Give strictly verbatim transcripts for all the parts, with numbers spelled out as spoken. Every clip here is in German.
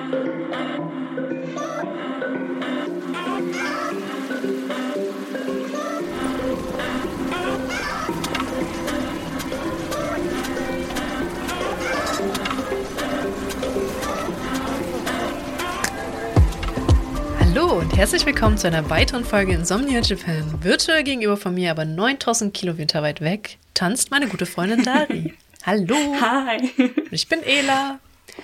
Hallo und herzlich willkommen zu einer weiteren Folge Insomnia Japan. Virtuell gegenüber von mir, aber neuntausend Kilometer weit weg, tanzt meine gute Freundin Dari. Hallo. Hi. Ich bin Ela.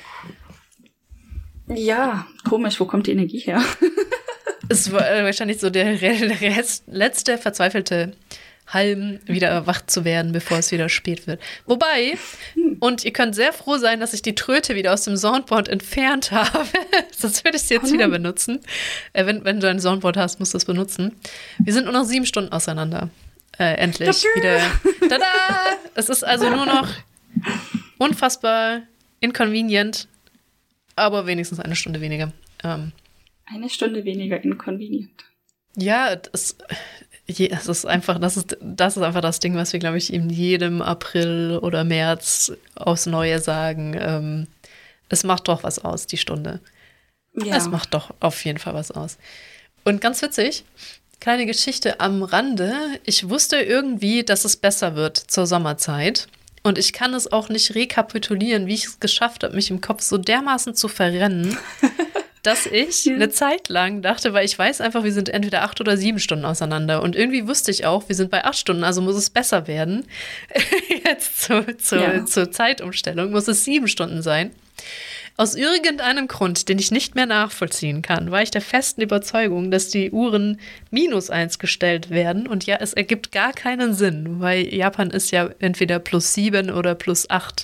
Ja, komisch, wo kommt die Energie her? Es war wahrscheinlich so der Rest, letzte verzweifelte Halm, wieder erwacht zu werden, bevor es wieder spät wird. Wobei, und ihr könnt sehr froh sein, dass ich die Tröte wieder aus dem Soundboard entfernt habe. Sonst würde ich sie jetzt oh wieder benutzen. Äh, wenn, wenn du ein Soundboard hast, musst du es benutzen. Wir sind nur noch sieben Stunden auseinander. Äh, endlich wieder. Tada! Es ist also nur noch unfassbar inconvenient, aber wenigstens eine Stunde weniger. Ähm, eine Stunde weniger inconvenient. Ja, das... Es ist einfach, das ist, das ist einfach das Ding, was wir, glaube ich, in jedem April oder März aufs Neue sagen. Ähm, es macht doch was aus, die Stunde. Ja. Es macht doch auf jeden Fall was aus. Und ganz witzig, kleine Geschichte am Rande. Ich wusste irgendwie, dass es besser wird zur Sommerzeit. Und ich kann es auch nicht rekapitulieren, wie ich es geschafft habe, mich im Kopf so dermaßen zu verrennen, dass ich eine Zeit lang dachte, weil ich weiß einfach, wir sind entweder acht oder sieben Stunden auseinander. Und irgendwie wusste ich auch, wir sind bei acht Stunden, also muss es besser werden. Jetzt zu, zu, ja. zur Zeitumstellung muss es sieben Stunden sein. Aus irgendeinem Grund, den ich nicht mehr nachvollziehen kann, war ich der festen Überzeugung, dass die Uhren minus eins gestellt werden. Und ja, es ergibt gar keinen Sinn, weil Japan ist ja entweder plus sieben oder plus acht.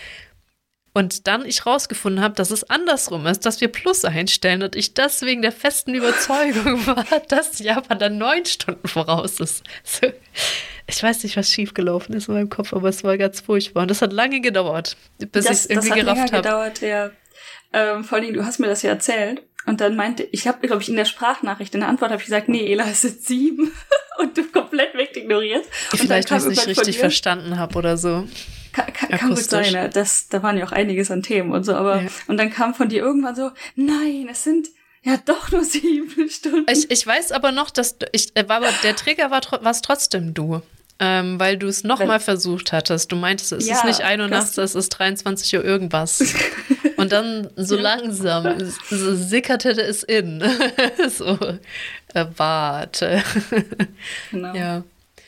Und dann ich rausgefunden habe, dass es andersrum ist, dass wir Plus einstellen und ich deswegen der festen Überzeugung war, dass Japan dann neun Stunden voraus ist. So, ich weiß nicht, was schiefgelaufen ist in meinem Kopf, aber es war ganz furchtbar. Und das hat lange gedauert, bis ich es irgendwie gerafft habe. Das hat länger gedauert, ja. Ähm, vor allem, du hast mir das ja erzählt. Und dann meinte, ich habe, glaube ich, in der Sprachnachricht, in der Antwort habe ich gesagt, nee, Ela, es sind sieben. Und du komplett wegignoriert. Und vielleicht, weil ich es nicht richtig verstanden habe oder so. Kann, kann, kann gut sein, ne? Das, da waren ja auch einiges an Themen und so, aber ja. Und dann kam von dir irgendwann so, nein, es sind ja doch nur sieben Stunden. Ich, ich weiß aber noch, dass du, ich, war aber der Trigger war war's trotzdem du, ähm, weil du es nochmal versucht hattest. Du meintest, es ja, ist nicht ein Uhr nachts, es ist dreiundzwanzig Uhr irgendwas. Und dann so langsam so sickerte es in. So, äh, warte. Genau. Ja.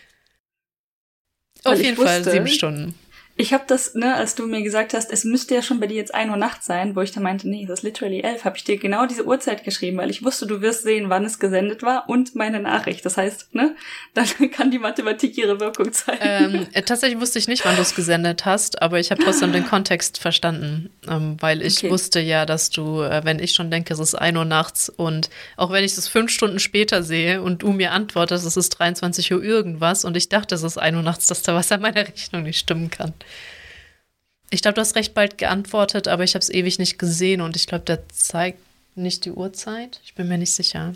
Auf jeden Fall sieben Stunden. Ich habe das, ne, als du mir gesagt hast, es müsste ja schon bei dir jetzt ein Uhr nachts sein, wo ich da meinte, nee, das ist literally elf, habe ich dir genau diese Uhrzeit geschrieben, weil ich wusste, du wirst sehen, wann es gesendet war und meine Nachricht. Das heißt, ne, dann kann die Mathematik ihre Wirkung zeigen. Ähm, tatsächlich wusste ich nicht, wann du es gesendet hast, aber ich habe trotzdem den Kontext verstanden, ähm, weil ich okay. wusste ja, dass du, äh, wenn ich schon denke, es ist ein Uhr nachts und auch wenn ich es fünf Stunden später sehe und du mir antwortest, es ist dreiundzwanzig Uhr irgendwas und ich dachte, es ist ein Uhr nachts, dass da was an meiner Rechnung nicht stimmen kann. Ich glaube, du hast recht bald geantwortet, aber ich habe es ewig nicht gesehen und ich glaube, der zeigt nicht die Uhrzeit. Ich bin mir nicht sicher.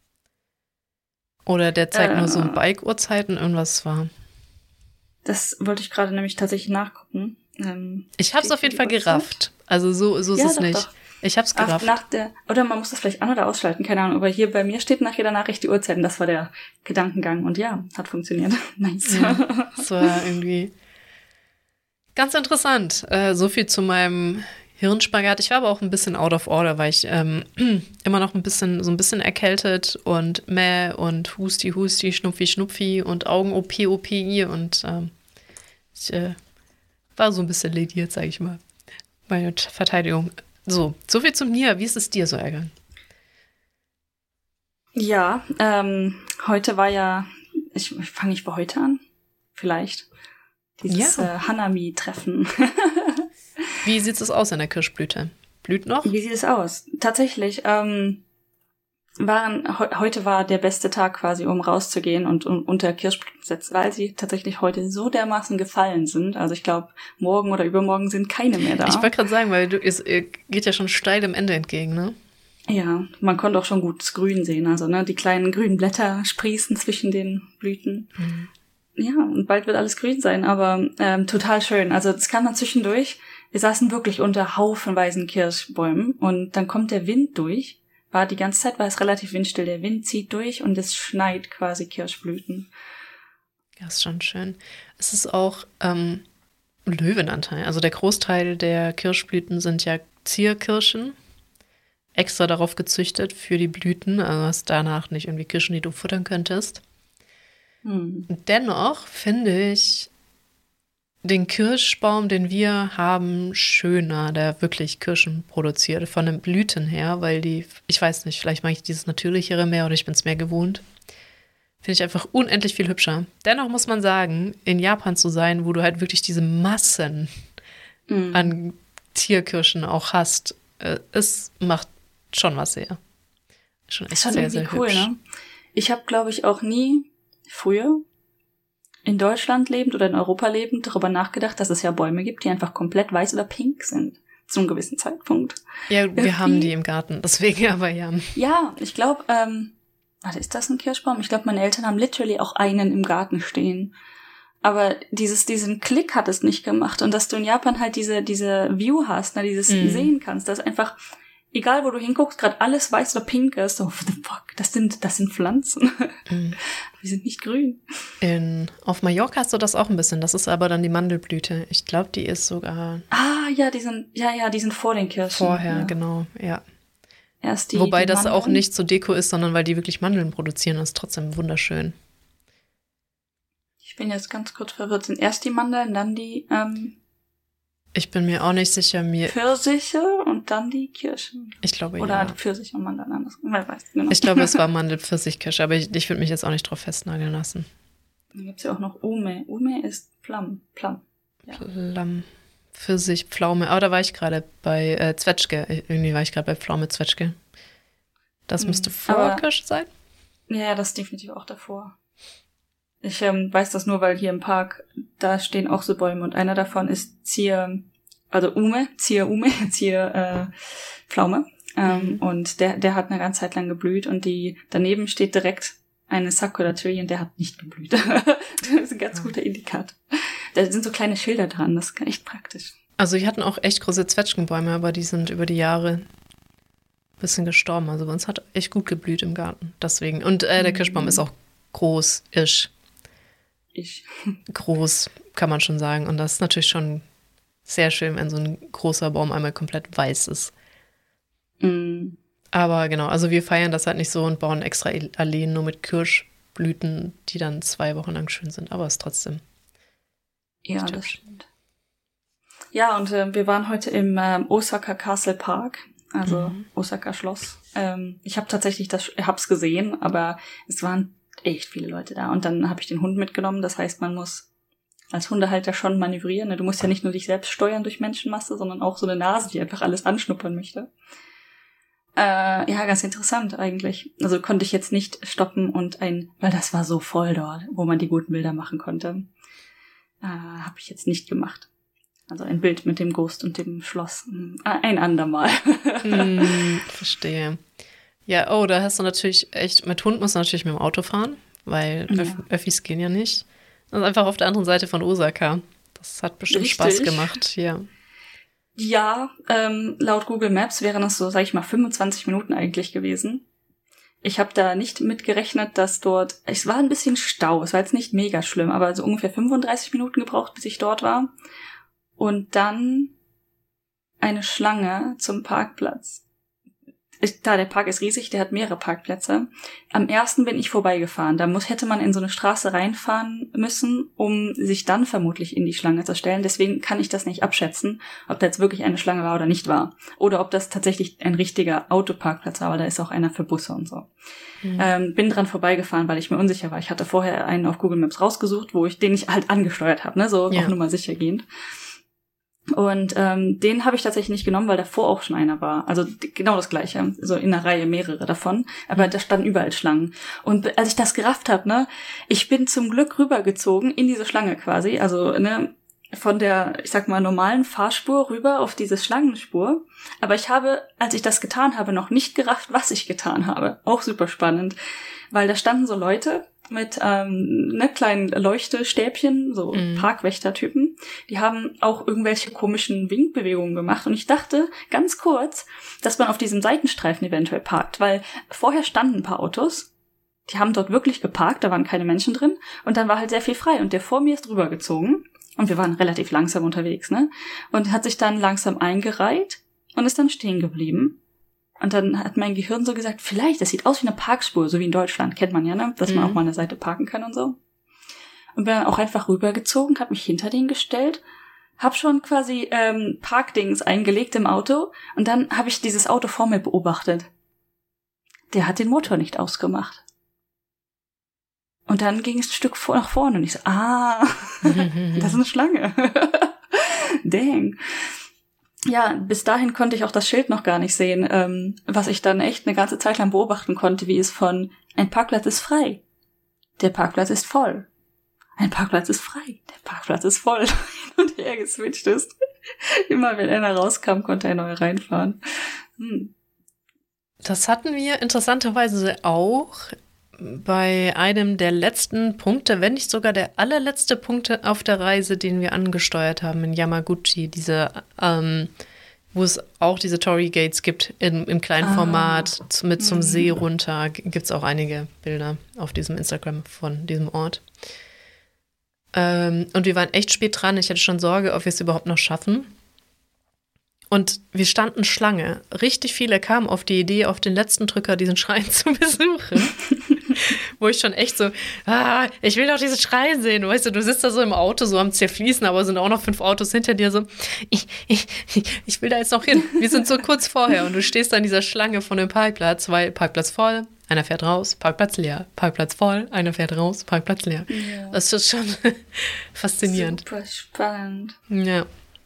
Oder der zeigt äh, nur so Bike-Uhrzeiten, irgendwas war. Das wollte ich gerade nämlich tatsächlich nachgucken. Ähm, ich habe es auf jeden Fall Uhrzeit? gerafft. Also so, so ist ja, es doch, nicht. Doch. Ich habe es gerafft. Nach der, oder man muss das vielleicht an- oder ausschalten, keine Ahnung. Aber hier bei mir steht nach jeder Nachricht die Uhrzeiten. Das war der Gedankengang und ja, hat funktioniert. Nice. Ja, das war irgendwie ganz interessant. Äh, so viel zu meinem Hirnspagat. Ich war aber auch ein bisschen out of order, weil ich ähm, immer noch ein bisschen, so ein bisschen erkältet und mäh und husti, husti, schnupfi, schnupfi und Augen O P, O P und ähm, ich äh, war so ein bisschen lediert, sag ich mal. Meine Verteidigung. So, so viel zu mir. Wie ist es dir so ergangen? Ja, ähm, heute war ja, ich fange ich bei heute an? Vielleicht. Dieses ja. äh, Hanami-Treffen. Wie sieht es aus in der Kirschblüte? Blüht noch? Wie sieht es aus? Tatsächlich, ähm, waren, he- heute war der beste Tag quasi, um rauszugehen und um, unter Kirschblüten zu setzen, weil sie tatsächlich heute so dermaßen gefallen sind. Also ich glaube, morgen oder übermorgen sind keine mehr da. Ich wollte gerade sagen, weil du, es geht ja schon steil dem Ende entgegen, ne? Ja, man konnte auch schon gut das Grün sehen. Also ne, die kleinen grünen Blätter sprießen zwischen den Blüten. Mhm. Ja, und bald wird alles grün sein, aber ähm, total schön. Also das kann man zwischendurch, wir saßen wirklich unter haufenweisen Kirschbäumen und dann kommt der Wind durch. War die ganze Zeit, war es relativ windstill. Der Wind zieht durch und es schneit quasi Kirschblüten. Ja, ist schon schön. Es ist auch ähm, Löwenanteil. Also der Großteil der Kirschblüten sind ja Zierkirschen. Extra darauf gezüchtet für die Blüten. Also hast danach nicht irgendwie Kirschen, die du futtern könntest. Hm. Dennoch finde ich den Kirschbaum, den wir haben, schöner, der wirklich Kirschen produziert, von den Blüten her, weil die, ich weiß nicht, vielleicht mag ich dieses Natürlichere mehr oder ich bin es mehr gewohnt. Finde ich einfach unendlich viel hübscher. Dennoch muss man sagen, in Japan zu sein, wo du halt wirklich diese Massen mm. an Tierkirschen auch hast, äh, es macht schon was sehr. Schon echt schon sehr, sehr cool, hübsch. Ne? Ich habe, glaube ich, auch nie früher in Deutschland lebend oder in Europa lebend darüber nachgedacht, dass es ja Bäume gibt, die einfach komplett weiß oder pink sind. Zu einem gewissen Zeitpunkt. Ja, wir Irgendwie. haben die im Garten, deswegen aber ja. Ja, ich glaube, ähm, warte, ist das ein Kirschbaum? Ich glaube, meine Eltern haben literally auch einen im Garten stehen. Aber dieses, diesen Klick hat es nicht gemacht. Und dass du in Japan halt diese, diese View hast, ne, dieses mm. sehen kannst, dass einfach, egal wo du hinguckst, gerade alles weiß oder pink ist. So, what the fuck, das sind, das sind Pflanzen. Mm. Die sind nicht grün. In, auf Mallorca hast du das auch ein bisschen. Das ist aber dann die Mandelblüte. Ich glaube, die ist sogar. Ah, ja, die sind, ja, ja, die sind vor den Kirschen. Vorher, ja. genau, ja. Erst die, Wobei die das Mandeln. auch nicht zur Deko ist, sondern weil die wirklich Mandeln produzieren. Das ist trotzdem wunderschön. Ich bin jetzt ganz kurz verwirrt. Sind erst die Mandeln, dann die ähm, ich bin mir auch nicht sicher. Mir Pfirsiche und dann die Kirschen. Ich glaube, Oder ja. Oder Pfirsich und Mandeln anders. Wer weiß, genau. Ich glaube, es war Mandel-Pfirsich-Kirsche, aber ich, ich würde mich jetzt auch nicht drauf festnageln lassen. Dann gibt's ja auch noch Ume. Ume ist Plum. Plum. Ja. Plum. Pfirsich, Pflaume. Aber da war ich gerade bei äh, Zwetschge. Irgendwie war ich gerade bei Pflaume, Zwetschge. Das müsste vor Aber, Kirsche sein? Ja, das ist definitiv auch davor. Ich ähm, weiß das nur, weil hier im Park, da stehen auch so Bäume und einer davon ist Zier, also Ume, Zier Ume, Zier äh, Pflaume. Ähm, mhm. Und der, der hat eine ganze Zeit lang geblüht und die daneben steht direkt eine Sakura Tree und der hat nicht geblüht. Das ist ein ganz ja. guter Indikator. Da sind so kleine Schilder dran, das ist echt praktisch. Also die hatten auch echt große Zwetschgenbäume, aber die sind über die Jahre ein bisschen gestorben. Also bei uns hat echt gut geblüht im Garten. Deswegen. Und äh, der Kirschbaum mhm. ist auch groß, isch. Ich. Groß, kann man schon sagen. Und das ist natürlich schon sehr schön, wenn so ein großer Baum einmal komplett weiß ist. Mhm. Aber genau, also wir feiern das halt nicht so und bauen extra Alleen nur mit Kirschblüten, die dann zwei Wochen lang schön sind. Aber es ist trotzdem. Ja, das stimmt. Ja, und äh, wir waren heute im ähm, Osaka Castle Park, also mhm. Osaka Schloss. Ähm, ich habe tatsächlich das, hab's gesehen, aber es waren echt viele Leute da. Und dann habe ich den Hund mitgenommen. Das heißt, man muss als Hundehalter schon manövrieren. Ne? Du musst ja nicht nur dich selbst steuern durch Menschenmasse, sondern auch so eine Nase, die einfach alles anschnuppern möchte. Äh, ja, ganz interessant eigentlich. Also konnte ich jetzt nicht stoppen und ein, weil das war so voll dort, wo man die guten Bilder machen konnte. Äh, habe ich jetzt nicht gemacht. Also ein Bild mit dem Ghost und dem Schloss. Ein andermal. hm, verstehe. Ja, oh, da hast du natürlich echt, mit Hund musst du natürlich mit dem Auto fahren, weil ja. Öff- Öffis gehen ja nicht. Das ist einfach auf der anderen Seite von Osaka. Das hat bestimmt Richtig. Spaß gemacht, ja. Ja, ähm, laut Google Maps wären das so, sag ich mal, fünfundzwanzig Minuten eigentlich gewesen. Ich habe da nicht mitgerechnet, dass dort, es war ein bisschen Stau, es war jetzt nicht mega schlimm, aber so ungefähr fünfunddreißig Minuten gebraucht, bis ich dort war. Und dann eine Schlange zum Parkplatz. Ich, da, der Park ist riesig, der hat mehrere Parkplätze. Am ersten bin ich vorbeigefahren. Da muss, hätte man in so eine Straße reinfahren müssen, um sich dann vermutlich in die Schlange zu stellen. Deswegen kann ich das nicht abschätzen, ob da jetzt wirklich eine Schlange war oder nicht war. Oder ob das tatsächlich ein richtiger Autoparkplatz war, weil da ist auch einer für Busse und so. Mhm. Ähm, bin dran vorbeigefahren, weil ich mir unsicher war. Ich hatte vorher einen auf Google Maps rausgesucht, wo ich den ich halt angesteuert habe, ne, so ja. Auf Nummer sicher gehend. Und ähm, den habe ich tatsächlich nicht genommen, weil davor auch schon einer war. Also d- genau das Gleiche, so in einer Reihe mehrere davon. Aber mhm. da standen überall Schlangen. Und b- als ich das gerafft habe, ne, ich bin zum Glück rübergezogen in diese Schlange quasi. Also ne, von der, ich sag mal, normalen Fahrspur rüber auf diese Schlangenspur. Aber ich habe, als ich das getan habe, noch nicht gerafft, was ich getan habe. Auch super spannend. Weil da standen so Leute mit ähm, ne, kleinen Leuchtestäbchen, so mm. Parkwächtertypen. Die haben auch irgendwelche komischen Winkbewegungen gemacht. Und ich dachte ganz kurz, dass man auf diesem Seitenstreifen eventuell parkt. Weil vorher standen ein paar Autos. Die haben dort wirklich geparkt, da waren keine Menschen drin. Und dann war halt sehr viel frei. Und der vor mir ist rübergezogen. Und wir waren relativ langsam unterwegs, ne? Und hat sich dann langsam eingereiht und ist dann stehen geblieben. Und dann hat mein Gehirn so gesagt, vielleicht, das sieht aus wie eine Parkspur, so wie in Deutschland, kennt man ja, ne? Dass man mhm. auch mal an der Seite parken kann und so. Und bin dann auch einfach rübergezogen, hab mich hinter den gestellt, hab schon quasi ähm, Parkdings eingelegt im Auto und dann habe ich dieses Auto vor mir beobachtet. Der hat den Motor nicht ausgemacht. Und dann ging es ein Stück vor, nach vorne und ich so, ah, das ist eine Schlange. Dang. Ja, bis dahin konnte ich auch das Schild noch gar nicht sehen, ähm, was ich dann echt eine ganze Zeit lang beobachten konnte, wie es von ein Parkplatz ist frei, der Parkplatz ist voll, ein Parkplatz ist frei, der Parkplatz ist voll, hin und her geswitcht ist. Immer wenn einer rauskam, konnte ein neuer reinfahren. Hm. Das hatten wir interessanterweise auch bei einem der letzten Punkte, wenn nicht sogar der allerletzte Punkt auf der Reise, den wir angesteuert haben in Yamaguchi, diese, ähm, wo es auch diese Torii Gates gibt in, im kleinen ah. Format mit zum mhm. See runter, gibt es auch einige Bilder auf diesem Instagram von diesem Ort. Ähm, und wir waren echt spät dran. Ich hatte schon Sorge, ob wir es überhaupt noch schaffen. Und wir standen Schlange. Richtig viele kamen auf die Idee, auf den letzten Drücker diesen Schrein zu besuchen. Wo ich schon echt so, ah, ich will doch diesen Schrein sehen. Weißt du, du sitzt da so im Auto, so am Zerfließen, aber sind auch noch fünf Autos hinter dir so, ich, ich, ich will da jetzt noch hin. Wir sind so kurz vorher und du stehst da in dieser Schlange von dem Parkplatz, weil Parkplatz voll, einer fährt raus, Parkplatz leer, Parkplatz voll, einer fährt raus, Parkplatz leer. Ja. Das ist schon faszinierend. Super spannend. Ja.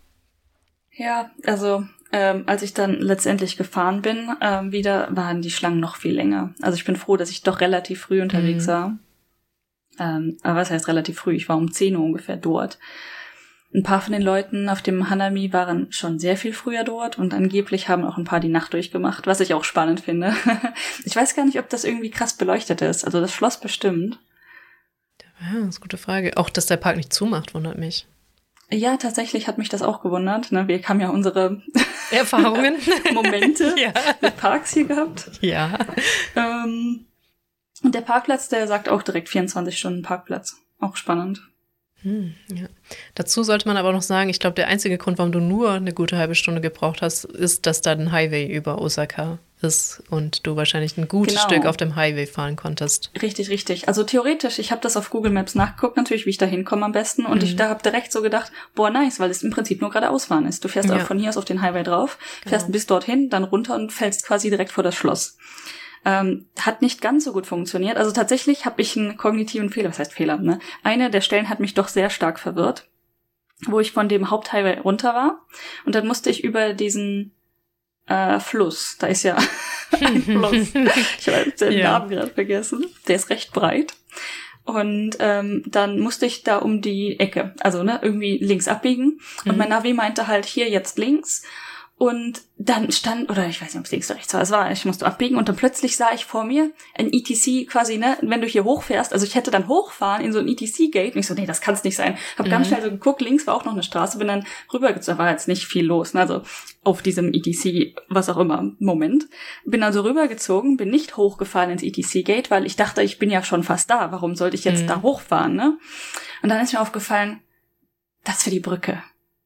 Ja, also ähm, als ich dann letztendlich gefahren bin, ähm, wieder waren die Schlangen noch viel länger. Also ich bin froh, dass ich doch relativ früh unterwegs mhm. war. Ähm, aber was heißt relativ früh? Ich war um zehn Uhr ungefähr dort. Ein paar von den Leuten auf dem Hanami waren schon sehr viel früher dort und angeblich haben auch ein paar die Nacht durchgemacht, was ich auch spannend finde. Ich weiß gar nicht, ob das irgendwie krass beleuchtet ist. Also das Schloss bestimmt. Ja, das ist eine gute Frage. Auch, dass der Park nicht zumacht, wundert mich. Ja, tatsächlich hat mich das auch gewundert. Ne? Wir haben ja unsere Erfahrungen, Momente ja. mit Parks hier gehabt. Ja. Ähm, und der Parkplatz, der sagt auch direkt vierundzwanzig Stunden Parkplatz. Auch spannend. Hm, ja. Dazu sollte man aber noch sagen, ich glaube, der einzige Grund, warum du nur eine gute halbe Stunde gebraucht hast, ist, dass da ein Highway über Osaka ist und du wahrscheinlich ein gutes genau. Stück auf dem Highway fahren konntest. Richtig, richtig. Also theoretisch, ich habe das auf Google Maps nachgeguckt, natürlich, wie ich da hinkomme am besten. Und mhm. ich da habe direkt so gedacht, boah, nice, weil es im Prinzip nur geradeaus fahren ist. Du fährst ja. auch von hier aus auf den Highway drauf, genau. fährst bis dorthin, dann runter und fällst quasi direkt vor das Schloss. Ähm, hat nicht ganz so gut funktioniert. Also tatsächlich habe ich einen kognitiven Fehler. Was heißt Fehler? Ne? Eine der Stellen hat mich doch sehr stark verwirrt, wo ich von dem Haupthighway runter war. Und dann musste ich über diesen äh, Fluss, da ist ja ein Fluss. Ich habe den ja. Namen gerade vergessen. Der ist recht breit. Und ähm, dann musste ich da um die Ecke, also ne, irgendwie links abbiegen. Und mhm. mein Navi meinte halt hier jetzt links. Und dann stand, oder ich weiß nicht, ob es links oder rechts war, es war, ich musste abbiegen und dann plötzlich sah ich vor mir ein E T C quasi, ne, wenn du hier hochfährst, also ich hätte dann hochfahren in so ein E T C-Gate und ich so, nee, das kann's nicht sein. Hab mhm. ganz schnell so geguckt, links war auch noch eine Straße, bin dann rübergezogen, da war jetzt nicht viel los, ne, also auf diesem E T C, was auch immer, Moment. Bin also rübergezogen, bin nicht hochgefahren ins E T C-Gate, weil ich dachte, ich bin ja schon fast da, warum sollte ich jetzt mhm. da hochfahren, ne? Und dann ist mir aufgefallen, das für die Brücke.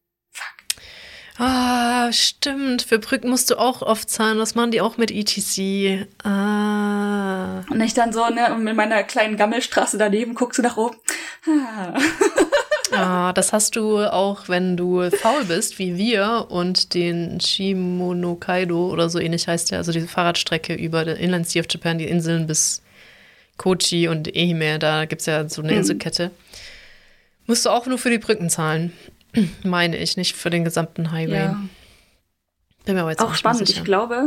Ah, stimmt. Für Brücken musst du auch oft zahlen. Was machen die auch mit E T C? Ah. Und ich dann so, ne, mit meiner kleinen Gammelstraße daneben guckst du nach oben. Ah. Ah, das hast du auch, wenn du faul bist, wie wir, und den Shimonokaido oder so ähnlich heißt der, also diese Fahrradstrecke über den Inland Sea of Japan, die Inseln bis Kochi und Ehime, da gibt's ja so eine mhm. Inselkette. Musst du auch nur für die Brücken zahlen. Meine ich, nicht für den gesamten Highway. Ja. Bin mir aber jetzt auch spannend. Ich glaube,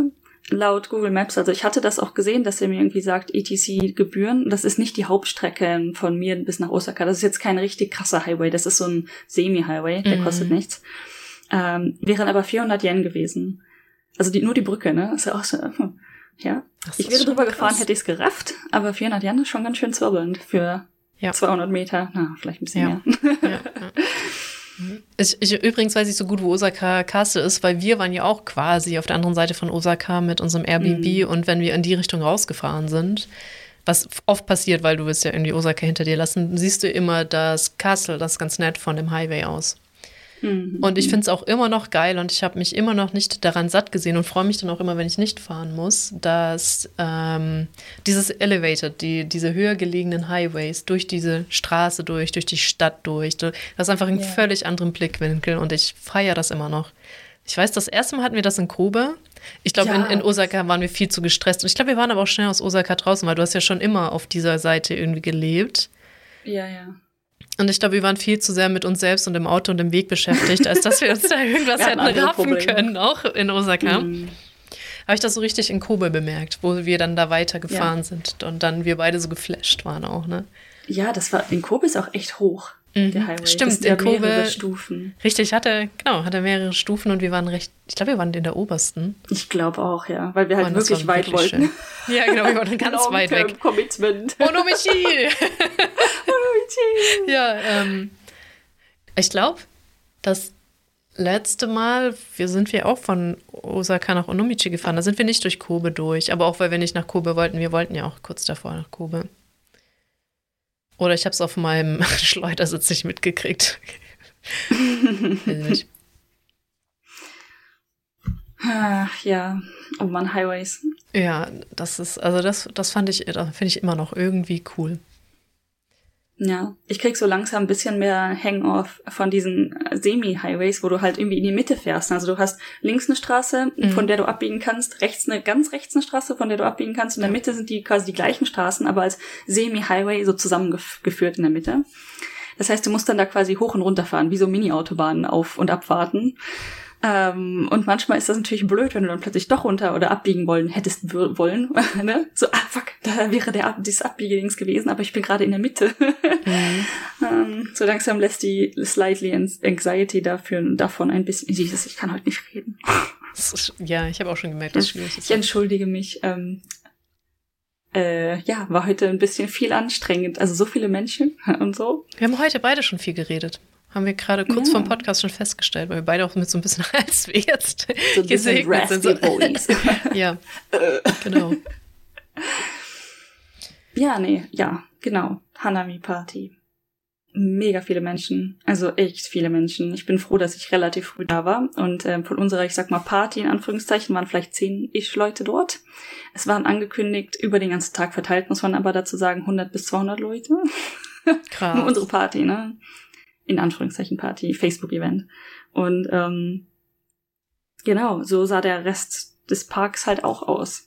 laut Google Maps, also ich hatte das auch gesehen, dass er mir irgendwie sagt, E T C-Gebühren, das ist nicht die Hauptstrecke von mir bis nach Osaka. Das ist jetzt kein richtig krasser Highway, das ist so ein Semi-Highway, der mhm. kostet nichts. Ähm, wären aber vierhundert Yen gewesen. Also die, nur die Brücke, ne? Ist ja auch so, ja. Ich wäre drüber krass. gefahren, hätte ich es gerafft, aber vierhundert Yen ist schon ganz schön zwirbelnd für ja. zweihundert Meter. Na, vielleicht ein bisschen ja. mehr. Ja, ja. Ich, ich, übrigens weiß ich so gut, wo Osaka Castle ist, weil wir waren ja auch quasi auf der anderen Seite von Osaka mit unserem Airbnb mhm. und wenn wir in die Richtung rausgefahren sind, was oft passiert, weil du willst ja irgendwie Osaka hinter dir lassen, siehst du immer das Castle, das ist ganz nett von dem Highway aus. Mhm. Und ich finde es auch immer noch geil und ich habe mich immer noch nicht daran satt gesehen und freue mich dann auch immer, wenn ich nicht fahren muss, dass ähm, dieses Elevated, die, diese höher gelegenen Highways durch diese Straße durch, durch die Stadt durch, das ist einfach ein yeah. völlig anderen Blickwinkel und ich feiere das immer noch. Ich weiß, das erste Mal hatten wir das in Kobe. Ich glaube, ja. in, in Osaka waren wir viel zu gestresst und ich glaube, wir waren aber auch schnell aus Osaka draußen, weil du hast ja schon immer auf dieser Seite irgendwie gelebt. Ja, ja. Und ich glaube, wir waren viel zu sehr mit uns selbst und im Auto und im Weg beschäftigt, als dass wir uns da irgendwas hätten raffen Probleme. können, auch in Osaka. Mm. Habe ich das so richtig in Kobe bemerkt, wo wir dann da weitergefahren ja. sind und dann wir beide so geflasht waren auch, ne? Ja, das war, in Kobe ist auch echt hoch, mhm. der Highway. Stimmt, das in Kobe, mehrere Stufen. Richtig, hatte, genau, hatte mehrere Stufen und wir waren recht, ich glaube, wir waren in der obersten. Ich glaube auch, ja, weil wir halt Mann, wirklich weit wirklich wollten. Schön. Ja, genau, wir waren ganz weit weg. Commitment. Onomichi! Ja, ähm, ich glaube, das letzte Mal, wir sind wir auch von Osaka nach Onomichi gefahren, da sind wir nicht durch Kobe durch, aber auch weil wir nicht nach Kobe wollten, wir wollten ja auch kurz davor nach Kobe. Oder ich habe es auf meinem Schleudersitz nicht mitgekriegt. nicht. Ach, ja, oh man, Highways. Ja, das ist, also das, das fand ich, das finde ich immer noch irgendwie cool. Ja, ich krieg so langsam ein bisschen mehr Hang-off von diesen Semi-Highways, wo du halt irgendwie in die Mitte fährst. Also du hast links eine Straße, mhm. von der du abbiegen kannst, rechts eine, ganz rechts eine Straße, von der du abbiegen kannst. Und in der Mitte sind die quasi die gleichen Straßen, aber als Semi-Highway so zusammengeführt in der Mitte. Das heißt, du musst dann da quasi hoch und runter fahren, wie so Mini-Autobahnen auf- und abwarten. Ähm, und manchmal ist das natürlich blöd, wenn du dann plötzlich doch runter oder abbiegen wollen hättest w- wollen. ne? So, ah, fuck, da wäre der Ab- dieses Abbiegedings gewesen, aber ich bin gerade in der Mitte. mhm. ähm, so langsam lässt die slightly Anxiety dafür, davon ein bisschen, Jesus, ich kann heute nicht reden. Ist, ja, ich habe auch schon gemerkt, dass es schwierig ist. Ich entschuldige mich. Ähm, äh, ja, war heute ein bisschen viel anstrengend. Also so viele Menschen und so. Wir haben heute beide schon viel geredet. Haben wir gerade kurz ja. vor dem Podcast schon festgestellt, weil wir beide auch mit so ein bisschen als wir jetzt so gesegnet sind. So. ja, genau. Ja, nee, ja, genau. Hanami-Party. Mega viele Menschen, also echt viele Menschen. Ich bin froh, dass ich relativ früh da war. Und äh, von unserer, ich sag mal, Party in Anführungszeichen waren vielleicht zehn-ish Leute dort. Es waren angekündigt, über den ganzen Tag verteilt, muss man aber dazu sagen, hundert bis zweihundert Leute. Krass. Nur unsere Party, ne? In Anführungszeichen Party, Facebook-Event. Und ähm, genau, so sah der Rest des Parks halt auch aus.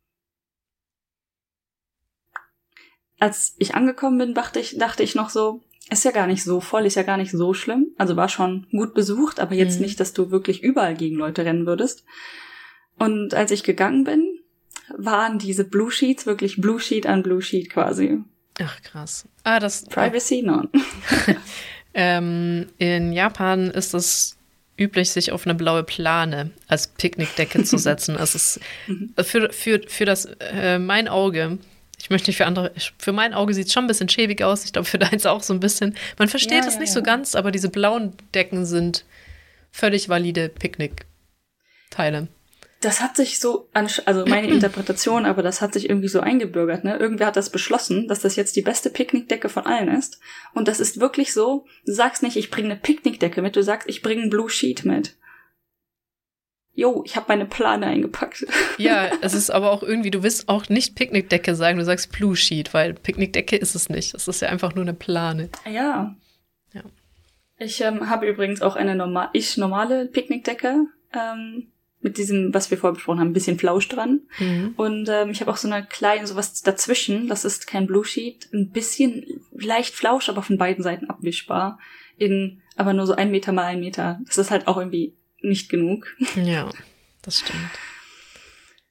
Als ich angekommen bin, dachte ich, dachte ich noch so, ist ja gar nicht so voll, ist ja gar nicht so schlimm. Also war schon gut besucht, aber jetzt mhm. nicht, dass du wirklich überall gegen Leute rennen würdest. Und als ich gegangen bin, waren diese Blue Sheets wirklich Blue Sheet an Blue Sheet quasi. Ach, krass. Ah, das Privacy, none. ähm, in Japan ist es üblich, sich auf eine blaue Plane als Picknickdecke zu setzen. Es ist für, für, für das, äh, mein Auge, ich möchte nicht für andere, für mein Auge sieht es schon ein bisschen schäbig aus. Ich glaube, für deins auch so ein bisschen. Man versteht es ja, ja, nicht ja. so ganz, aber diese blauen Decken sind völlig valide Picknickteile. Das hat sich so, also meine Interpretation, aber das hat sich irgendwie so eingebürgert, ne? Irgendwer hat das beschlossen, dass das jetzt die beste Picknickdecke von allen ist. Und das ist wirklich so, du sagst nicht, ich bringe eine Picknickdecke mit, du sagst, ich bringe einen Blue Sheet mit. Jo, ich habe meine Plane eingepackt. Ja, es ist aber auch irgendwie, du willst auch nicht Picknickdecke sagen, du sagst Blue Sheet, weil Picknickdecke ist es nicht. Es ist ja einfach nur eine Plane. Ja. Ja. Ich ähm, habe übrigens auch eine normal, ich normale Picknickdecke, ähm, mit diesem, was wir vorher besprochen haben, ein bisschen Flausch dran. Mhm. Und ähm, ich habe auch so eine kleine, sowas dazwischen, das ist kein Blue Sheet, ein bisschen leicht Flausch, aber von beiden Seiten abwischbar. In, aber nur so ein Meter mal ein Meter. Das ist halt auch irgendwie nicht genug. Ja, das stimmt.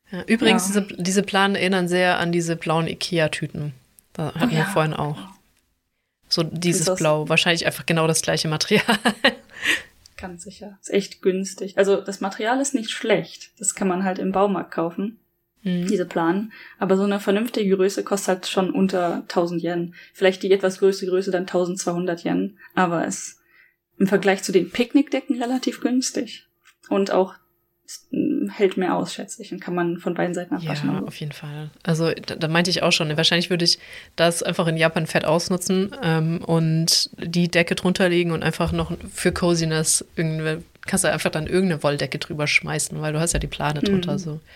Ja, übrigens, Ja. diese, diese Planen erinnern sehr an diese blauen Ikea-Tüten. Da hatten Oh wir ja. vorhin auch. So dieses Das ist Blau, wahrscheinlich einfach genau das gleiche Material. Ganz sicher. Ist echt günstig. Also das Material ist nicht schlecht. Das kann man halt im Baumarkt kaufen, Mhm. diese Planen. Aber so eine vernünftige Größe kostet halt schon unter tausend Yen. Vielleicht die etwas größere Größe dann eintausendzweihundert Yen. Aber es im Vergleich zu den Picknickdecken relativ günstig. Und auch es, mm, hält mehr aus, schätze ich. Und kann man von beiden Seiten abwaschen. Ja, und so. auf jeden Fall. Also da, da meinte ich auch schon, wahrscheinlich würde ich das einfach in Japan fett ausnutzen ähm, und die Decke drunter legen und einfach noch für Coziness irgendwie, kannst du einfach dann irgendeine Wolldecke drüber schmeißen, weil du hast ja die Plane drunter Mhm. so.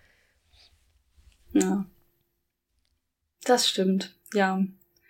Ja. Das stimmt, ja.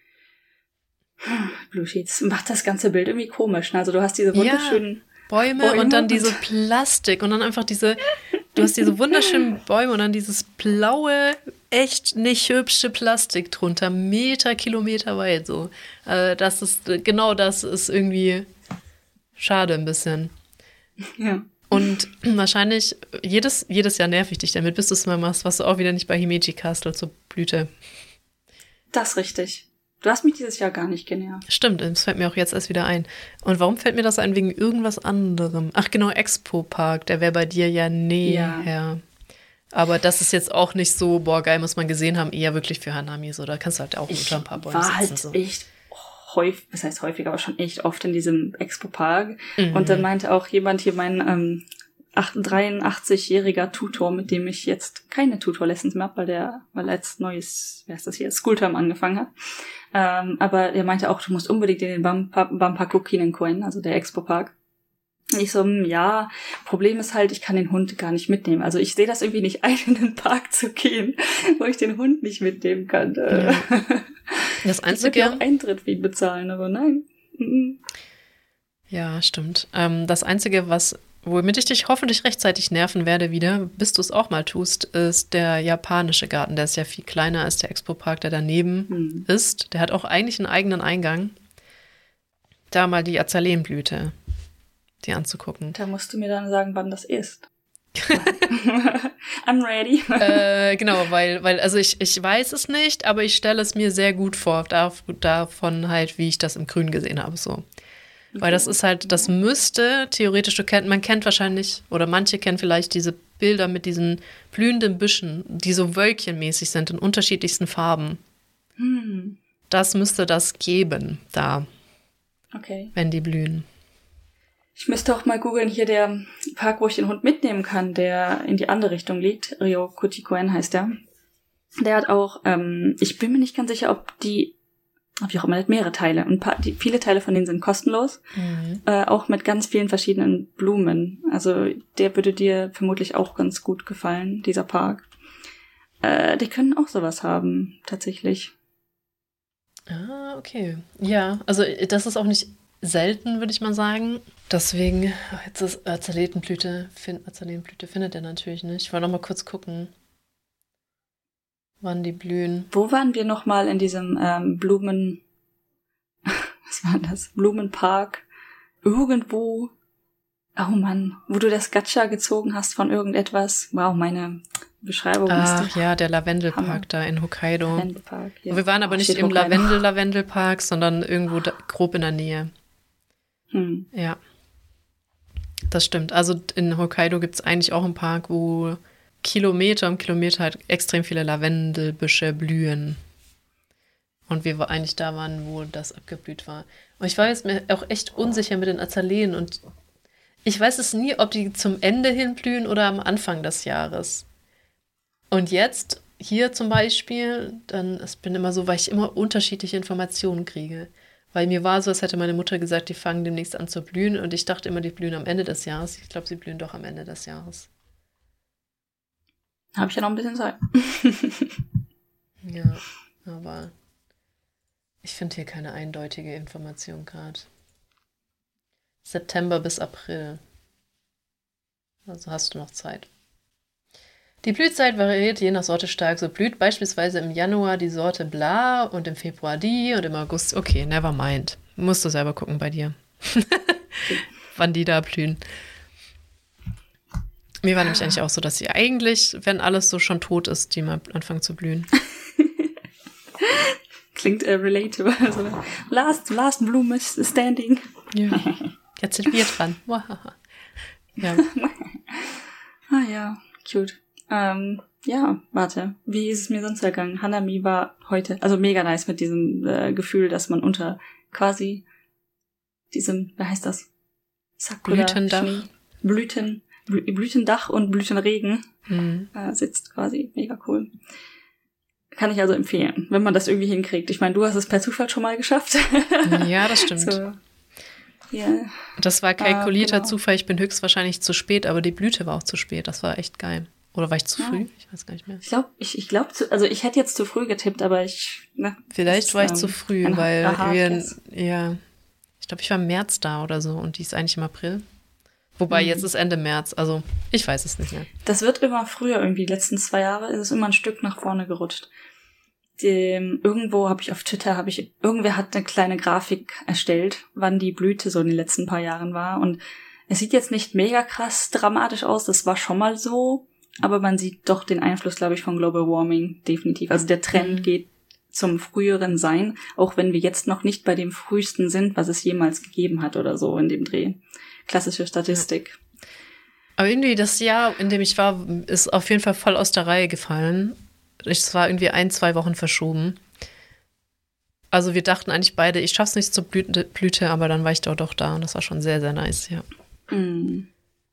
Blue Sheets macht das ganze Bild irgendwie komisch. Ne? Also du hast diese wunderschönen Bäume, Bäume und dann und- diese Plastik und dann einfach diese, du hast diese wunderschönen Bäume und dann dieses blaue, echt nicht hübsche Plastik drunter, Meter, Kilometer weit so. Also das ist, genau das ist irgendwie schade ein bisschen. Ja. Und wahrscheinlich jedes, jedes Jahr nerv ich dich damit, bis du es mal machst, was du auch wieder nicht bei Himeji Castle zur Blüte. Das ist richtig. Du hast mich dieses Jahr gar nicht genervt. Stimmt, das fällt mir auch jetzt erst wieder ein. Und warum fällt mir das ein? Wegen irgendwas anderem. Ach genau, Expo Park, der wäre bei dir ja näher. Ja. Aber das ist jetzt auch nicht so, boah, geil, muss man gesehen haben, eher wirklich für Hanami. So, da kannst du halt auch Ich unter ein paar Bäume war sitzen. halt So. echt häufig, das heißt häufig, aber schon echt oft in diesem Expo-Park. Mhm. Und dann meinte auch jemand hier, mein ähm, dreiundachtzigjähriger Tutor, mit dem ich jetzt keine Tutor-Lessons mehr habe, weil der, weil er jetzt neues, wer ist das hier, Schoolterm angefangen hat. Ähm, aber der meinte auch, du musst unbedingt in den Bampa- Bampakukinen-Koen, also der Expo-Park. Und ich so, hm, ja, Problem ist halt, ich kann den Hund gar nicht mitnehmen. Also ich sehe das irgendwie nicht ein, in den Park zu gehen, wo ich den Hund nicht mitnehmen kann. Ja. Das Ich würde Einzige, ja auch Eintritt für ihn bezahlen, aber nein. Mhm. ja, stimmt. Ähm, das Einzige, was, womit ich dich hoffentlich rechtzeitig nerven werde wieder, bis du es auch mal tust, ist der japanische Garten. Der ist ja viel kleiner als der Expo-Park, der daneben Hm. ist. Der hat auch eigentlich einen eigenen Eingang. Da mal die Azalenblüte, die anzugucken. Da musst du mir dann sagen, wann das ist. I'm ready. äh, genau, weil, weil, also ich, ich weiß es nicht, aber ich stelle es mir sehr gut vor, dav- davon halt, wie ich das im Grün gesehen habe, so. Weil das ist halt, das müsste theoretisch, du kennt, man kennt wahrscheinlich, oder manche kennen vielleicht diese Bilder mit diesen blühenden Büschen, die so wölkchenmäßig sind, in unterschiedlichsten Farben. Hm. Das müsste das geben, da, Okay. wenn die blühen. Ich müsste auch mal googeln, hier der Park, wo ich den Hund mitnehmen kann, der in die andere Richtung liegt. Ryokuchi-koen heißt der. Der hat auch, ähm, ich bin mir nicht ganz sicher, ob die, wie auch immer, der hat mehrere Teile. Und ein paar, die, viele Teile von denen sind kostenlos. Mhm. Äh, auch mit ganz vielen verschiedenen Blumen. Also der würde dir vermutlich auch ganz gut gefallen, dieser Park. Äh, die können auch sowas haben, tatsächlich. Ah, okay. Ja, also das ist auch nicht selten, würde ich mal sagen. Deswegen, ach, jetzt ist Azalenblüte, fin Azalenblüte findet er natürlich nicht. Ich wollte noch mal kurz gucken, wann die blühen. Wo waren wir nochmal in diesem ähm, Blumen... Was war das? Blumenpark? Irgendwo... Oh Mann, wo du das Gacha gezogen hast von irgendetwas. Wow, meine Beschreibung Ach ist ja, der Lavendelpark Hammer. da in Hokkaido. Lavendelpark. Ja. Wir waren aber Oh, nicht steht im Hokkaido. Lavendel-Lavendelpark, sondern irgendwo da, grob in der Nähe. Hm. Ja, das stimmt. Also in Hokkaido gibt es eigentlich auch einen Park, wo Kilometer um Kilometer halt extrem viele Lavendelbüsche blühen. Und wir war- eigentlich da waren, wo das abgeblüht war. Und ich war jetzt mir auch echt unsicher mit den Azaleen und ich weiß es nie, ob die zum Ende hin blühen oder am Anfang des Jahres. Und jetzt, hier zum Beispiel, dann, es bin immer so, weil ich immer unterschiedliche Informationen kriege. Weil mir war so, als hätte meine Mutter gesagt, die fangen demnächst an zu blühen und ich dachte immer, die blühen am Ende des Jahres. Ich glaube, sie blühen doch am Ende des Jahres. Habe ich ja noch ein bisschen Zeit. Ja, aber ich finde hier keine eindeutige Information gerade. September bis April. Also hast du noch Zeit. Die Blühzeit variiert je nach Sorte stark. So blüht beispielsweise im Januar die Sorte Bla und im Februar die und im August. Okay, never mind. Musst du selber gucken bei dir. Wann die da blühen. Mir war nämlich eigentlich auch so, dass sie eigentlich, wenn alles so schon tot ist, die mal anfangen zu blühen. Klingt äh, relatable. Also, last, last bloom is standing. Ja, jetzt sind wir dran. Ja. Ah ja, cute. Ähm, ja, warte. Wie ist es mir sonst ergangen? Hanami war heute, also mega nice mit diesem äh, Gefühl, dass man unter quasi diesem, wie heißt das? Sakura, Blütendach. Schnee, Blüten, Blü Blütendach und Blütenregen Mhm. äh, sitzt quasi. Mega cool. Kann ich also empfehlen, wenn man das irgendwie hinkriegt. Ich meine, du hast es per Zufall schon mal geschafft. Ja, das stimmt. So. Yeah. Das war kalkulierter Ah, genau. Zufall. Ich bin höchstwahrscheinlich zu spät, aber die Blüte war auch zu spät. Das war echt geil. Oder war ich zu Ja. früh? Ich weiß gar nicht mehr. Ich glaube, ich, ich glaube, also ich hätte jetzt zu früh getippt, aber ich, ne, Vielleicht das war ich ist, zu ähm, früh, ein weil wir, Aha-Guess. ja, ich glaube, ich war im März da oder so und die ist eigentlich im April. Wobei, Mhm. jetzt ist Ende März, also ich weiß es nicht mehr. Das wird immer früher irgendwie. Die letzten zwei Jahre ist es immer ein Stück nach vorne gerutscht. Dem, irgendwo habe ich auf Twitter, habe ich, irgendwer hat eine kleine Grafik erstellt, wann die Blüte so in den letzten paar Jahren war. Und es sieht jetzt nicht mega krass dramatisch aus, das war schon mal so, aber man sieht doch den Einfluss, glaube ich, von Global Warming definitiv. Also der Trend Mhm. geht zum früheren Sein, auch wenn wir jetzt noch nicht bei dem frühesten sind, was es jemals gegeben hat oder so in dem Dreh. Klassische Statistik. Aber irgendwie das Jahr, in dem ich war, ist auf jeden Fall voll aus der Reihe gefallen. Es war irgendwie ein, zwei Wochen verschoben. Also wir dachten eigentlich beide, ich schaff's nicht zur Blüte, Blüte, aber dann war ich doch doch da und das war schon sehr, sehr nice, ja. Mm.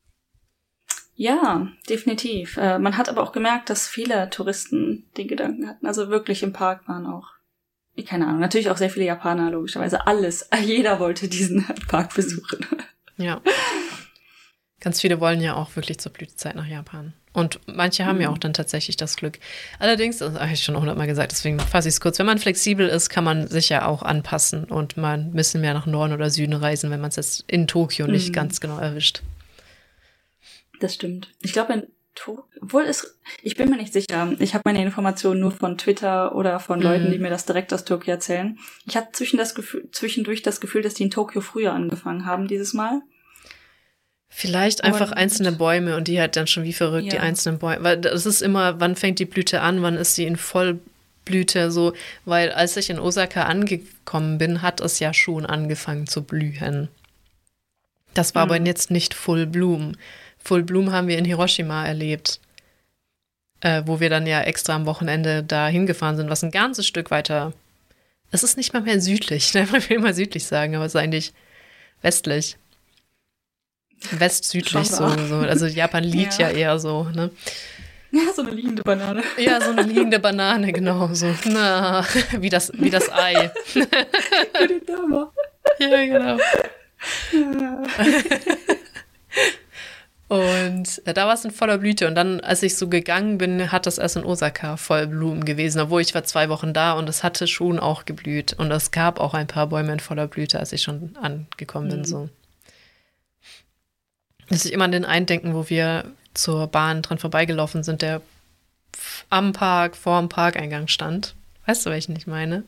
Ja, definitiv. Äh, man hat aber auch gemerkt, dass viele Touristen den Gedanken hatten. Also wirklich im Park waren auch, keine Ahnung, natürlich auch sehr viele Japaner, logischerweise. Alles, jeder wollte diesen Park besuchen. Ja. Ganz viele wollen ja auch wirklich zur Blütezeit nach Japan. Und manche haben Mhm. ja auch dann tatsächlich das Glück. Allerdings, das habe ich schon hundertmal gesagt, deswegen fasse ich es kurz, wenn man flexibel ist, kann man sich ja auch anpassen und mal ein bisschen mehr nach Norden oder Süden reisen, wenn man es jetzt in Tokio nicht Mhm. ganz genau erwischt. Das stimmt. Ich glaube, in Tokio, obwohl es, ich bin mir nicht sicher. Ich habe meine Informationen nur von Twitter oder von Mhm. Leuten, die mir das direkt aus Tokio erzählen. Ich hatte zwischen das Gefühl, zwischendurch das Gefühl, dass die in Tokio früher angefangen haben dieses Mal. Vielleicht einfach Und- einzelne Bäume und die halt dann schon wie verrückt, die Ja. einzelnen Bäume. Weil das ist immer, wann fängt die Blüte an, wann ist sie in Vollblüte, so. Weil als ich in Osaka angekommen bin, hat es ja schon angefangen zu blühen. Das war Mhm. aber jetzt nicht Full Bloom. Full Bloom haben wir in Hiroshima erlebt, äh, wo wir dann ja extra am Wochenende da hingefahren sind, was ein ganzes Stück weiter. Es ist nicht mal mehr südlich, ne? Man will immer südlich sagen, aber es ist eigentlich westlich. West-südlich Schon so, wahr. so. Also Japan liegt ja. Ja. eher so, ne? Ja, so eine liegende Banane. Ja, so eine liegende Banane, genau. So, na, wie das, wie das Ei. Für den Dama. Ja, genau. Ja. Und äh, da war es in voller Blüte. Und dann, als ich so gegangen bin, hat das erst in Osaka voll Blumen gewesen. Obwohl ich war zwei Wochen da und es hatte schon auch geblüht. Und es gab auch ein paar Bäume in voller Blüte, als ich schon angekommen bin. Mhm. So. Dass ich immer an den einen denken, wo wir zur Bahn dran vorbeigelaufen sind, der f- am Park, vor dem Parkeingang stand. Weißt du, welchen ich meine?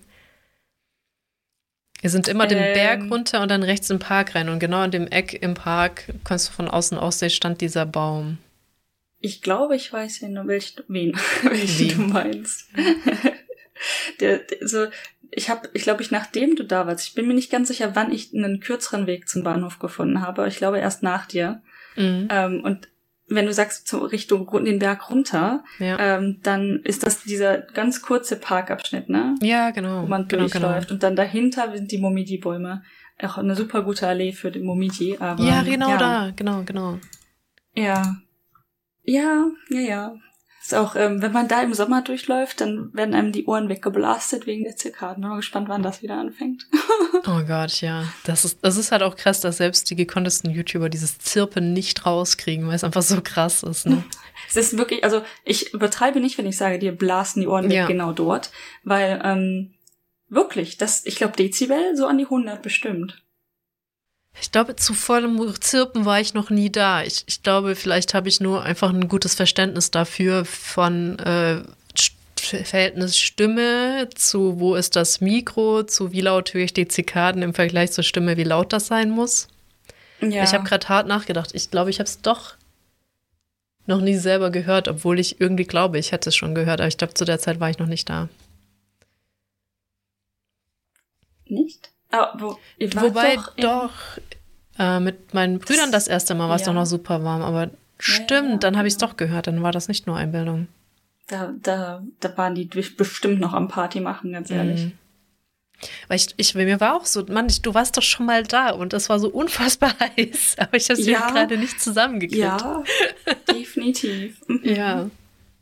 Wir sind immer den Ähm. Berg runter und dann rechts im Park rein. Und genau an dem Eck im Park, kannst du von außen aussehen, stand dieser Baum. Ich glaube, ich weiß ja nur, welchen, wen, welchen Wen? du meinst. der, der, so, ich habe, ich glaube, ich, nachdem du da warst, ich bin mir nicht ganz sicher, wann ich einen kürzeren Weg zum Bahnhof gefunden habe, aber ich glaube erst nach dir. Mhm. Ähm, und wenn du sagst, zur Richtung run- den Berg runter, Ja. ähm, dann ist das dieser ganz kurze Parkabschnitt, ne? ja, genau. Wo man genau, durchläuft. genau. Und dann dahinter sind die Momiji-Bäume. Auch eine super gute Allee für den Momiji. Aber, Ja, genau ja. da. Genau, genau. Ja. Ja, ja, ja. Ist auch, ähm, wenn man da im Sommer durchläuft, dann werden einem die Ohren weggeblastet wegen der Zikaden. Bin mal gespannt, wann das wieder anfängt. Oh Gott, ja. Das ist, das ist halt auch krass, dass selbst die gekonntesten YouTuber dieses Zirpen nicht rauskriegen, weil es einfach so krass ist, ne? Es ist wirklich, also ich übertreibe nicht, wenn ich sage, dir blasen die Ohren weg Ja. genau dort. Weil, ähm, wirklich, das, ich glaube, Dezibel so an die hundert bestimmt. Ich glaube, zu vollem Zirpen war ich noch nie da. Ich, ich glaube, vielleicht habe ich nur einfach ein gutes Verständnis dafür von äh, St- Verhältnis Stimme zu, wo ist das Mikro, zu wie laut höre ich die Zikaden im Vergleich zur Stimme, wie laut das sein muss. Ja. Ich habe gerade hart nachgedacht. Ich glaube, ich habe es doch noch nie selber gehört, obwohl ich irgendwie glaube, ich hätte es schon gehört, aber ich glaube, zu der Zeit war ich noch nicht da. Nicht? Aber wo, ihr wart Wobei doch, doch, äh, mit meinen Brüdern das erste Mal war es ja. doch noch super warm, aber stimmt, ja, ja, dann habe ich es doch gehört, dann war das nicht nur Einbildung. Da, da, da waren die bestimmt noch am Party machen, ganz ehrlich. Mhm. Weil ich, ich, mir war auch so, Mann, ich, du warst doch schon mal da und es war so unfassbar heiß, aber ich habe es Ja. mir gerade nicht zusammengekriegt. Ja, definitiv. Mhm. Ja.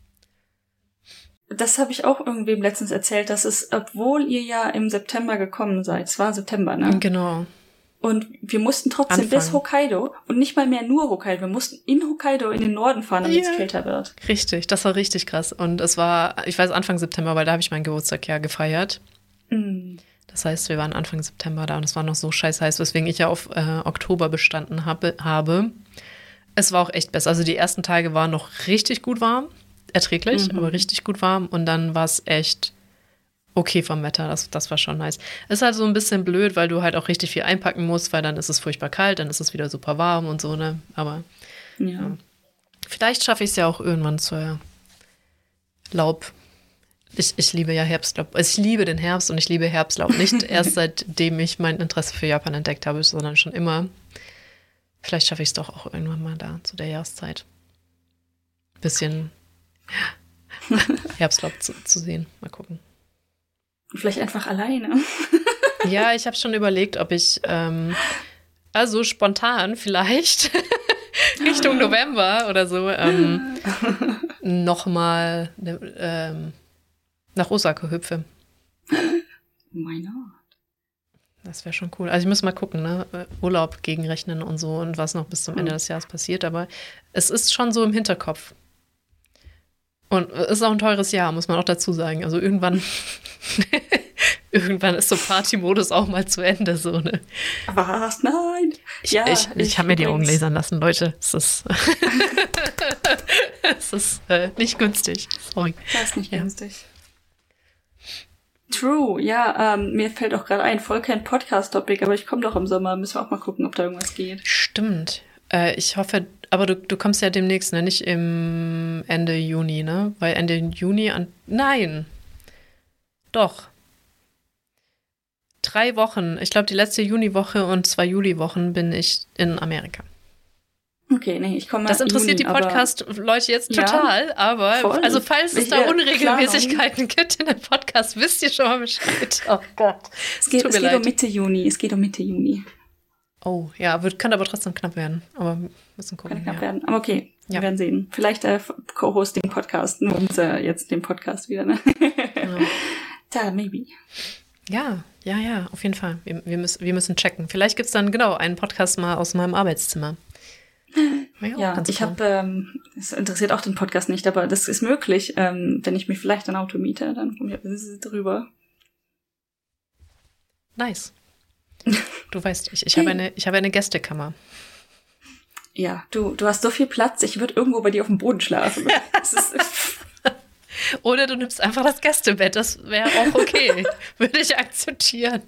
Das habe ich auch irgendwem letztens erzählt, dass es, obwohl ihr ja im September gekommen seid, es war September, ne? Genau. Und wir mussten trotzdem Anfang. bis Hokkaido und nicht mal mehr nur Hokkaido, wir mussten in Hokkaido in den Norden fahren, damit es Ja. kälter wird. Richtig, das war richtig krass. Und es war, ich weiß, Anfang September, weil da habe ich meinen Geburtstag ja gefeiert. Mhm. Das heißt, wir waren Anfang September da und es war noch so scheiß heiß, weswegen ich ja auf äh, Oktober bestanden habe, habe. Es war auch echt besser. Also die ersten Tage waren noch richtig gut warm, erträglich, Mhm. aber richtig gut warm. Und dann war es echt okay vom Wetter. Das, das war schon nice. Ist halt so ein bisschen blöd, weil du halt auch richtig viel einpacken musst, weil dann ist es furchtbar kalt, dann ist es wieder super warm und so, ne? Aber Ja. ja. Vielleicht schaffe ich es ja auch irgendwann zur Laub. Ich, ich liebe ja Herbstlaub. Also ich liebe den Herbst und ich liebe Herbstlaub. Nicht erst seitdem ich mein Interesse für Japan entdeckt habe, sondern schon immer. Vielleicht schaffe ich es doch auch irgendwann mal da, zu der Jahreszeit. Bisschen Herbstlaub zu, zu sehen. Mal gucken. Vielleicht einfach alleine. Ja, ich habe schon überlegt, ob ich, ähm, also spontan vielleicht, Richtung November oder so, ähm, nochmal ne, ähm, nach Osaka hüpfe. Why not? Das wäre schon cool. Also ich muss mal gucken, ne? Urlaub gegenrechnen und so und was noch bis zum Ende Hm. des Jahres passiert. Aber es ist schon so im Hinterkopf. Und es ist auch ein teures Jahr, muss man auch dazu sagen. Also irgendwann, irgendwann ist so Party-Modus auch mal zu Ende. So, ne? Was? Nein! Ich, Ja, ich, ich, ich habe mir die Augen übrigens- lasern lassen, Leute. Es ist, es ist äh, nicht günstig. Sorry. Das ist nicht Ja. günstig. True, ja, ähm, mir fällt auch gerade ein, voll kein Podcast-Topic, aber ich komme doch im Sommer, müssen wir auch mal gucken, ob da irgendwas geht. Stimmt. Äh, ich hoffe, aber du, du kommst ja demnächst, ne? Nicht im Ende Juni, ne? Weil Ende Juni an. Nein! Doch. Drei Wochen. Ich glaube, die letzte Juniwoche und zwei Juliwochen bin ich in Amerika. Okay, nee, ich komme Das interessiert Juni, die Podcast-Leute jetzt Ja, total, aber voll. also falls es Ich- da ja, Unregelmäßigkeiten gibt in dem Podcast, wisst ihr schon mal Bescheid. Oh Gott. Es geht, Tut es mir geht um leid. Mitte Juni, es geht um Mitte Juni. Oh, ja, wird, kann aber trotzdem knapp werden. Aber wir müssen Kann gucken. knapp Ja. werden. Aber okay, wir Ja. werden sehen. Vielleicht äh, Co-Host den Podcast, nur uns äh, jetzt den Podcast wieder, ne? Genau. Da, maybe. Ja, ja, ja, auf jeden Fall. Wir, wir, müssen, wir müssen checken. Vielleicht gibt es dann genau einen Podcast mal aus meinem Arbeitszimmer. Wäre auch Ja, ganz ich cool. habe, ähm, es interessiert auch den Podcast nicht, aber das ist möglich. Ähm, wenn ich mir vielleicht ein Auto miete, dann komme ich drüber. Nice. Du weißt, ich, ich habe eine, ich habe eine Gästekammer. Ja, du, du hast so viel Platz, ich würde irgendwo bei dir auf dem Boden schlafen. Das ist, Oder du nimmst einfach das Gästebett, das wäre auch okay. Würde ich akzeptieren.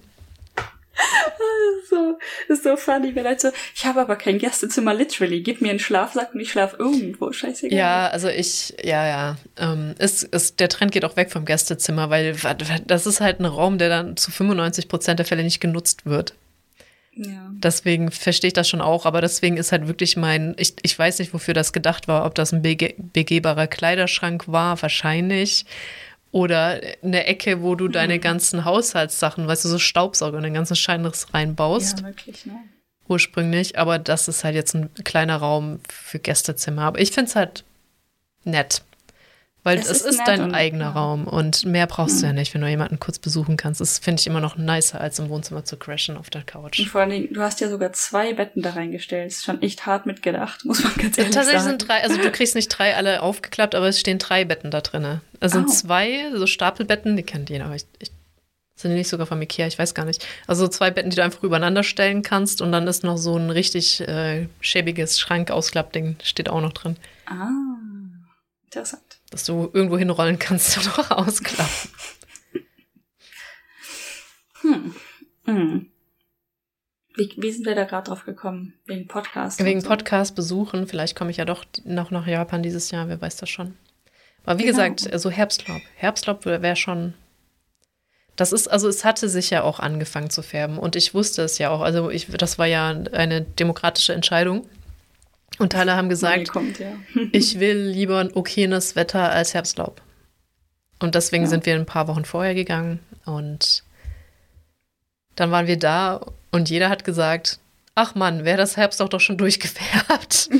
so, ist so funny, wenn Leute so, ich habe aber kein Gästezimmer, literally, gib mir einen Schlafsack und ich schlafe irgendwo, scheißegal. Ja, also ich, ja, ja. Ähm, ist, ist, der Trend geht auch weg vom Gästezimmer, weil das ist halt ein Raum, der dann zu fünfundneunzig Prozent der Fälle nicht genutzt wird. Ja. Deswegen verstehe ich das schon auch, aber deswegen ist halt wirklich mein, ich, ich weiß nicht, wofür das gedacht war, ob das ein bege begehbarer Kleiderschrank war, wahrscheinlich, oder eine Ecke, wo du Mhm. deine ganzen Haushaltssachen, weißt du, so Staubsauger und den ganzen Scheinriss reinbaust, Ja, wirklich, ne? ursprünglich, aber das ist halt jetzt ein kleiner Raum für Gästezimmer, aber ich finde es halt nett. Weil Es es, ist ist, nett dein und- eigener ja. Raum und mehr brauchst du Mhm. ja nicht, wenn du jemanden kurz besuchen kannst. Das finde ich immer noch nicer, als im Wohnzimmer zu crashen auf der Couch. Und vor allen Dingen, du hast ja sogar zwei Betten da reingestellt. Das ist schon echt hart mitgedacht, muss man ganz ehrlich Tatsächlich sagen. sind drei, also du kriegst nicht drei alle aufgeklappt, aber es stehen drei Betten da drin. Es sind Oh. zwei, so Stapelbetten, die kennt jeder, aber ich, ich sind die nicht sogar vom Ikea, ich weiß gar nicht. Also zwei Betten, die du einfach übereinander stellen kannst und dann ist noch so ein richtig äh, schäbiges Schrank-Ausklappding, steht auch noch drin, Ah, interessant. dass du irgendwo hinrollen kannst und auch ausklappen. Hm. Hm. Wie, wie sind wir da gerade drauf gekommen? Wegen Podcast? Wegen so. Podcast besuchen. Vielleicht komme ich ja doch noch nach Japan dieses Jahr, wer weiß das schon. Aber wie Genau. gesagt, so Herbstlaub. Herbstlaub wäre schon. Das ist, also es hatte sich ja auch angefangen zu färben. Und ich wusste es ja auch. Also ich, das war ja eine demokratische Entscheidung. Und alle haben gesagt, kommt, ja. ich will lieber ein okayes Wetter als Herbstlaub. Und deswegen Ja. sind wir ein paar Wochen vorher gegangen. Und dann waren wir da und jeder hat gesagt, ach Mann, wäre das Herbstlaub doch schon durchgefärbt.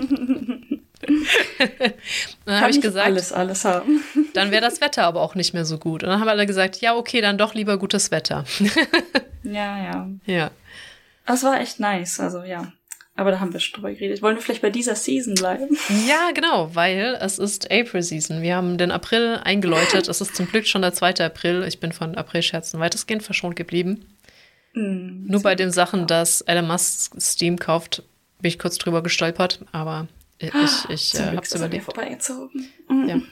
Dann habe ich gesagt, alles, alles haben. dann wäre das Wetter aber auch nicht mehr so gut. Und dann haben alle gesagt, ja, okay, dann doch lieber gutes Wetter. Ja, ja. Ja. Das war echt nice, also ja. Aber da haben wir schon drüber geredet. Wollen wir vielleicht bei dieser Season bleiben? Ja, genau, weil es ist April Season. Wir haben den April eingeläutet. Es ist zum Glück schon der zweite April. Ich bin von April-Scherzen weitestgehend verschont geblieben. Mm, Nur bei den Sachen, dass Elon Musk Steam kauft, bin ich kurz drüber gestolpert, aber ich, ich äh, hab's überlebt. Vorbeigezogen. Mm. Ja.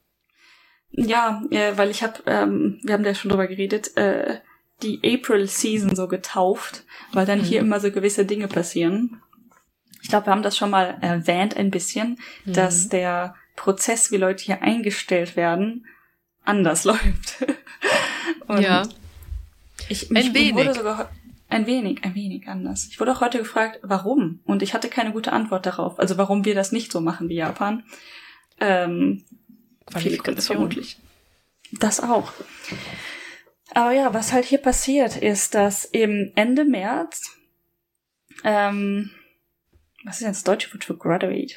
Ja, äh, weil ich habe, ähm, wir haben da schon drüber geredet, äh, die April Season so getauft, weil dann mhm. hier immer so gewisse Dinge passieren. Ich glaube, wir haben das schon mal erwähnt ein bisschen, mhm. dass der Prozess, wie Leute hier eingestellt werden, anders läuft. Und ja. Ich, mich, ein wenig. Wurde sogar ein wenig, ein wenig anders. Ich wurde auch heute gefragt, warum? Und ich hatte keine gute Antwort darauf. Also warum wir das nicht so machen wie Japan. Ähm, viele Gründe vermutlich. Das auch. Aber ja, was halt hier passiert, ist, dass im Ende März, ähm, was ist denn das deutsche Wort für graduate?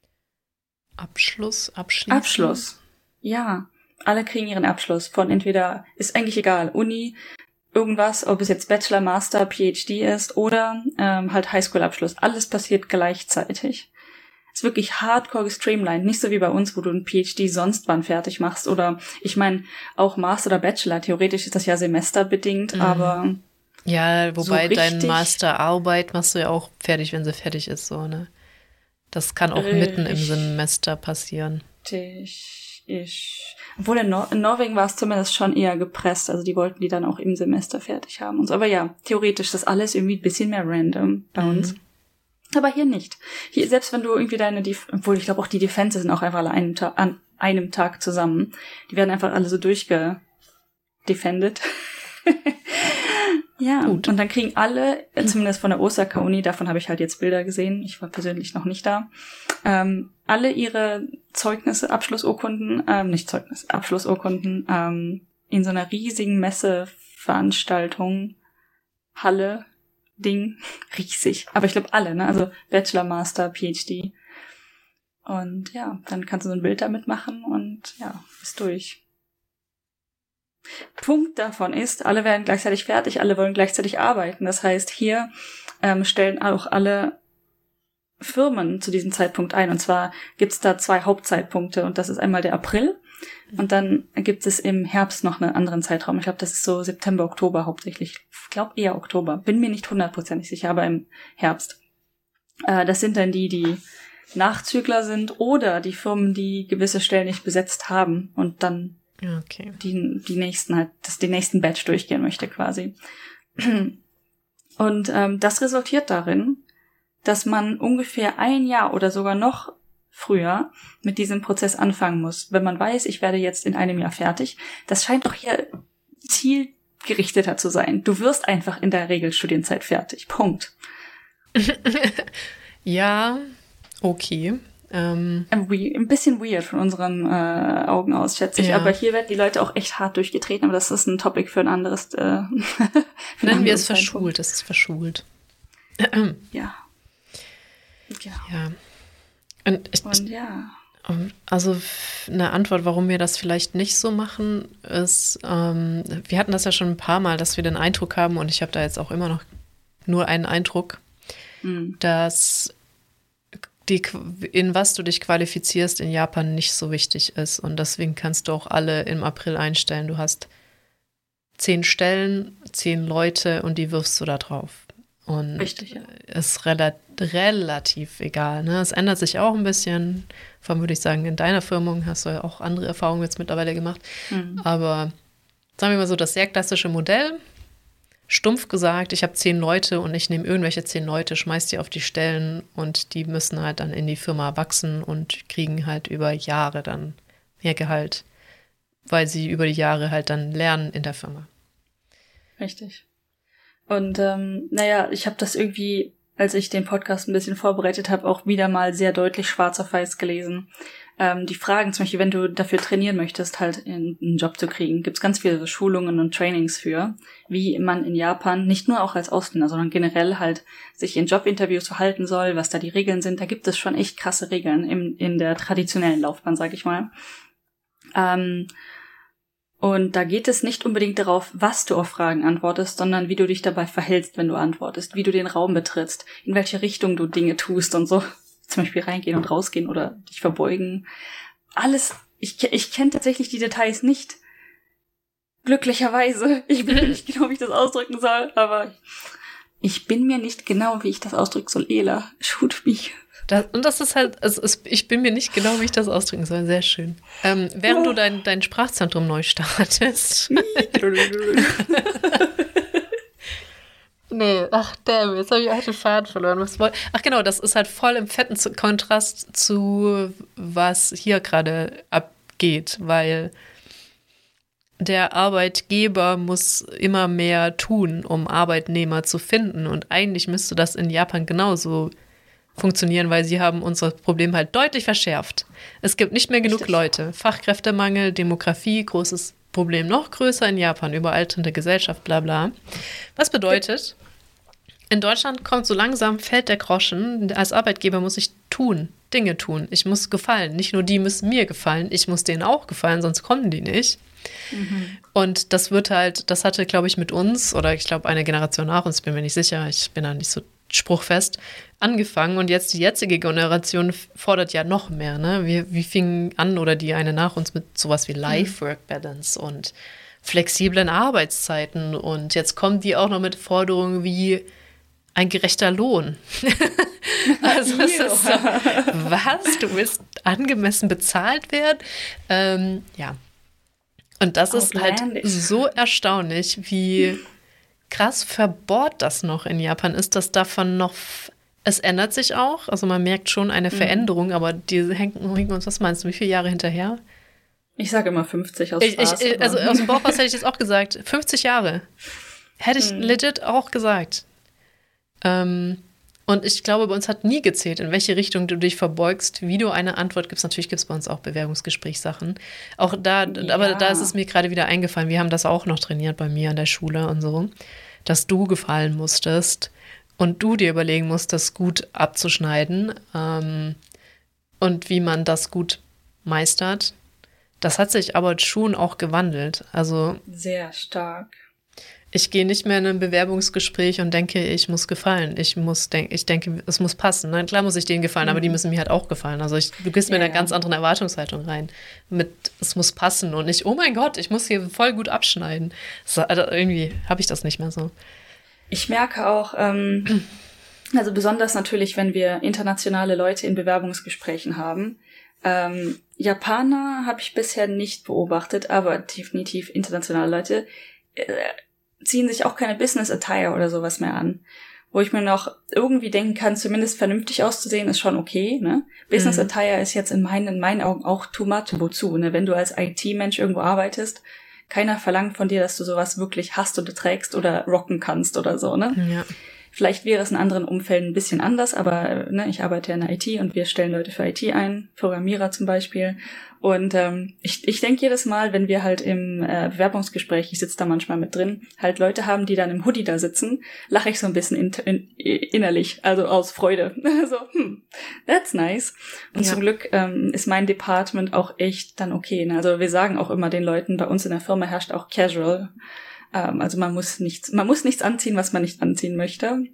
Abschluss, abschließen. Abschluss. Ja, alle kriegen ihren Abschluss von entweder, ist eigentlich egal, Uni, irgendwas, ob es jetzt Bachelor, Master, P H D ist oder ähm, halt Highschool-Abschluss. Alles passiert gleichzeitig. Ist wirklich hardcore gestreamlined. Nicht so wie bei uns, wo du ein P H D sonst wann fertig machst. Oder ich meine, auch Master oder Bachelor. Theoretisch ist das ja semesterbedingt, mhm. aber ja, wobei so deine Masterarbeit machst du ja auch fertig, wenn sie fertig ist, so, ne? Das kann auch mitten im Semester passieren. Ich, ich, obwohl in, Nor- in Norwegen war es zumindest schon eher gepresst, also die wollten die dann auch im Semester fertig haben und so. Aber ja, theoretisch ist das alles irgendwie ein bisschen mehr random bei uns. Mhm. Aber hier nicht. Hier, selbst wenn du irgendwie deine, Def- obwohl ich glaube auch die Defense sind auch einfach alle einen Ta- an einem Tag zusammen. Die werden einfach alle so durchgedefended. Ja, gut. Und dann kriegen alle, zumindest von der Osaka-Uni, davon habe ich halt jetzt Bilder gesehen, ich war persönlich noch nicht da, ähm, alle ihre Zeugnisse, Abschlussurkunden, ähm, nicht Zeugnisse, Abschlussurkunden, ähm, in so einer riesigen Messeveranstaltung, Halle, Ding, riesig. Aber ich glaube alle, ne? Also Bachelor, Master, P H D. Und ja, dann kannst du so ein Bild damit machen und ja, bist durch. Punkt davon ist, alle werden gleichzeitig fertig, alle wollen gleichzeitig arbeiten. Das heißt, hier ähm, stellen auch alle Firmen zu diesem Zeitpunkt ein. Und zwar gibt's da zwei Hauptzeitpunkte. Und das ist einmal der April. Und dann gibt es im Herbst noch einen anderen Zeitraum. Ich glaube, das ist so September, Oktober hauptsächlich. Ich glaube eher Oktober. Bin mir nicht hundertprozentig sicher, aber im Herbst. Äh, das sind dann die, die Nachzügler sind oder die Firmen, die gewisse Stellen nicht besetzt haben und dann okay. die, die nächsten halt, das den nächsten Batch durchgehen möchte quasi. Und ähm, das resultiert darin, dass man ungefähr ein Jahr oder sogar noch früher mit diesem Prozess anfangen muss. Wenn man weiß, ich werde jetzt in einem Jahr fertig, das scheint doch hier zielgerichteter zu sein. Du wirst einfach in der Regelstudienzeit fertig. Punkt. Ja, okay. Ähm, ein bisschen weird von unseren äh, Augen aus, schätze ich. Ja. Aber hier werden die Leute auch echt hart durchgetreten. Aber das ist ein Topic für ein anderes. Äh, Nennen wir es verschult. Das ist verschult. Ja. Genau. Ja. Und, ich, Und ja. Also eine Antwort, warum wir das vielleicht nicht so machen, ist, ähm, wir hatten das ja schon ein paar Mal, dass wir den Eindruck haben, und ich habe da jetzt auch immer noch nur einen Eindruck, mhm. dass die, in was du dich qualifizierst in Japan nicht so wichtig ist. Und deswegen kannst du auch alle im April einstellen. Du hast zehn Stellen, zehn Leute und die wirfst du da drauf. Und Richtig, ja. Ist rela- relativ egal. Ne? Es ändert sich auch ein bisschen. Vor allem würde ich sagen, in deiner Firma hast du ja auch andere Erfahrungen jetzt mittlerweile gemacht. Mhm. Aber sagen wir mal so, das sehr klassische Modell. stumpf gesagt, ich habe zehn Leute und ich nehme irgendwelche zehn Leute, schmeiß die auf die Stellen und die müssen halt dann in die Firma wachsen und kriegen halt über Jahre dann mehr Gehalt, weil sie über die Jahre halt dann lernen in der Firma. Richtig. Und ähm, naja, ich habe das irgendwie, als ich den Podcast ein bisschen vorbereitet habe, auch wieder mal sehr deutlich schwarz auf weiß gelesen. Ähm, die Fragen, zum Beispiel, wenn du dafür trainieren möchtest, halt einen Job zu kriegen, gibt's ganz viele so Schulungen und Trainings für, wie man in Japan, nicht nur auch als Ausländer, sondern generell halt sich in Jobinterviews verhalten soll, was da die Regeln sind. Da gibt es schon echt krasse Regeln im, in der traditionellen Laufbahn, sag ich mal. Ähm, und da geht es nicht unbedingt darauf, was du auf Fragen antwortest, sondern wie du dich dabei verhältst, wenn du antwortest, wie du den Raum betrittst, in welche Richtung du Dinge tust und so. Zum Beispiel reingehen und rausgehen oder dich verbeugen. Alles, ich, ich kenne tatsächlich die Details nicht. Glücklicherweise. Ich bin mir nicht genau, wie ich das ausdrücken soll, aber ich bin mir nicht genau, wie ich das ausdrücken soll. Ela, shoot mich. Das, und das ist halt, also es, ich bin mir nicht genau, wie ich das ausdrücken soll. Sehr schön. Ähm, während oh. du dein, dein Sprachzentrum neu startest. Nee, ach damn, jetzt habe ich auch den Faden verloren. Was woll- ach genau, das ist halt voll im fetten zu- Kontrast zu, was hier gerade abgeht, weil der Arbeitgeber muss immer mehr tun, um Arbeitnehmer zu finden. Und eigentlich müsste das in Japan genauso funktionieren, weil sie haben unser Problem halt deutlich verschärft. Es gibt nicht mehr genug Richtig. Leute. Fachkräftemangel, Demografie, großes Problem, noch größer in Japan, überalternde Gesellschaft, bla bla. Was bedeutet, in Deutschland kommt so langsam, fällt der Groschen, als Arbeitgeber muss ich tun, Dinge tun. Ich muss gefallen. Nicht nur die müssen mir gefallen, ich muss denen auch gefallen, sonst kommen die nicht. Mhm. Und das wird halt, das hatte, glaube ich, mit uns, oder ich glaube, eine Generation nach uns, bin mir nicht sicher, ich bin da nicht so spruchfest, angefangen. Und jetzt die jetzige Generation fordert ja noch mehr. Ne? Wir, wir fingen an, oder die eine nach uns, mit sowas wie Life-Work-Balance mhm. und flexiblen Arbeitszeiten. Und jetzt kommen die auch noch mit Forderungen wie ein gerechter Lohn. Also es ist so, was? Du willst angemessen bezahlt werden? Ähm, ja. Und das ist halt so erstaunlich, wie krass verbohrt das noch in Japan ist, dass davon noch, es ändert sich auch, also man merkt schon eine mhm. Veränderung, aber die hängen, hängen uns, was meinst du, wie viele Jahre hinterher? Ich sage immer fünfzig aus ich, Spaß. Ich, also aus dem Bauch raus hätte ich jetzt auch gesagt, fünfzig Jahre. Hätte ich mhm. legit auch gesagt. Ähm, und ich glaube, bei uns hat nie gezählt, in welche Richtung du dich verbeugst, wie du eine Antwort gibst. Natürlich gibt es bei uns auch Bewerbungsgesprächssachen. Auch da, ja. aber da ist es mir gerade wieder eingefallen. Wir haben das auch noch trainiert bei mir an der Schule und so, dass du gefallen musstest und du dir überlegen musst, das gut abzuschneiden ähm, und wie man das gut meistert. Das hat sich aber schon auch gewandelt. Also sehr stark. Ich gehe nicht mehr in ein Bewerbungsgespräch und denke, ich muss gefallen. Ich muss denk, ich denke, es muss passen. Na, klar muss ich denen gefallen, mhm. aber die müssen mir halt auch gefallen. Also ich, du gehst ja, mit einer ja. ganz anderen Erwartungshaltung rein. Mit, es muss passen und nicht, oh mein Gott, ich muss hier voll gut abschneiden. So, also irgendwie habe ich das nicht mehr so. Ich merke auch, ähm, also besonders natürlich, wenn wir internationale Leute in Bewerbungsgesprächen haben. Ähm, Japaner habe ich bisher nicht beobachtet, aber definitiv internationale Leute äh, ziehen sich auch keine Business Attire oder sowas mehr an. Wo ich mir noch irgendwie denken kann, zumindest vernünftig auszusehen, ist schon okay, ne? Business mhm. Attire ist jetzt in meinen, in meinen Augen auch too much. Wozu, ne? Wenn du als I T-Mensch irgendwo arbeitest, keiner verlangt von dir, dass du sowas wirklich hast oder trägst oder rocken kannst oder so, ne? Ja. Vielleicht wäre es in anderen Umfällen ein bisschen anders, aber ne, ich arbeite ja in der I T und wir stellen Leute für I T ein, Programmierer zum Beispiel. Und ähm, ich, ich denke jedes Mal, wenn wir halt im äh, Bewerbungsgespräch, ich sitze da manchmal mit drin, halt Leute haben, die dann im Hoodie da sitzen, lache ich so ein bisschen in, in, innerlich, also aus Freude. So, hm, that's nice. Und ja. zum Glück ähm, ist mein Department auch echt dann okay. Ne? Also wir sagen auch immer den Leuten, bei uns in der Firma herrscht auch Casual. Ähm, also man muss nichts, man muss nichts anziehen, was man nicht anziehen möchte.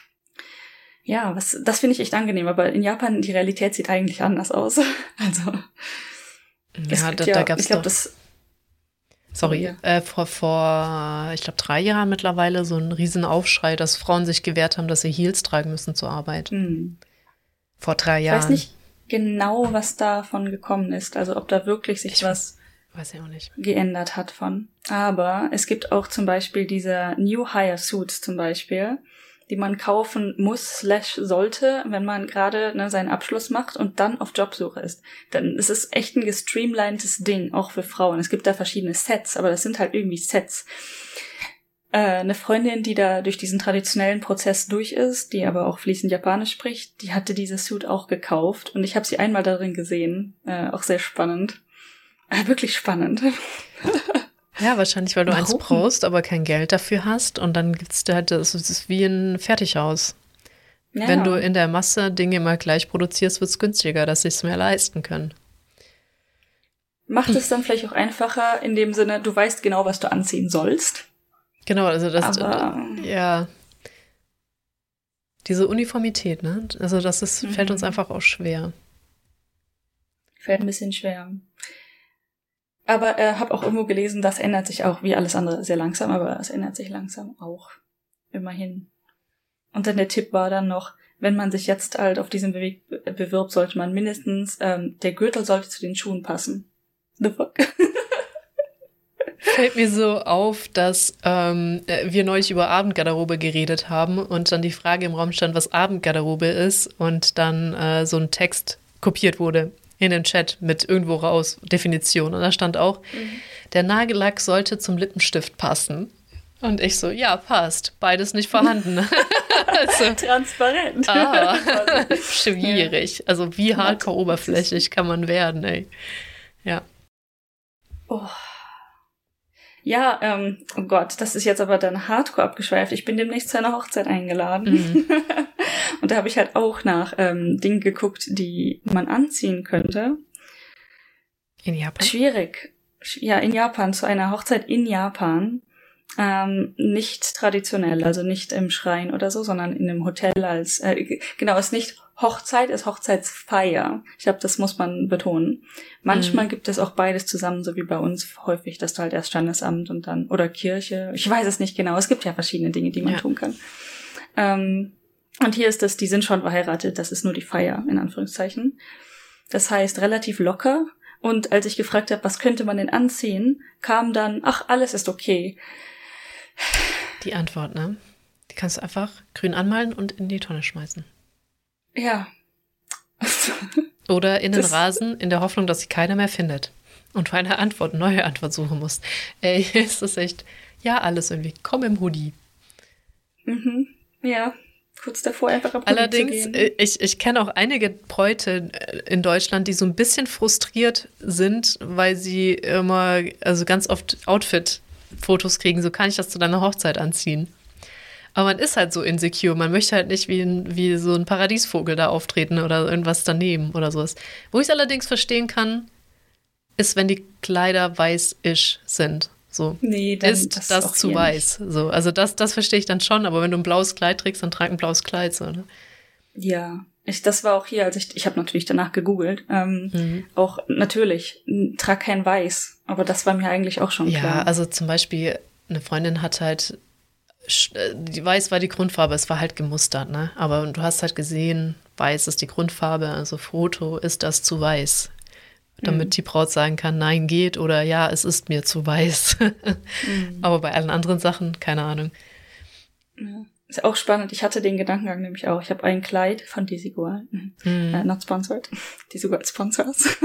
Ja, was, das finde ich echt angenehm, aber in Japan, die Realität sieht eigentlich anders aus. Also ja, da, ja, da gab's ich glaube, doch, das sorry, ja. äh, vor, vor ich glaube, drei Jahren mittlerweile so ein riesen Aufschrei, dass Frauen sich gewehrt haben, dass sie Heels tragen müssen zur Arbeit. Hm. Vor drei Ich Jahren. weiß nicht genau, was davon gekommen ist, also ob da wirklich sich ich was Weiß ich auch nicht. Geändert hat von. Aber es gibt auch zum Beispiel diese New Hire Suits zum Beispiel, die man kaufen muss, slash sollte, wenn man gerade ne, seinen Abschluss macht und dann auf Jobsuche ist. Dann ist es echt ein gestreamlinedes Ding, auch für Frauen. Es gibt da verschiedene Sets, aber das sind halt irgendwie Sets. Äh, eine Freundin, die da durch diesen traditionellen Prozess durch ist, die aber auch fließend Japanisch spricht, die hatte diese Suit auch gekauft und ich habe sie einmal darin gesehen. Äh, auch sehr spannend. Äh, wirklich spannend. Ja, wahrscheinlich, weil du Warum? eins brauchst, aber kein Geld dafür hast. Und dann gibt's da halt, das ist wie ein Fertighaus. Ja. Wenn du in der Masse Dinge immer gleich produzierst, wird's günstiger, dass sie es mehr leisten können. Macht es dann vielleicht auch einfacher, in dem Sinne, du weißt genau, was du anziehen sollst. Genau, also das, Aber ja, diese Uniformität, ne? Also das ist, Mhm. fällt uns einfach auch schwer. fällt ein bisschen schwer. Aber äh, habe auch irgendwo gelesen, das ändert sich auch, wie alles andere, sehr langsam, aber es ändert sich langsam auch. Immerhin. Und dann der Tipp war dann noch, wenn man sich jetzt halt auf diesen Weg be- bewirbt, sollte man mindestens, ähm, der Gürtel sollte zu den Schuhen passen. The fuck? Fällt mir so auf, dass ähm, äh, wir neulich über Abendgarderobe geredet haben und dann die Frage im Raum stand, was Abendgarderobe ist und dann äh, so ein Text kopiert wurde in den Chat mit irgendwo raus, Definition. Und da stand auch, Mhm. der Nagellack sollte zum Lippenstift passen. Und ich so, ja, passt. Beides nicht vorhanden. also, Transparent. ah, schwierig. Also wie hardcore oberflächlich kann man werden, ey. Ja. Oh. Ja, ähm, oh Gott, das ist jetzt aber dann hardcore abgeschweift. Ich bin demnächst zu einer Hochzeit eingeladen. Mhm. Und da habe ich halt auch nach ähm, Dingen geguckt, die man anziehen könnte. In Japan? Schwierig. Sch- Ja, in Japan, zu einer Hochzeit in Japan. Ähm, nicht traditionell, also nicht im Schrein oder so, sondern in einem Hotel als, äh, g- genau, es ist nicht Hochzeit, es ist Hochzeitsfeier. Ich glaube, das muss man betonen. Manchmal Mhm. gibt es auch beides zusammen, so wie bei uns häufig, dass du halt erst Standesamt und dann, oder Kirche, ich weiß es nicht genau, es gibt ja verschiedene Dinge, die man Ja. tun kann. Ähm, und hier ist das, die sind schon verheiratet, das ist nur die Feier, in Anführungszeichen. Das heißt, relativ locker. Und als ich gefragt habe, was könnte man denn anziehen, kam dann, ach, alles ist okay. Die Antwort, ne? Die kannst du einfach grün anmalen und in die Tonne schmeißen. Ja. Oder in den Das- Rasen, in der Hoffnung, dass sie keiner mehr findet. Und du eine Antwort, neue Antwort suchen musst. Ey, ist das echt, ja, alles irgendwie. Komm im Hoodie. mhm. Ja, kurz davor einfach ab Allerdings, zu gehen. äh, ich, ich kenne auch einige Bräute äh, in Deutschland, die so ein bisschen frustriert sind, weil sie immer, also ganz oft Outfit-Fotos kriegen. So kann ich das zu deiner Hochzeit anziehen. Aber man ist halt so insecure. Man möchte halt nicht wie, ein, wie so ein Paradiesvogel da auftreten oder irgendwas daneben oder sowas. Wo ich es allerdings verstehen kann, ist, wenn die Kleider weiß-ish sind. So. Nee, dann Ist das das, auch zu hier weiß? So. Also das, das verstehe ich dann schon, aber wenn du ein blaues Kleid trägst, dann trag ein blaues Kleid. So, ne? Ja, ich, das war auch hier, als ich, ich habe natürlich danach gegoogelt. Ähm, Mhm. Auch natürlich, n- trag kein Weiß, aber das war mir eigentlich auch schon Ja, klar. also zum Beispiel, eine Freundin hat halt, sch- äh, die Weiß war die Grundfarbe, es war halt gemustert, ne? Aber du hast halt gesehen, Weiß ist die Grundfarbe, also Foto ist das zu weiß. Damit Mhm. die Braut sagen kann, nein, geht oder ja, es ist mir zu weiß. Mhm. Aber bei allen anderen Sachen, keine Ahnung. Ja. Ist auch spannend. Ich hatte den Gedankengang nämlich auch. Ich habe ein Kleid von Desigual. Mhm. Mhm. Äh, not sponsored. Desigual Sponsors.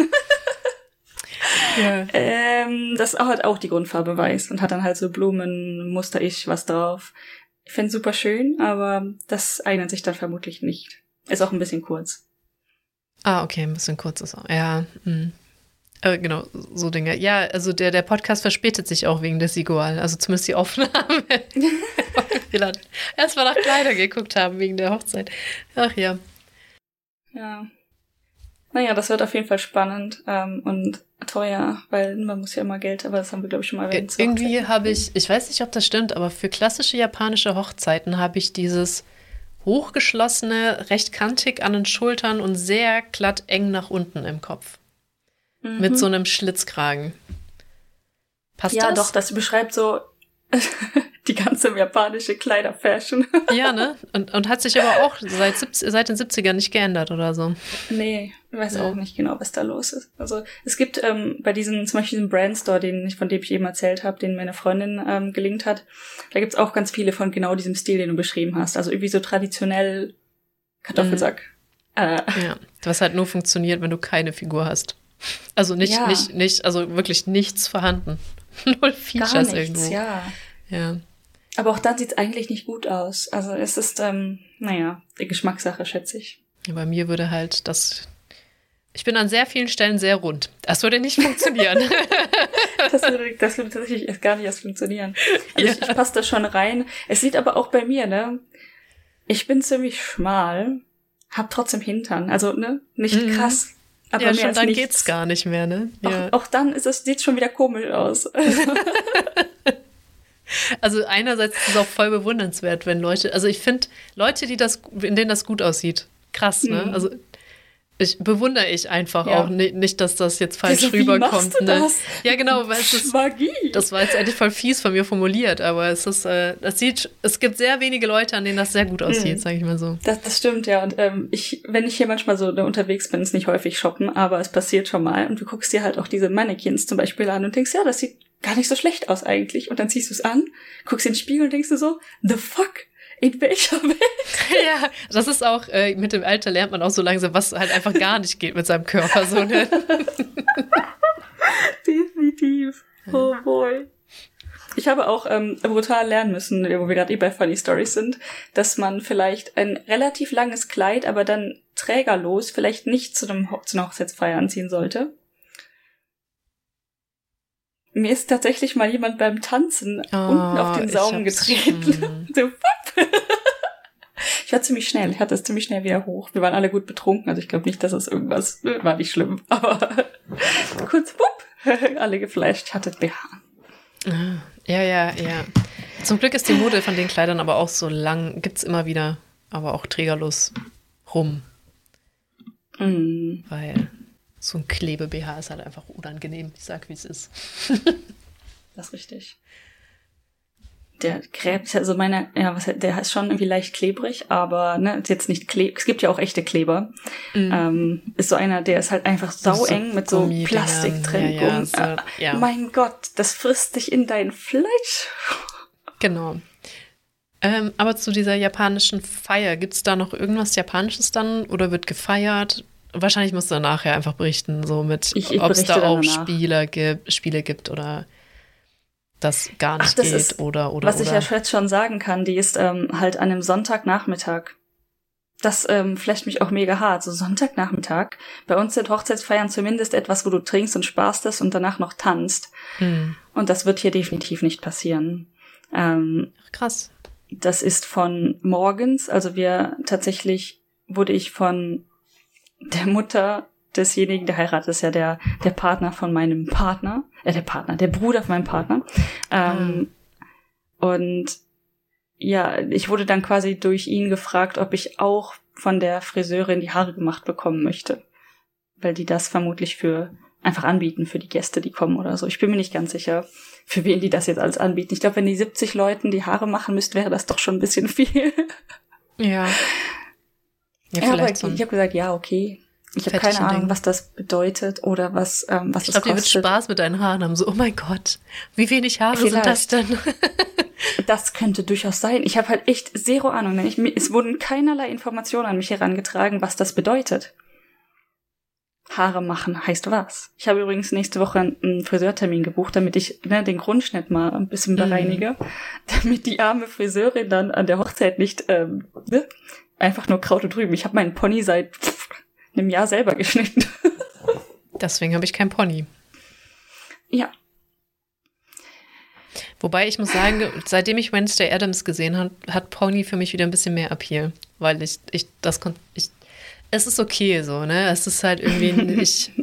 Ja. ähm, das hat auch die Grundfarbe weiß und hat dann halt so Blumen, Muster-ich, was drauf. Ich find's super schön, aber das eignet sich dann vermutlich nicht. Ist auch ein bisschen kurz. Ah, okay, ein bisschen kurz ist auch. Ja, mh. Äh, genau, so Dinge. Ja, also der, der Podcast verspätet sich auch wegen des Igual, also zumindest die Aufnahme. Wir dann erstmal nach Kleider geguckt haben wegen der Hochzeit. Ach ja. Ja. Naja, das wird auf jeden Fall spannend ähm, und teuer, weil man muss ja immer Geld, aber das haben wir, glaube ich, schon mal erwähnt. zur Irgendwie Hochzeit. habe ich, ich weiß nicht, ob das stimmt, aber für klassische japanische Hochzeiten habe ich dieses hochgeschlossene, recht kantig an den Schultern und sehr glatt eng nach unten im Kopf. Mhm. Mit so einem Schlitzkragen. Passt Ja, das? doch, das beschreibt so, die ganze japanische Kleiderfashion. Ja, ne? Und, und hat sich aber auch seit, seit den siebzigern nicht geändert oder so. Nee, ich weiß Ja. auch nicht genau, was da los ist. Also es gibt ähm, bei diesem, zum Beispiel diesem Brandstore, den ich, von dem ich eben erzählt habe, den meine Freundin ähm, gelinkt hat, da gibt's auch ganz viele von genau diesem Stil, den du beschrieben hast. Also irgendwie so traditionell Kartoffelsack. Mhm. Äh, Ja, was halt nur funktioniert, wenn du keine Figur hast. Also nicht, Ja. nicht, nicht, also wirklich nichts vorhanden. Null Features gar nichts, irgendwo. ja. Ja. Aber auch dann sieht's eigentlich nicht gut aus. Also es ist, ähm, naja, die Geschmackssache, schätze ich. Ja, bei mir würde halt das. Ich bin an sehr vielen Stellen sehr rund. Das würde nicht funktionieren. Das würde, das würde tatsächlich erst gar nicht erst funktionieren. Also Ja. ich, ich passe da schon rein. Es sieht aber auch bei mir, ne? Ich bin ziemlich schmal, hab trotzdem Hintern. Also, ne? Nicht Mhm. krass. Aber ja, mehr schon als dann nichts. geht's gar nicht mehr, ne? Ja. Auch, auch dann ist es, sieht schon wieder komisch aus. Also einerseits ist es auch voll bewundernswert, wenn Leute, also ich finde, Leute, die das, in denen das gut aussieht, krass, ne? Mhm. Also ich bewundere ich einfach Ja. auch ni- nicht, dass das jetzt falsch Wieso, wie rüberkommt. machst du Ne? das? Ja, genau, weil es ist, Magie. das war jetzt eigentlich voll fies von mir formuliert, aber es ist, äh, das sieht, es gibt sehr wenige Leute, an denen das sehr gut aussieht, Mhm. sage ich mal so. Das, das stimmt, ja. Und ähm, ich, wenn ich hier manchmal so da unterwegs bin, ist nicht häufig shoppen, aber es passiert schon mal. Und du guckst dir halt auch diese Mannequins zum Beispiel an und denkst, ja, das sieht gar nicht so schlecht aus eigentlich. Und dann ziehst du es an, guckst in den Spiegel und denkst du so, the fuck? In welcher Welt? Ja, das ist auch, äh, mit dem Alter lernt man auch so langsam, was halt einfach gar nicht geht mit seinem Körper. So, ne? Definitiv. Oh boy. Ich habe auch ähm, brutal lernen müssen, wo wir gerade eh bei Funny Stories sind, dass man vielleicht ein relativ langes Kleid, aber dann trägerlos, vielleicht nicht zu, einem Ho- zu einer Hochzeitsfeier anziehen sollte. Mir ist tatsächlich mal jemand beim Tanzen Oh, unten auf den ich Saum hab's- getreten. So, wupp. Ich war ziemlich schnell, ich hatte es ziemlich schnell wieder hoch. Wir waren alle gut betrunken, also ich glaube nicht, dass es irgendwas, ne, war nicht schlimm, aber kurz, wupp, alle geflasht, ich hatte B H. Ja, ja, ja. Zum Glück ist die Mode von den Kleidern aber auch so lang, gibt's immer wieder, aber auch trägerlos rum, Mm. weil so ein Klebe-B H ist halt einfach unangenehm. Ich sag, wie es ist. Das ist richtig. Der gräbt, also meine, ja, was, der ist schon irgendwie leicht klebrig, aber ne, ist jetzt nicht kleb. Es gibt ja auch echte Kleber. Mhm. Ähm, ist so einer, der ist halt einfach saueng mit so Gummidingern. Plastik drin. Ja, ja, Gummi- so, ah, ja. Mein Gott, das frisst dich in dein Fleisch. Genau. Ähm, aber zu dieser japanischen Feier, gibt's da noch irgendwas Japanisches dann oder wird gefeiert? Wahrscheinlich musst du dann nachher einfach berichten, so mit, Ich- ich ob es berichte da dann auch danach. Spiele gibt, Spiele gibt oder das gar nicht Ach, das geht ist, oder oder was ich oder. ja jetzt schon sagen kann, die ist ähm, halt an einem Sonntagnachmittag. Das ähm, flasht mich auch mega hart. So Sonntagnachmittag. Bei uns sind Hochzeitsfeiern zumindest etwas, wo du trinkst und sparst und danach noch tanzt. Hm. Und das wird hier definitiv nicht passieren. Ähm, Ach, krass. das ist von morgens, also wir tatsächlich wurde ich von der Mutter desjenigen, der heiratet, ist ja der, der Partner von meinem Partner, äh, der Partner, der Bruder von meinem Partner. Ähm, Und ja, ich wurde dann quasi durch ihn gefragt, ob ich auch von der Friseurin die Haare gemacht bekommen möchte. Weil die das vermutlich für einfach anbieten für die Gäste, die kommen oder so. Ich bin mir nicht ganz sicher, für wen die das jetzt alles anbieten. Ich glaube, wenn die siebzig Leuten die Haare machen müssten, wäre das doch schon ein bisschen viel. Ja. Ja, Ja, aber vielleicht ich so ein, habe gesagt, ja, okay. Ich habe keine Fettchen-Ding. Ahnung, was das bedeutet oder was, ähm, was ich das glaube, die wird kostet. Spaß mit deinen Haaren haben. So, oh mein Gott, wie wenig Haare sind das Vielleicht. denn? Das könnte durchaus sein. Ich habe halt echt zero Ahnung. Denn ich, mir- es wurden keinerlei Informationen an mich herangetragen, was das bedeutet. Haare machen heißt was? Ich habe übrigens nächste Woche einen Friseurtermin gebucht, damit ich ne, den Grundschnitt mal ein bisschen bereinige, damit die arme Friseurin dann an der Hochzeit nicht ähm, ne, einfach nur Kraut und Rüben. Ich habe meinen Pony seit pff, einem Jahr selber geschnitten. Deswegen habe ich kein Pony. Ja. Wobei ich muss sagen, seitdem ich Wednesday Addams gesehen habe, hat Pony für mich wieder ein bisschen mehr Appeal. Weil ich, ich das kon ich es ist okay so, ne? Es ist halt irgendwie nicht.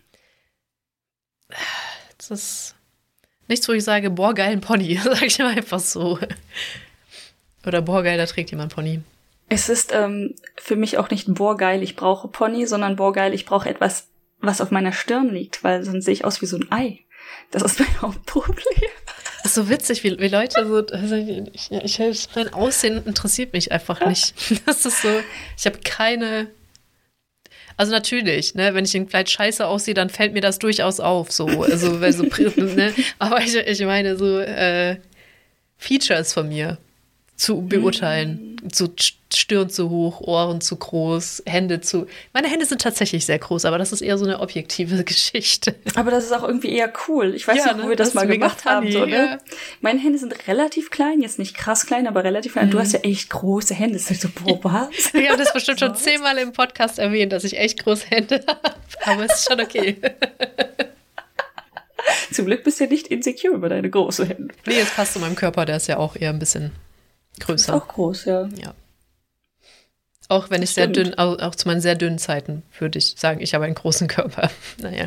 Es ist nichts, wo ich sage, boah, geil, ein Pony. Sag ich mal einfach so. Oder boah, geil, da trägt jemand Pony. Es ist ähm, für mich auch nicht boah geil, ich brauche Pony, sondern boah geil, ich brauche etwas, was auf meiner Stirn liegt, weil sonst sehe ich aus wie so ein Ei. Das ist mein Hauptproblem. ist so witzig, wie, wie Leute so, also ich, ich, ich, mein Aussehen interessiert mich einfach nicht. Das ist so, ich habe keine, also natürlich, ne, wenn ich vielleicht scheiße aussehe, dann fällt mir das durchaus auf, so, also, weil so, ne, aber ich, ich meine so, äh, Features von mir zu beurteilen, mm. so Stirn zu hoch, Ohren zu groß, Hände zu. Meine Hände sind tatsächlich sehr groß, aber das ist eher so eine objektive Geschichte. Aber das ist auch irgendwie eher cool. Ich weiß ja, noch, wo ne? wir das, das mal gemacht funny, haben. So, ne? Ja. Meine Hände sind relativ klein, jetzt nicht krass klein, aber relativ klein. Mhm. Du hast ja echt große Hände. Das ist so, boah, was? Ich habe das bestimmt schon zehnmal im Podcast erwähnt, dass ich echt große Hände habe. Aber es ist schon okay. Zum Glück bist du ja nicht insecure über deine großen Hände. Nee, es passt zu meinem Körper, der ist ja auch eher ein bisschen größer. Ist auch groß, ja. Ja. Auch wenn das ich stimmt. sehr dünn, auch, auch zu meinen sehr dünnen Zeiten würde ich sagen, ich habe einen großen Körper. Naja.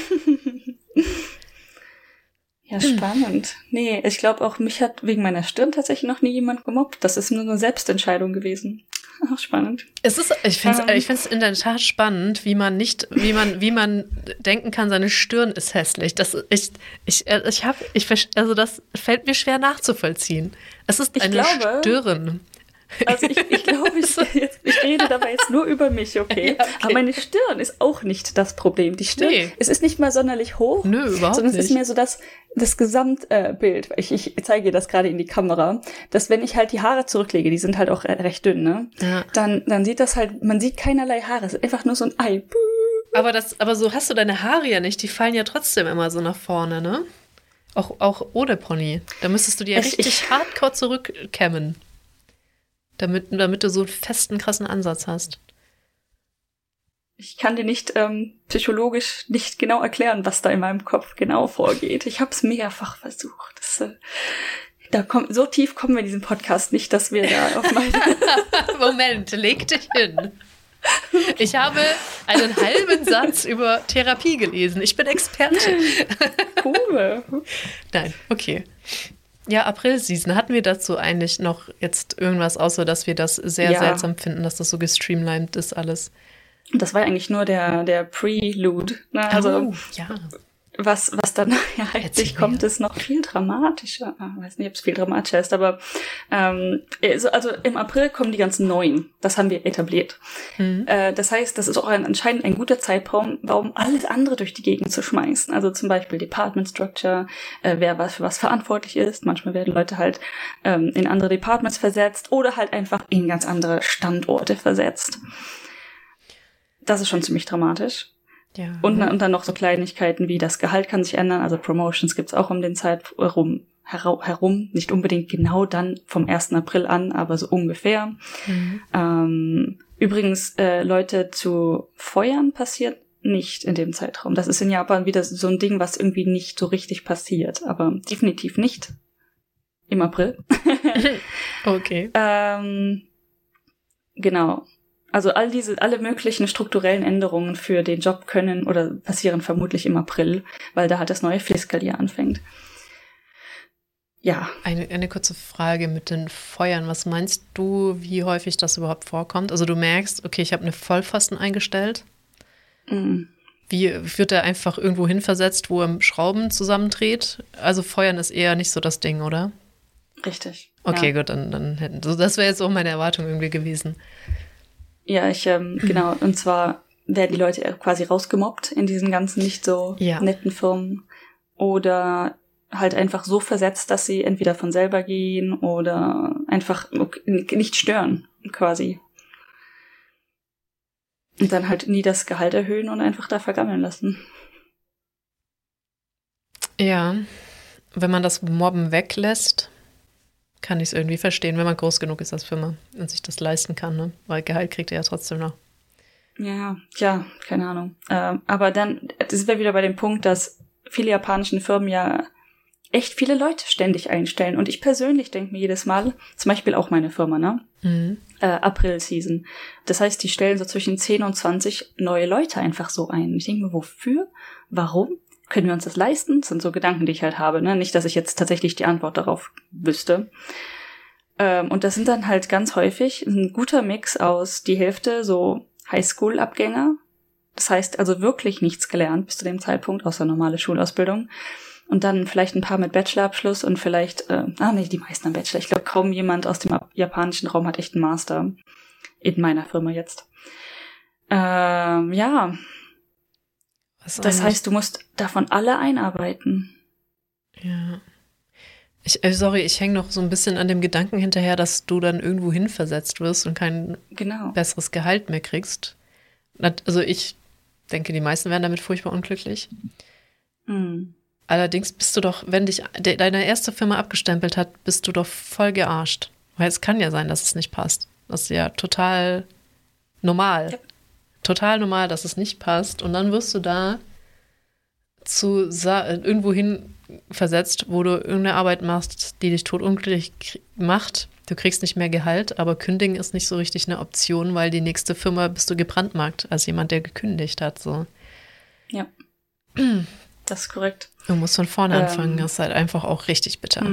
Ja, spannend. Nee, ich glaube auch, mich hat wegen meiner Stirn tatsächlich noch nie jemand gemobbt. Das ist nur eine Selbstentscheidung gewesen. Ach, spannend. Es ist, ich finde es um. ich find's in der Tat spannend, wie man nicht, wie man, wie man denken kann, seine Stirn ist hässlich. Das, ich, ich, ich habe, ich, also das fällt mir schwer nachzuvollziehen. Es ist ich eine glaube, Stirn. Also ich, ich glaube, ich, jetzt, ich rede dabei jetzt nur über mich, okay? Ja, okay? Aber meine Stirn ist auch nicht das Problem. Die Stirn, nee. Es ist nicht mal sonderlich hoch, Nö, überhaupt sondern nicht. Es ist mehr so das, das Gesamtbild. Ich, ich zeige dir das gerade in die Kamera, dass wenn ich halt die Haare zurücklege, die sind halt auch recht dünn, ne? Ja. Dann, dann sieht das halt, man sieht keinerlei Haare, es ist einfach nur so ein Ei. Aber das, aber so hast du deine Haare ja nicht, die fallen ja trotzdem immer so nach vorne, ne? Auch, auch ohne Pony. Da müsstest du die ja richtig ich, hardcore zurückkämmen. Damit, damit du so einen festen, krassen Ansatz hast. Ich kann dir nicht ähm, psychologisch nicht genau erklären, was da in meinem Kopf genau vorgeht. Ich habe es mehrfach versucht. Das, äh, da komm, so tief kommen wir in diesem Podcast nicht, dass wir da auf meine... Moment, leg dich hin. Ich habe einen halben Satz über Therapie gelesen. Ich bin Experte. Cool. Nein, okay. Ja, April-Season. Hatten wir dazu eigentlich noch jetzt irgendwas, außer dass wir das sehr ja. seltsam finden, dass das so gestreamlined ist alles? Das war eigentlich nur der, der Prelude. Ne? Also, oh, ja. Was, was dann ja, eigentlich kommt, ist noch viel dramatischer. Ich weiß nicht, ob es viel dramatischer ist, aber ähm, also, also im April kommen die ganzen neuen. Das haben wir etabliert. Mhm. Äh, das heißt, das ist auch ein, anscheinend ein guter Zeitraum, um alles andere durch die Gegend zu schmeißen. Also zum Beispiel Department Structure, äh, wer was für was verantwortlich ist. Manchmal werden Leute halt ähm, in andere Departments versetzt oder halt einfach in ganz andere Standorte versetzt. Das ist schon ziemlich dramatisch. Ja. Und, und dann noch so Kleinigkeiten wie das Gehalt kann sich ändern, also Promotions gibt's auch um den Zeitraum herum, nicht unbedingt genau dann vom ersten April an, aber so ungefähr. Mhm. Ähm, übrigens, äh, Leute zu feuern passiert nicht in dem Zeitraum. Das ist in Japan wieder so ein Ding, was irgendwie nicht so richtig passiert, aber definitiv nicht im April. Okay. ähm, genau. Also all diese, alle möglichen strukturellen Änderungen für den Job können oder passieren vermutlich im April, weil da halt das neue Fiskaljahr anfängt. Ja. Eine, eine kurze Frage mit den Feuern. Was meinst du, wie häufig das überhaupt vorkommt? Also du merkst, okay, ich habe eine Vollpfosten eingestellt. Mm. Wie wird er einfach irgendwo hinversetzt, wo er Schrauben zusammendreht? Also Feuern ist eher nicht so das Ding, oder? Richtig. Okay, ja. gut, dann, dann hätten. Das wäre jetzt auch meine Erwartung irgendwie gewesen. Ja, ich, ähm, genau, und zwar werden die Leute quasi rausgemobbt in diesen ganzen nicht so ja. netten Firmen oder halt einfach so versetzt, dass sie entweder von selber gehen oder einfach nicht stören, quasi. Und dann halt nie das Gehalt erhöhen und einfach da vergammeln lassen. Ja, wenn man das Mobben weglässt, kann ich es irgendwie verstehen, wenn man groß genug ist als Firma und sich das leisten kann, ne? Weil Gehalt kriegt er ja trotzdem noch. Ja, ja, keine Ahnung. Ähm, aber dann, das ist wieder bei dem Punkt, dass viele japanische Firmen ja echt viele Leute ständig einstellen. Und ich persönlich denke mir jedes Mal, zum Beispiel auch meine Firma, ne? Mhm. Äh, April-Season. Das heißt, die stellen so zwischen zehn und zwanzig neue Leute einfach so ein. Ich denke mir, wofür? Warum? Können wir uns das leisten? Das sind so Gedanken, die ich halt habe, ne? Nicht, dass ich jetzt tatsächlich die Antwort darauf wüsste. Ähm, und das sind dann halt ganz häufig ein guter Mix aus die Hälfte so Highschool-Abgänger. Das heißt also wirklich nichts gelernt bis zu dem Zeitpunkt, außer normale Schulausbildung. Und dann vielleicht ein paar mit Bachelorabschluss und vielleicht, äh, ah nee, die meisten haben Bachelor. Ich glaube, kaum jemand aus dem japanischen Raum hat echt einen Master. In meiner Firma jetzt. Ähm, ja. Was das heißt, du musst davon alle einarbeiten. Ja. Ich, äh, sorry, ich hänge noch so ein bisschen an dem Gedanken hinterher, dass du dann irgendwo hin versetzt wirst und kein genau. besseres Gehalt mehr kriegst. Also ich denke, die meisten werden damit furchtbar unglücklich. Mhm. Allerdings bist du doch, wenn dich de, deine erste Firma abgestempelt hat, bist du doch voll gearscht. Weil es kann ja sein, dass es nicht passt. Das ist ja total normal. Ja. Total normal, dass es nicht passt. Und dann wirst du da zu irgendwo hin versetzt, wo du irgendeine Arbeit machst, die dich totunglücklich macht. Du kriegst nicht mehr Gehalt, aber kündigen ist nicht so richtig eine Option, weil die nächste Firma bist du gebrandmarkt als jemand, der gekündigt hat. So. Ja, das ist korrekt. Du musst von vorne ähm, anfangen, das ist halt einfach auch richtig bitter.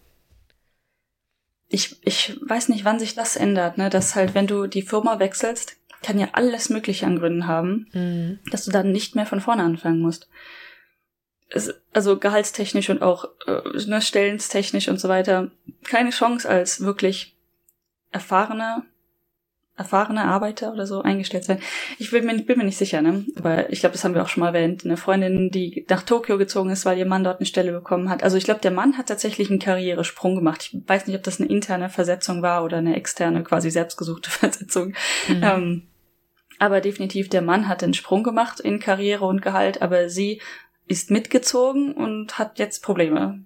Ich, ich weiß nicht, wann sich das ändert, ne? Dass halt, wenn du die Firma wechselst, kann ja alles Mögliche an Gründen haben, mhm. dass du dann nicht mehr von vorne anfangen musst. Es, also gehaltstechnisch und auch äh, ne, stellenstechnisch und so weiter, keine Chance als wirklich erfahrener, erfahrene Arbeiter oder so eingestellt sein. Ich bin mir, bin mir nicht sicher, ne? Aber ich glaube, das haben wir auch schon mal erwähnt. Eine Freundin, die nach Tokio gezogen ist, weil ihr Mann dort eine Stelle bekommen hat. Also ich glaube, der Mann hat tatsächlich einen Karrieresprung gemacht. Ich weiß nicht, ob das eine interne Versetzung war oder eine externe, quasi selbstgesuchte Versetzung. Mhm. Ähm, aber definitiv, der Mann hat einen Sprung gemacht in Karriere und Gehalt, aber sie ist mitgezogen und hat jetzt Probleme.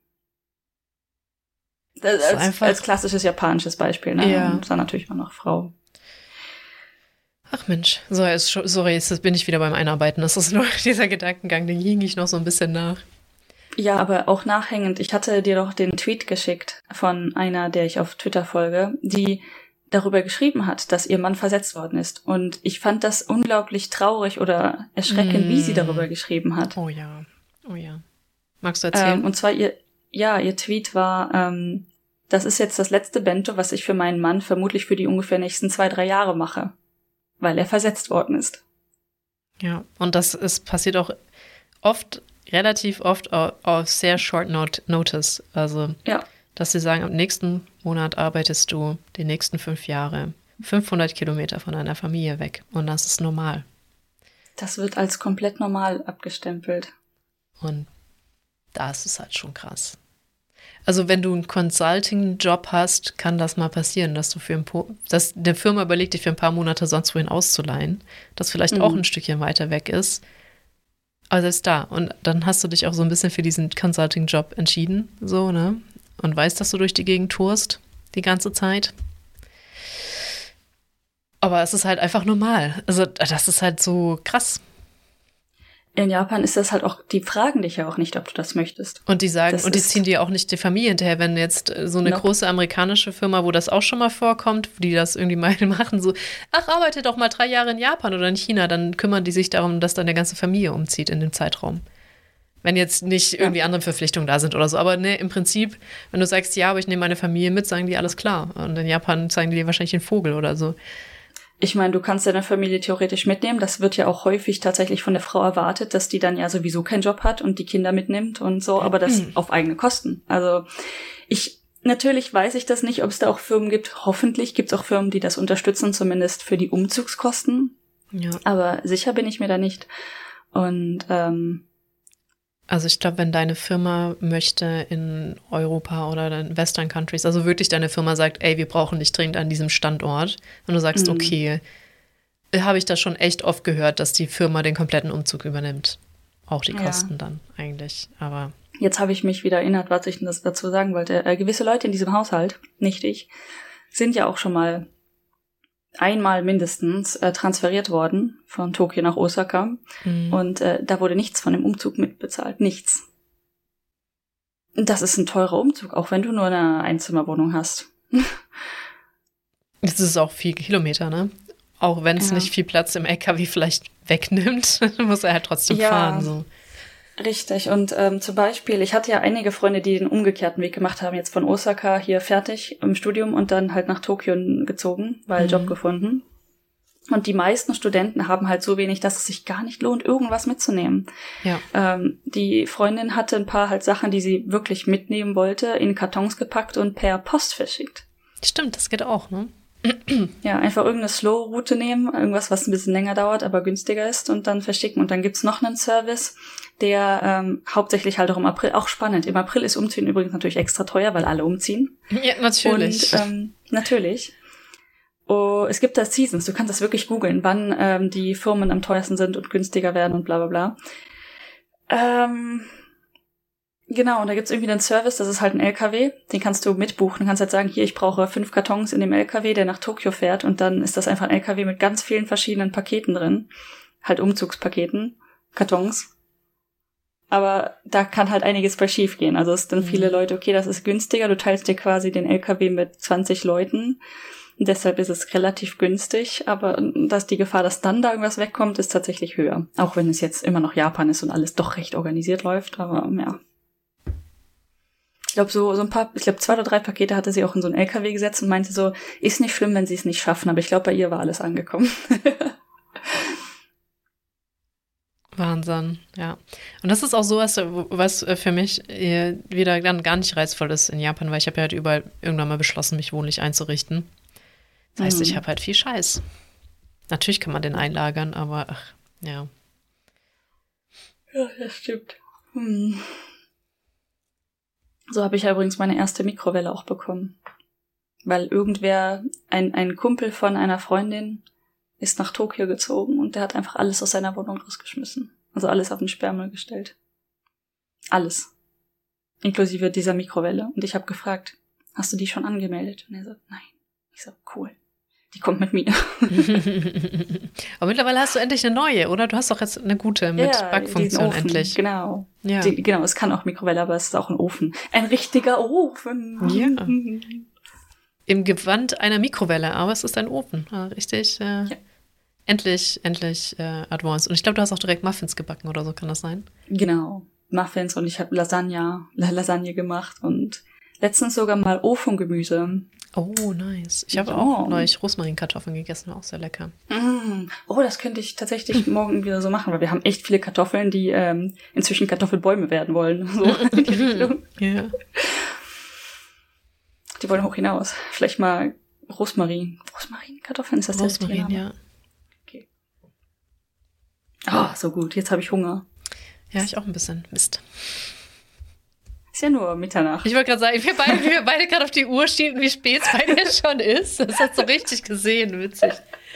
Das als, als klassisches japanisches Beispiel, ne? Ja. Und dann natürlich auch noch Frau. Ach Mensch, so, jetzt, sorry, jetzt bin ich wieder beim Einarbeiten. Das ist nur dieser Gedankengang, den hing ich noch so ein bisschen nach. Ja, aber auch nachhängend. Ich hatte dir doch den Tweet geschickt von einer, der ich auf Twitter folge, die darüber geschrieben hat, dass ihr Mann versetzt worden ist. Und ich fand das unglaublich traurig oder erschreckend, mm. wie sie darüber geschrieben hat. Oh ja, oh ja. Magst du erzählen? Ähm, und zwar ihr, ja, ihr Tweet war, ähm, das ist jetzt das letzte Bento, was ich für meinen Mann vermutlich für die ungefähr nächsten zwei, drei Jahre mache. Weil er versetzt worden ist. Ja, und das ist passiert auch oft, relativ oft auf sehr short not- notice. Also, ja. dass sie sagen, am nächsten Monat arbeitest du die nächsten fünf Jahre fünfhundert Kilometer von deiner Familie weg. Und das ist normal. Das wird als komplett normal abgestempelt. Und das ist halt schon krass. Also wenn du einen Consulting-Job hast, kann das mal passieren, dass du für ein po- dass eine Firma überlegt, dich für ein paar Monate sonst wohin auszuleihen, das vielleicht mhm. auch ein Stückchen weiter weg ist. Aber selbst da. Und dann hast du dich auch so ein bisschen für diesen Consulting-Job entschieden, so, ne? Und weißt, dass du durch die Gegend tourst die ganze Zeit. Aber es ist halt einfach normal. Also das ist halt so krass. In Japan ist das halt auch, die fragen dich ja auch nicht, ob du das möchtest. Und die sagen, das und die ziehen dir auch nicht die Familie hinterher, wenn jetzt so eine nope. große amerikanische Firma, wo das auch schon mal vorkommt, die das irgendwie mal machen, so, ach, arbeite doch mal drei Jahre in Japan oder in China, dann kümmern die sich darum, dass dann der ganze Familie umzieht in dem Zeitraum. Wenn jetzt nicht irgendwie ja. andere Verpflichtungen da sind oder so. Aber ne, im Prinzip, wenn du sagst, ja, aber ich nehme meine Familie mit, sagen die, alles klar. Und in Japan zeigen die dir wahrscheinlich den Vogel oder so. Ich meine, du kannst deine Familie theoretisch mitnehmen. Das wird ja auch häufig tatsächlich von der Frau erwartet, dass die dann ja sowieso keinen Job hat und die Kinder mitnimmt und so, aber das mhm. auf eigene Kosten. Also ich, natürlich weiß ich das nicht, ob es da auch Firmen gibt. Hoffentlich gibt es auch Firmen, die das unterstützen, zumindest für die Umzugskosten. Ja. Aber sicher bin ich mir da nicht. Und ähm, also ich glaube, wenn deine Firma möchte in Europa oder in Western Countries, also wirklich deine Firma sagt, ey, wir brauchen dich dringend an diesem Standort. Und du sagst, mhm. okay, habe ich das schon echt oft gehört, dass die Firma den kompletten Umzug übernimmt. Auch die Kosten ja. dann eigentlich, aber... Jetzt habe ich mich wieder erinnert, was ich das dazu sagen wollte. Äh, gewisse Leute in diesem Haushalt, nicht ich, sind ja auch schon mal einmal mindestens äh, transferiert worden von Tokio nach Osaka. Mhm. Und äh, da wurde nichts von dem Umzug mitbezahlt. Nichts. Das ist ein teurer Umzug, auch wenn du nur eine Einzimmerwohnung hast. Das ist auch viel Kilometer, ne? Auch wenn es ja. nicht viel Platz im L K W vielleicht wegnimmt, muss er halt trotzdem ja. fahren. So. Richtig. Und ähm, zum Beispiel, ich hatte ja einige Freunde, die den umgekehrten Weg gemacht haben, jetzt von Osaka hier fertig im Studium und dann halt nach Tokio gezogen, weil mhm. Job gefunden. Und die meisten Studenten haben halt so wenig, dass es sich gar nicht lohnt, irgendwas mitzunehmen. Ja. Ähm, die Freundin hatte ein paar halt Sachen, die sie wirklich mitnehmen wollte, in Kartons gepackt und per Post verschickt. Stimmt, das geht auch, ne? Ja, einfach irgendeine Slow-Route nehmen, irgendwas, was ein bisschen länger dauert, aber günstiger ist und dann verschicken. Und dann gibt's noch einen Service, der ähm, hauptsächlich halt auch im April, auch spannend. Im April ist Umziehen übrigens natürlich extra teuer, weil alle umziehen. Ja, natürlich. Und ähm, natürlich. Oh, es gibt da Seasons, du kannst das wirklich googeln, wann ähm, die Firmen am teuersten sind und günstiger werden und bla bla bla. Ähm, genau, und da gibt's irgendwie einen Service, das ist halt ein L K W, den kannst du mitbuchen. Du kannst halt sagen, hier, ich brauche fünf Kartons in dem L K W, der nach Tokio fährt, und dann ist das einfach ein L K W mit ganz vielen verschiedenen Paketen drin. Halt Umzugspaketen, Kartons. Aber da kann halt einiges bei schief gehen. Also es sind dann viele Leute, okay, das ist günstiger, du teilst dir quasi den L K W mit zwanzig Leuten. Und deshalb ist es relativ günstig, aber dass die Gefahr, dass dann da irgendwas wegkommt, ist tatsächlich höher. Auch wenn es jetzt immer noch Japan ist und alles doch recht organisiert läuft, aber ja. Ich glaube, so, so ein paar, ich glaube, zwei oder drei Pakete hatte sie auch in so einen L K W gesetzt und meinte so, ist nicht schlimm, wenn sie es nicht schaffen, aber ich glaube, bei ihr war alles angekommen. Wahnsinn, ja. Und das ist auch so was, was für mich wieder dann gar nicht reizvoll ist in Japan, weil ich habe ja halt überall irgendwann mal beschlossen, mich wohnlich einzurichten. Das heißt, mhm. ich habe halt viel Scheiß. Natürlich kann man den einlagern, aber ach, ja. Ja, das stimmt. Hm. So habe ich ja übrigens meine erste Mikrowelle auch bekommen. Weil irgendwer, ein, ein Kumpel von einer Freundin, ist nach Tokio gezogen und der hat einfach alles aus seiner Wohnung rausgeschmissen. Also alles auf den Sperrmüll gestellt. Alles. Inklusive dieser Mikrowelle. Und ich habe gefragt, hast du die schon angemeldet? Und er so, nein. Ich so, cool. Die kommt mit mir. Aber mittlerweile hast du endlich eine neue, oder? Du hast doch jetzt eine gute mit ja, Backfunktion Ofen, endlich. Genau. Ja. Die, genau, es kann auch Mikrowelle, aber es ist auch ein Ofen. Ein richtiger Ofen. Ja. Im Gewand einer Mikrowelle, aber es ist ein Ofen. Ja, richtig. Äh, ja. Endlich, endlich äh, advanced. Und ich glaube, du hast auch direkt Muffins gebacken oder so, kann das sein? Genau. Muffins, und ich habe Lasagne, Lasagne gemacht und letztens sogar mal Ofengemüse. Oh, nice. Ich habe ja. auch neulich Rosmarinkartoffeln gegessen, war auch sehr lecker. Mm. Oh, das könnte ich tatsächlich morgen wieder so machen, weil wir haben echt viele Kartoffeln, die ähm, inzwischen Kartoffelbäume werden wollen. So in die Richtung. Ja. Die wollen hoch hinaus. Vielleicht mal Rosmarin. Rosmarinkartoffeln, ist das der Rosmarin, Name? ja. Okay. Ah, oh, so gut. Jetzt habe ich Hunger. Ja, ich auch ein bisschen. Mist. Ist ja nur Mitternacht. Ich wollte gerade sagen, wir beide, wir beide gerade auf die Uhr schielen, wie spät es bei dir schon ist. Das hat so richtig gesehen, witzig.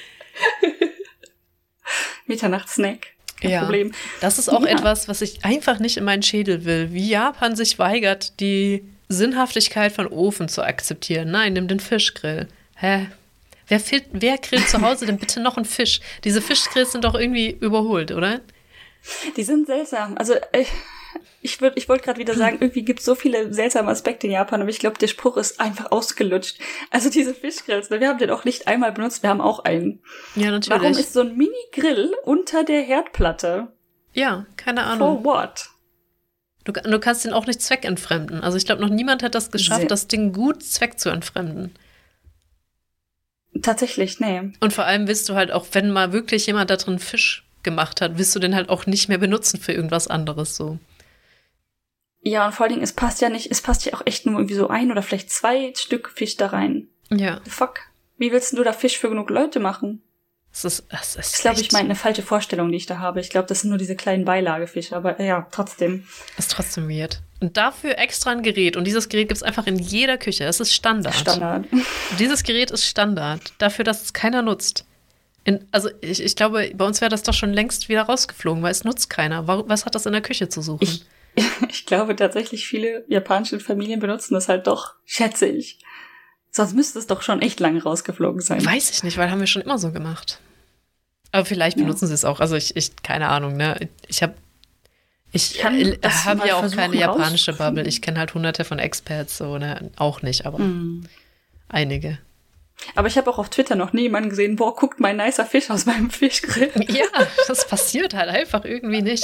Mitternachtssnack. Kein ja, Problem. Das ist auch ja. etwas, was ich einfach nicht in meinen Schädel will. Wie Japan sich weigert, die Sinnhaftigkeit von Ofen zu akzeptieren. Nein, nimm den Fischgrill. Hä? Wer, wer grillt zu Hause denn bitte noch einen Fisch? Diese Fischgrills sind doch irgendwie überholt, oder? Die sind seltsam. Also ich, ich, würd, ich wollte gerade wieder sagen, irgendwie gibt es so viele seltsame Aspekte in Japan, aber ich glaube, der Spruch ist einfach ausgelutscht. Also diese Fischgrills, wir haben den auch nicht einmal benutzt, wir haben auch einen. Ja, natürlich. Warum ist so ein Mini-Grill unter der Herdplatte? Ja, keine Ahnung. For what? Du, du kannst den auch nicht zweckentfremden. Also ich glaube, noch niemand hat das geschafft, Sehr. das Ding gut zweck zu entfremden. Tatsächlich, nee. Und vor allem willst du halt auch, wenn mal wirklich jemand da drin Fisch gemacht hat, willst du den halt auch nicht mehr benutzen für irgendwas anderes so. Ja, und vor allen Dingen, es passt ja nicht, es passt ja auch echt nur irgendwie so ein oder vielleicht zwei Stück Fisch da rein. Ja. The fuck? Wie willst du da Fisch für genug Leute machen? Das ist, das ist, das ist glaube ich, meine eine falsche Vorstellung, die ich da habe. Ich glaube, das sind nur diese kleinen Beilagefische, aber ja, trotzdem. Das ist trotzdem weird. Und dafür extra ein Gerät. Und dieses Gerät gibt es einfach in jeder Küche. Das ist Standard. Standard. Und dieses Gerät ist Standard. Dafür, dass es keiner nutzt. In, also ich, ich glaube, bei uns wäre das doch schon längst wieder rausgeflogen, weil es nutzt keiner. Warum, was hat das in der Küche zu suchen? Ich, ich glaube tatsächlich, viele japanische Familien benutzen das halt doch, schätze ich. Sonst müsste es doch schon echt lange rausgeflogen sein. Weiß ich nicht, weil haben wir schon immer so gemacht. Aber vielleicht benutzen ja. sie es auch. Also ich, ich keine Ahnung, ne? Ich habe ich, ich habe ja auch keine japanische Bubble. Ich kenne halt hunderte von Experts, so, ne? Auch nicht, aber mm. einige. Aber ich habe auch auf Twitter noch nie jemanden gesehen, boah, guckt mein nicer Fisch aus meinem Fischgrill. Ja, das passiert halt einfach irgendwie nicht.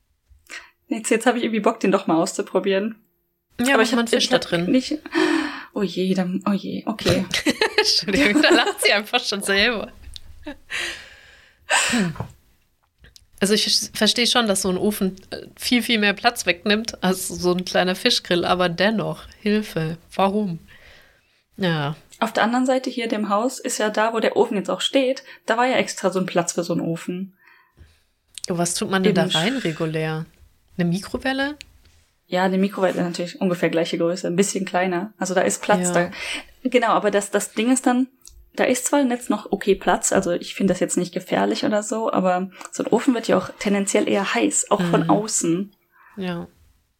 Jetzt, jetzt habe ich irgendwie Bock, den doch mal auszuprobieren. Ja, aber ich habe einen Fisch da drin. Nicht, Oh je, dann, oh je, okay. Entschuldigung, da lacht sie einfach schon selber. Hm. Also ich verstehe schon, dass so ein Ofen viel, viel mehr Platz wegnimmt als so ein kleiner Fischgrill, aber dennoch, Hilfe, warum? Ja. Auf der anderen Seite hier dem Haus ist ja da, wo der Ofen jetzt auch steht, da war ja extra so ein Platz für so einen Ofen. Was tut man denn Eben da rein regulär? Eine Mikrowelle? Ja, die Mikrowelle ist natürlich ungefähr gleiche Größe, ein bisschen kleiner. Also da ist Platz Ja. da. Genau, aber das, das Ding ist dann, da ist zwar jetzt noch okay Platz, also ich finde das jetzt nicht gefährlich oder so, aber so ein Ofen wird ja auch tendenziell eher heiß, auch von Mhm. außen. Ja.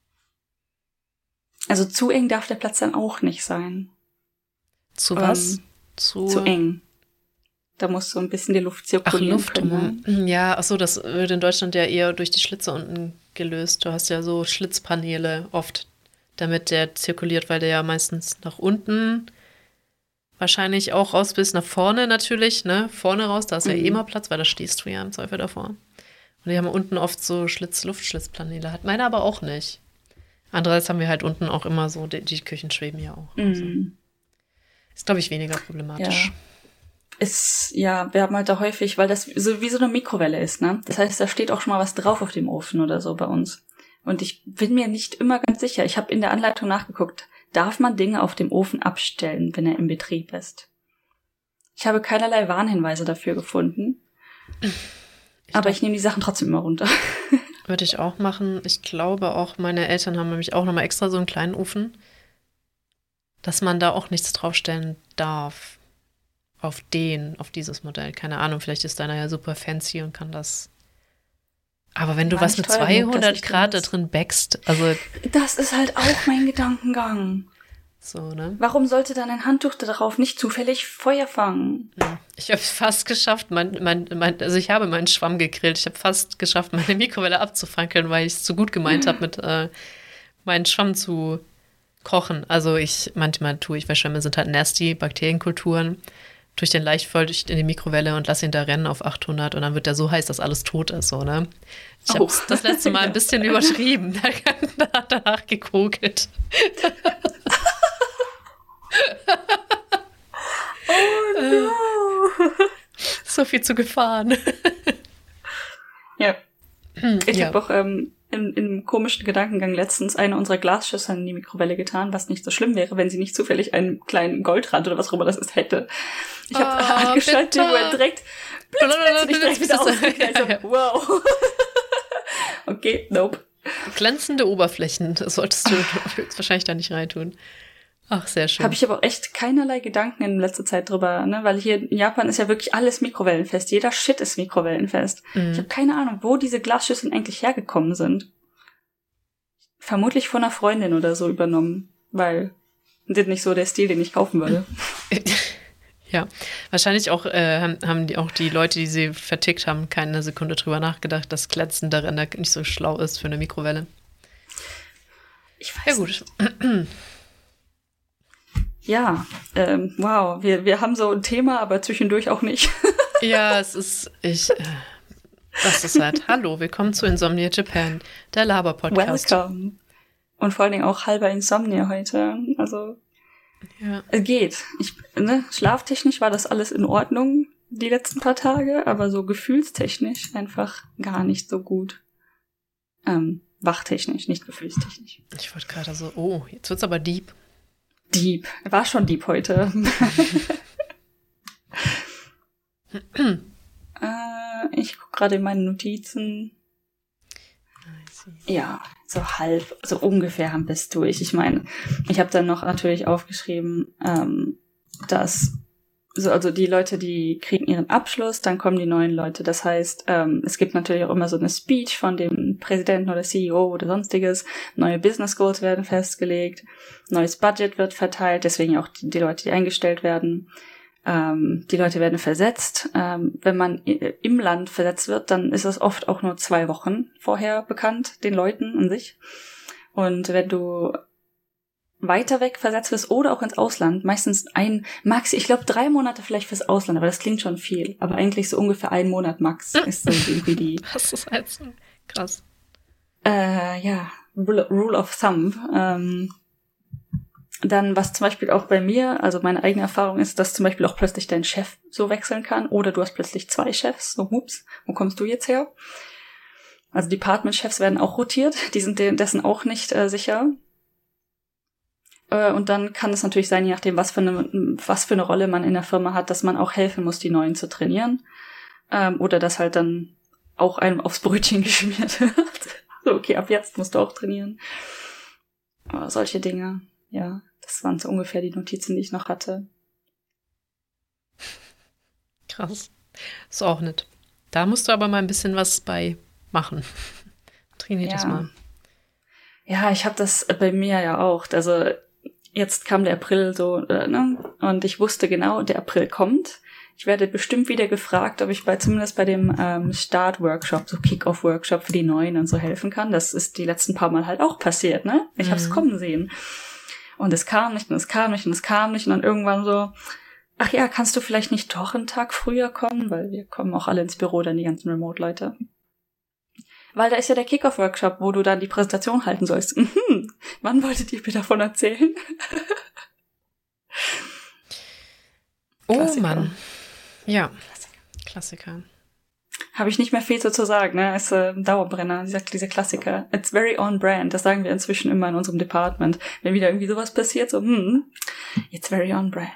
Also zu eng darf der Platz dann auch nicht sein. Zu Ähm, was? zu, Zu eng. Da muss so ein bisschen die Luft Ach, zirkulieren Luft. können. hm, Ja, ach so, das wird in Deutschland ja eher durch die Schlitze unten gelöst. Du hast ja so Schlitzpaneele oft, damit der zirkuliert, weil der ja meistens nach unten wahrscheinlich auch raus bis nach vorne natürlich, ne? Vorne raus, da ist ja Mhm. eh immer Platz, weil da stehst du ja im Zweifel davor. Und die haben unten oft so Schlitz, Luftschlitzpaneele. Hat meine aber auch nicht. Andererseits haben wir halt unten auch immer so, die, die Küchen schweben ja auch. Also, Mhm. ist, glaube ich, weniger problematisch. Ja. Ist, ja, wir haben halt da häufig, weil das so wie so eine Mikrowelle ist, ne? Das heißt, da steht auch schon mal was drauf auf dem Ofen oder so bei uns. Und ich bin mir nicht immer ganz sicher. Ich habe in der Anleitung nachgeguckt. Darf man Dinge auf dem Ofen abstellen, wenn er im Betrieb ist? Ich habe keinerlei Warnhinweise dafür gefunden. Ich aber glaub- ich nehme die Sachen trotzdem immer runter. Würde ich auch machen. Ich glaube auch, meine Eltern haben nämlich auch nochmal extra so einen kleinen Ofen, dass man da auch nichts draufstellen darf. Auf den, auf dieses Modell. Keine Ahnung, vielleicht ist deiner ja super fancy und kann das. Aber wenn du War was nicht mit teuer genug, dass zweihundert ich Grad da das- drin backst, also Das ist halt auch mein Gedankengang. so, ne? Warum sollte dann ein Handtuch darauf nicht zufällig Feuer fangen? Ich habe fast geschafft, mein, mein, mein, also ich habe meinen Schwamm gegrillt. Ich habe fast geschafft, meine Mikrowelle abzufackeln, weil ich es zu gut gemeint habe, mit äh, meinen Schwamm zu kochen. Also ich, manchmal tue ich, weil Schwämme sind halt nasty, Bakterienkulturen, tue ich den leicht feucht in die Mikrowelle und lasse ihn da rennen auf achthundert und dann wird der so heiß, dass alles tot ist, so, ne? Ich habe Oh. das letzte Mal ein bisschen übertrieben. Da hat danach gekokelt. Oh no! So viel zu Gefahren. Ja. Ich Ja. habe auch ähm, in, in einem komischen Gedankengang letztens eine unserer Glasschüsseln in die Mikrowelle getan, was nicht so schlimm wäre, wenn sie nicht zufällig einen kleinen Goldrand oder was auch immer das ist hätte. Ich habe Oh, angeschaltet, bitte. wo er direkt blitzblitz und ich direkt wieder ausgeknallt. Ja, ja. So, wow. Okay, nope. Glänzende Oberflächen, das solltest du höchstwahrscheinlich da nicht reintun. Ach, sehr schön. Habe ich aber auch echt keinerlei Gedanken in letzter Zeit drüber, ne? Weil hier in Japan ist ja wirklich alles mikrowellenfest. Jeder Shit ist mikrowellenfest. Mhm. Ich habe keine Ahnung, wo diese Glasschüsseln eigentlich hergekommen sind. Vermutlich von einer Freundin oder so übernommen, weil das ist nicht so der Stil, den ich kaufen würde. Ja, wahrscheinlich auch äh, haben, haben die auch die Leute, die sie vertickt haben, keine Sekunde drüber nachgedacht, dass glänzende Ränder nicht so schlau ist für eine Mikrowelle. Ich weiß Ja gut. nicht. Ja, ähm, wow, wir, wir haben so ein Thema, aber zwischendurch auch nicht. Ja, es ist ich. Äh, das ist halt. Hallo, willkommen zu Insomnia Japan, der Laber-Podcast. Welcome. Und vor allen Dingen auch halber Insomnia heute. Also Ja. es geht. Ich, ne, schlaftechnisch war das alles in Ordnung die letzten paar Tage, aber so gefühlstechnisch einfach gar nicht so gut. Ähm, wachtechnisch, nicht gefühlstechnisch. Ich wollte gerade so, oh, jetzt wird's aber deep. Deep. War schon deep heute. äh, ich gucke gerade in meine Notizen. Ja, so halb, so ungefähr haben wir es durch. Ich meine, ich habe dann noch natürlich aufgeschrieben, ähm, dass so, also die Leute, die kriegen ihren Abschluss, dann kommen die neuen Leute. Das heißt, ähm, es gibt natürlich auch immer so eine Speech von dem Präsidenten oder C E O oder sonstiges. Neue Business Goals werden festgelegt, neues Budget wird verteilt, deswegen auch die, die Leute, die eingestellt werden. Ähm, die Leute werden versetzt. Ähm, wenn man i- im Land versetzt wird, dann ist es oft auch nur zwei Wochen vorher bekannt, den Leuten an sich. Und wenn du weiter weg versetzt wirst oder auch ins Ausland, meistens ein Max, ich glaube drei Monate vielleicht fürs Ausland, aber das klingt schon viel. Aber eigentlich so ungefähr ein Monat Max ist so irgendwie die, Das ist halt so krass. äh, ja, Rule, Rule of Thumb. Ähm, Dann, was zum Beispiel auch bei mir, also meine eigene Erfahrung ist, dass zum Beispiel auch plötzlich dein Chef so wechseln kann oder du hast plötzlich zwei Chefs, so hups, wo kommst du jetzt her? Also Department-Chefs werden auch rotiert, die sind dessen auch nicht äh, sicher. Äh, und dann kann es natürlich sein, je nachdem, was für eine, was für eine Rolle man in der Firma hat, dass man auch helfen muss, die Neuen zu trainieren. Ähm, oder dass halt dann auch einem aufs Brötchen geschmiert wird. So, okay, ab jetzt musst du auch trainieren. Aber solche Dinge, ja, das waren so ungefähr die Notizen, die ich noch hatte. Krass. Ist auch nett. Da musst du aber mal ein bisschen was bei machen. Trainier ja. das mal. Ja, ich habe das bei mir ja auch. Also jetzt kam der April so, äh, ne? Und ich wusste genau, der April kommt. Ich werde bestimmt wieder gefragt, ob ich bei zumindest bei dem ähm, Start-Workshop, so Kick-Off-Workshop für die Neuen und so helfen kann. Das ist die letzten paar Mal halt auch passiert, ne? Ich mhm. habe es kommen sehen. Und es kam nicht und es kam nicht und es kam nicht und dann irgendwann so, ach ja, kannst du vielleicht nicht doch einen Tag früher kommen? Weil wir kommen auch alle ins Büro, dann die ganzen Remote-Leute. Weil da ist ja der Kick-Off-Workshop, wo du dann die Präsentation halten sollst. Mhm. Wann wolltet ihr mir davon erzählen? Oh Klassiker. Mann. Ja, Klassiker. Habe ich nicht mehr viel so zu sagen, ne? Ist äh, ein Dauerbrenner, dieser, dieser Klassiker. It's very on brand, das sagen wir inzwischen immer in unserem Department. Wenn wieder irgendwie sowas passiert, so, hm, it's very on brand.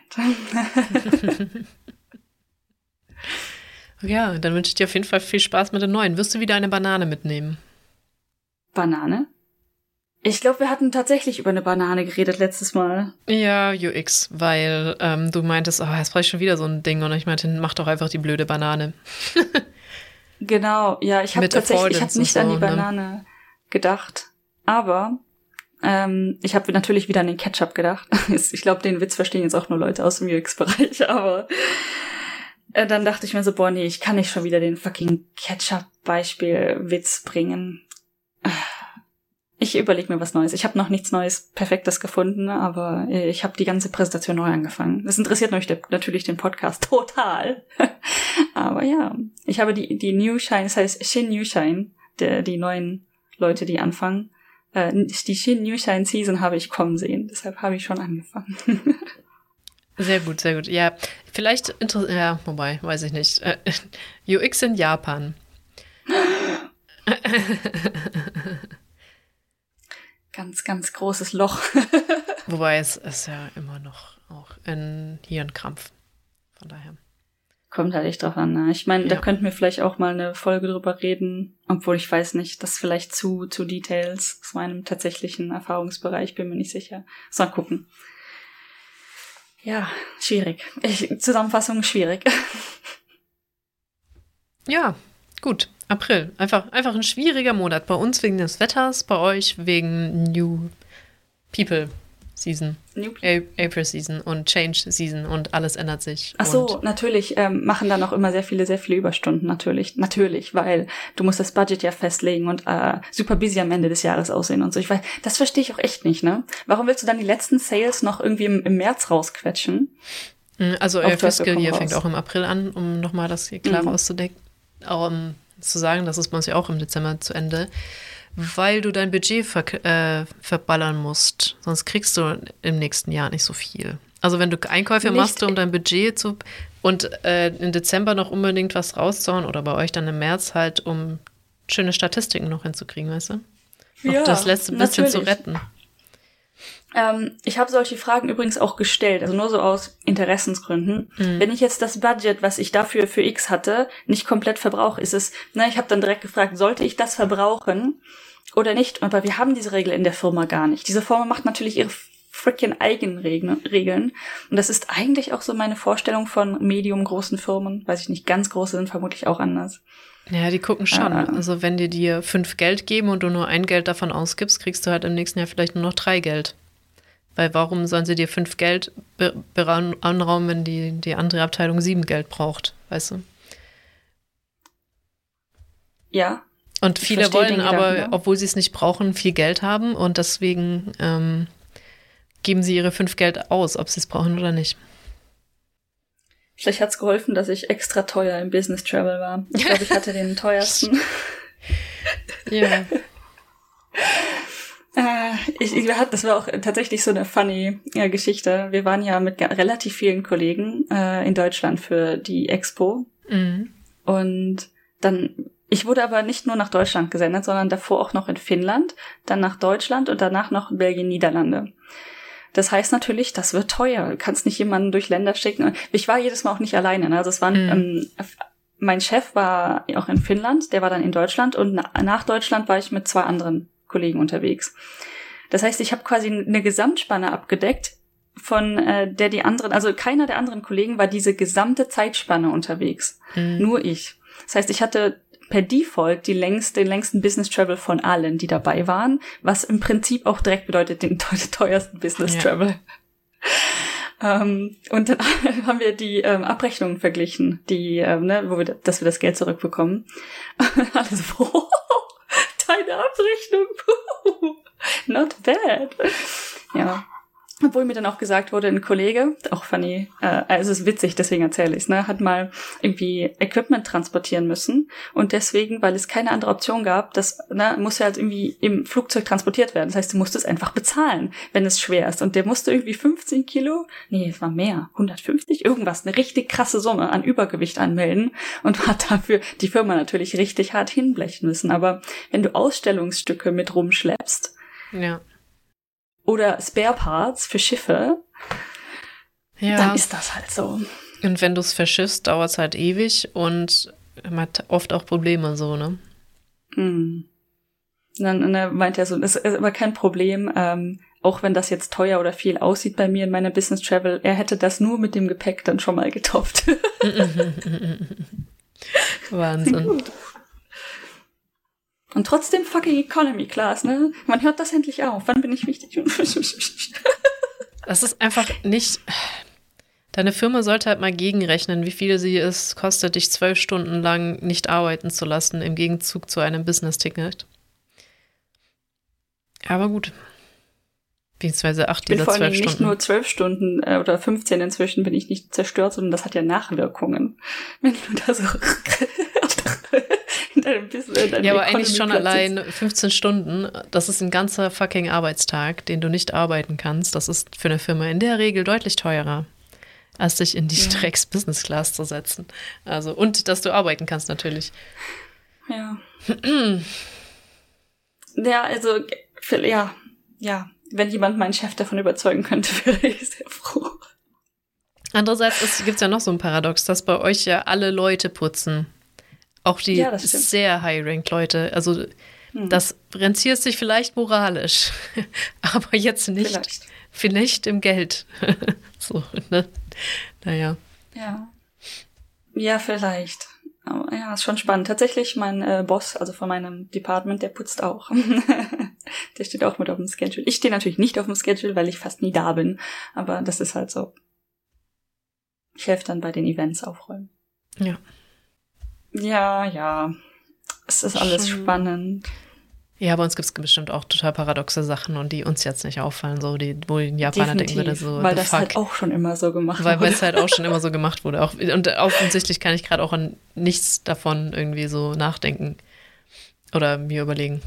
Ja, dann wünsche ich dir auf jeden Fall viel Spaß mit den Neuen. Wirst du wieder eine Banane mitnehmen? Banane? Ich glaube, wir hatten tatsächlich über eine Banane geredet letztes Mal. Ja, U X, weil ähm, du meintest, oh, jetzt brauche ich schon wieder so ein Ding. Und ich meinte, mach doch einfach die blöde Banane. Genau, ja, ich habe tatsächlich, ich habe nicht so, an die Banane ne? gedacht. Aber ähm, ich habe natürlich wieder an den Ketchup gedacht. Ich glaube, den Witz verstehen jetzt auch nur Leute aus dem U X-Bereich, aber äh, dann dachte ich mir so, boah, nee, ich kann nicht schon wieder den fucking Ketchup-Beispiel-Witz bringen. Ich überlege mir was Neues. Ich habe noch nichts Neues, Perfektes gefunden, aber ich habe die ganze Präsentation neu angefangen. Das interessiert natürlich den Podcast total. Aber ja, ich habe die die New Shine, das heißt Shin New Shine, der, die neuen Leute, die anfangen. Äh, die Shin New Shine Season habe ich kommen sehen, deshalb habe ich schon angefangen. Sehr gut, sehr gut. Ja, vielleicht interessiert, ja, wobei, weiß ich nicht. Äh, U X in Japan. Ganz, ganz großes Loch. Wobei es ist ja immer noch auch ein Hirnkrampf. Von daher. Kommt halt echt drauf an. Ne? Ich meine, ja. Da könnten wir vielleicht auch mal eine Folge drüber reden. Obwohl ich weiß nicht, das ist vielleicht zu, zu Details aus meinem tatsächlichen Erfahrungsbereich. Bin mir nicht sicher. So, mal gucken. Ja, schwierig. Ich, Zusammenfassung schwierig. Ja, gut. April. Einfach, einfach ein schwieriger Monat. Bei uns wegen des Wetters, bei euch wegen New People Season. New People. April Season und Change Season und alles ändert sich. Ach so, natürlich ähm, machen dann auch immer sehr viele, sehr viele Überstunden. Natürlich, natürlich, weil du musst das Budget ja festlegen und äh, super busy am Ende des Jahres aussehen und so. Ich weiß, das verstehe ich auch echt nicht, ne? Warum willst du dann die letzten Sales noch irgendwie im, im März rausquetschen? Also euer Fiscal Year fängt auch im April an, um nochmal das hier klar mhm. auszudecken. Um, zu sagen, das ist bei uns ja auch im Dezember zu Ende, weil du dein Budget ver- äh, verballern musst. Sonst kriegst du im nächsten Jahr nicht so viel. Also wenn du Einkäufe nicht machst, um dein Budget zu und äh, im Dezember noch unbedingt was rauszuhauen oder bei euch dann im März halt, um schöne Statistiken noch hinzukriegen, weißt du? Noch ja, das letzte bisschen natürlich zu retten. Ähm, ich habe solche Fragen übrigens auch gestellt, also nur so aus Interessensgründen. Mhm. Wenn ich jetzt das Budget, was ich dafür für X hatte, nicht komplett verbrauche, ist es, ne, ich habe dann direkt gefragt, sollte ich das verbrauchen oder nicht? Aber wir haben diese Regel in der Firma gar nicht. Diese Firma macht natürlich ihre freaking eigenen Regeln. Und das ist eigentlich auch so meine Vorstellung von medium großen Firmen. Weiß ich nicht, ganz große sind vermutlich auch anders. Ja, die gucken schon. Äh, also wenn die dir fünf Geld geben und du nur ein Geld davon ausgibst, kriegst du halt im nächsten Jahr vielleicht nur noch drei Geld. Weil warum sollen sie dir fünf Geld be- anraumen, wenn die, die andere Abteilung sieben Geld braucht, weißt du? Ja. Und viele wollen aber, ja. obwohl sie es nicht brauchen, viel Geld haben und deswegen ähm, geben sie ihre fünf Geld aus, ob sie es brauchen oder nicht. Vielleicht hat es geholfen, dass ich extra teuer im Business Travel war. Ich glaube, ich hatte den teuersten. Ja. Äh, Ich, ich hat, das war auch tatsächlich so eine funny äh, Geschichte. Wir waren ja mit relativ vielen Kollegen äh, in Deutschland für die Expo. Mhm. Und dann, ich wurde aber nicht nur nach Deutschland gesendet, sondern davor auch noch in Finnland, dann nach Deutschland und danach noch in Belgien, Niederlande. Das heißt natürlich, das wird teuer. Du kannst nicht jemanden durch Länder schicken. Ich war jedes Mal auch nicht alleine. Ne? Also es waren, mhm. ähm, mein Chef war auch in Finnland, der war dann in Deutschland und na- nach Deutschland war ich mit zwei anderen Kollegen unterwegs. Das heißt, ich habe quasi eine Gesamtspanne abgedeckt, von äh, der die anderen, also keiner der anderen Kollegen war diese gesamte Zeitspanne unterwegs. Mhm. Nur ich. Das heißt, ich hatte per Default die längste, den längsten Business Travel von allen, die dabei waren, was im Prinzip auch direkt bedeutet, den teuersten Business Travel. Ja. Um, und dann haben wir die ähm, Abrechnungen verglichen, die, ähm, ne, wo wir, dass wir das Geld zurückbekommen. Alle so, oh, deine Abrechnung, not bad. Ja. Obwohl mir dann auch gesagt wurde, ein Kollege, auch funny, äh, also es ist witzig, deswegen erzähle ich es, ne, hat mal irgendwie Equipment transportieren müssen und deswegen, weil es keine andere Option gab, das ne, muss ja halt irgendwie im Flugzeug transportiert werden. Das heißt, du musst es einfach bezahlen, wenn es schwer ist. Und der musste irgendwie fünfzehn Kilo, nee, es war mehr, hundertfünfzig, irgendwas, eine richtig krasse Summe an Übergewicht anmelden und hat dafür die Firma natürlich richtig hart hinblechen müssen. Aber wenn du Ausstellungsstücke mit rumschleppst, ja. oder Spare Parts für Schiffe, ja. Dann ist das halt so. Und wenn du es verschiffst, dauert es halt ewig und man hat oft auch Probleme so, ne? Mhm. Dann, dann meint er so, das ist aber kein Problem, ähm, auch wenn das jetzt teuer oder viel aussieht bei mir in meiner Business Travel, er hätte das nur mit dem Gepäck dann schon mal getoppt. Wahnsinn. Und trotzdem fucking Economy Class, ne? Man hört das endlich auf. Wann bin ich wichtig? Das ist einfach nicht... Deine Firma sollte halt mal gegenrechnen, wie viel sie es kostet, dich zwölf Stunden lang nicht arbeiten zu lassen, im Gegenzug zu einem Business-Ticket. Aber gut. Beziehungsweise acht dieser zwölf Stunden. Nicht nur zwölf Stunden äh, oder fünfzehn inzwischen bin ich nicht zerstört, sondern das hat ja Nachwirkungen. Wenn du da so... in deinem Business, in deinem ja, aber eigentlich schon allein fünfzehn Stunden, das ist ein ganzer fucking Arbeitstag, den du nicht arbeiten kannst. Das ist für eine Firma in der Regel deutlich teurer, als dich in die ja. Drecks-Business-Class zu setzen. Also, und dass du arbeiten kannst, natürlich. Ja. ja, also, für, ja, ja, wenn jemand meinen Chef davon überzeugen könnte, wäre ich sehr froh. Andererseits gibt es ja noch so ein Paradox, dass bei euch ja alle Leute putzen. Auch die ja, sehr high-ranked Leute. Also hm. das rentiert sich vielleicht moralisch, aber jetzt nicht. Vielleicht, vielleicht im Geld. so, ne? Naja. Ja. Ja, vielleicht. Aber ja, ist schon spannend. Tatsächlich, mein äh, Boss, also von meinem Department, der putzt auch. Der steht auch mit auf dem Schedule. Ich stehe natürlich nicht auf dem Schedule, weil ich fast nie da bin. Aber das ist halt so. Ich helfe dann bei den Events aufräumen. Ja. Ja, ja. Es ist alles Schon. spannend. Ja, bei uns gibt es bestimmt auch total paradoxe Sachen und die uns jetzt nicht auffallen, so die, wo die Japaner denken würde, so weil das fuck. halt auch schon immer so gemacht weil, wurde. Weil es halt auch schon immer so gemacht wurde. Auch, und offensichtlich kann ich gerade auch an nichts davon irgendwie so nachdenken oder mir überlegen.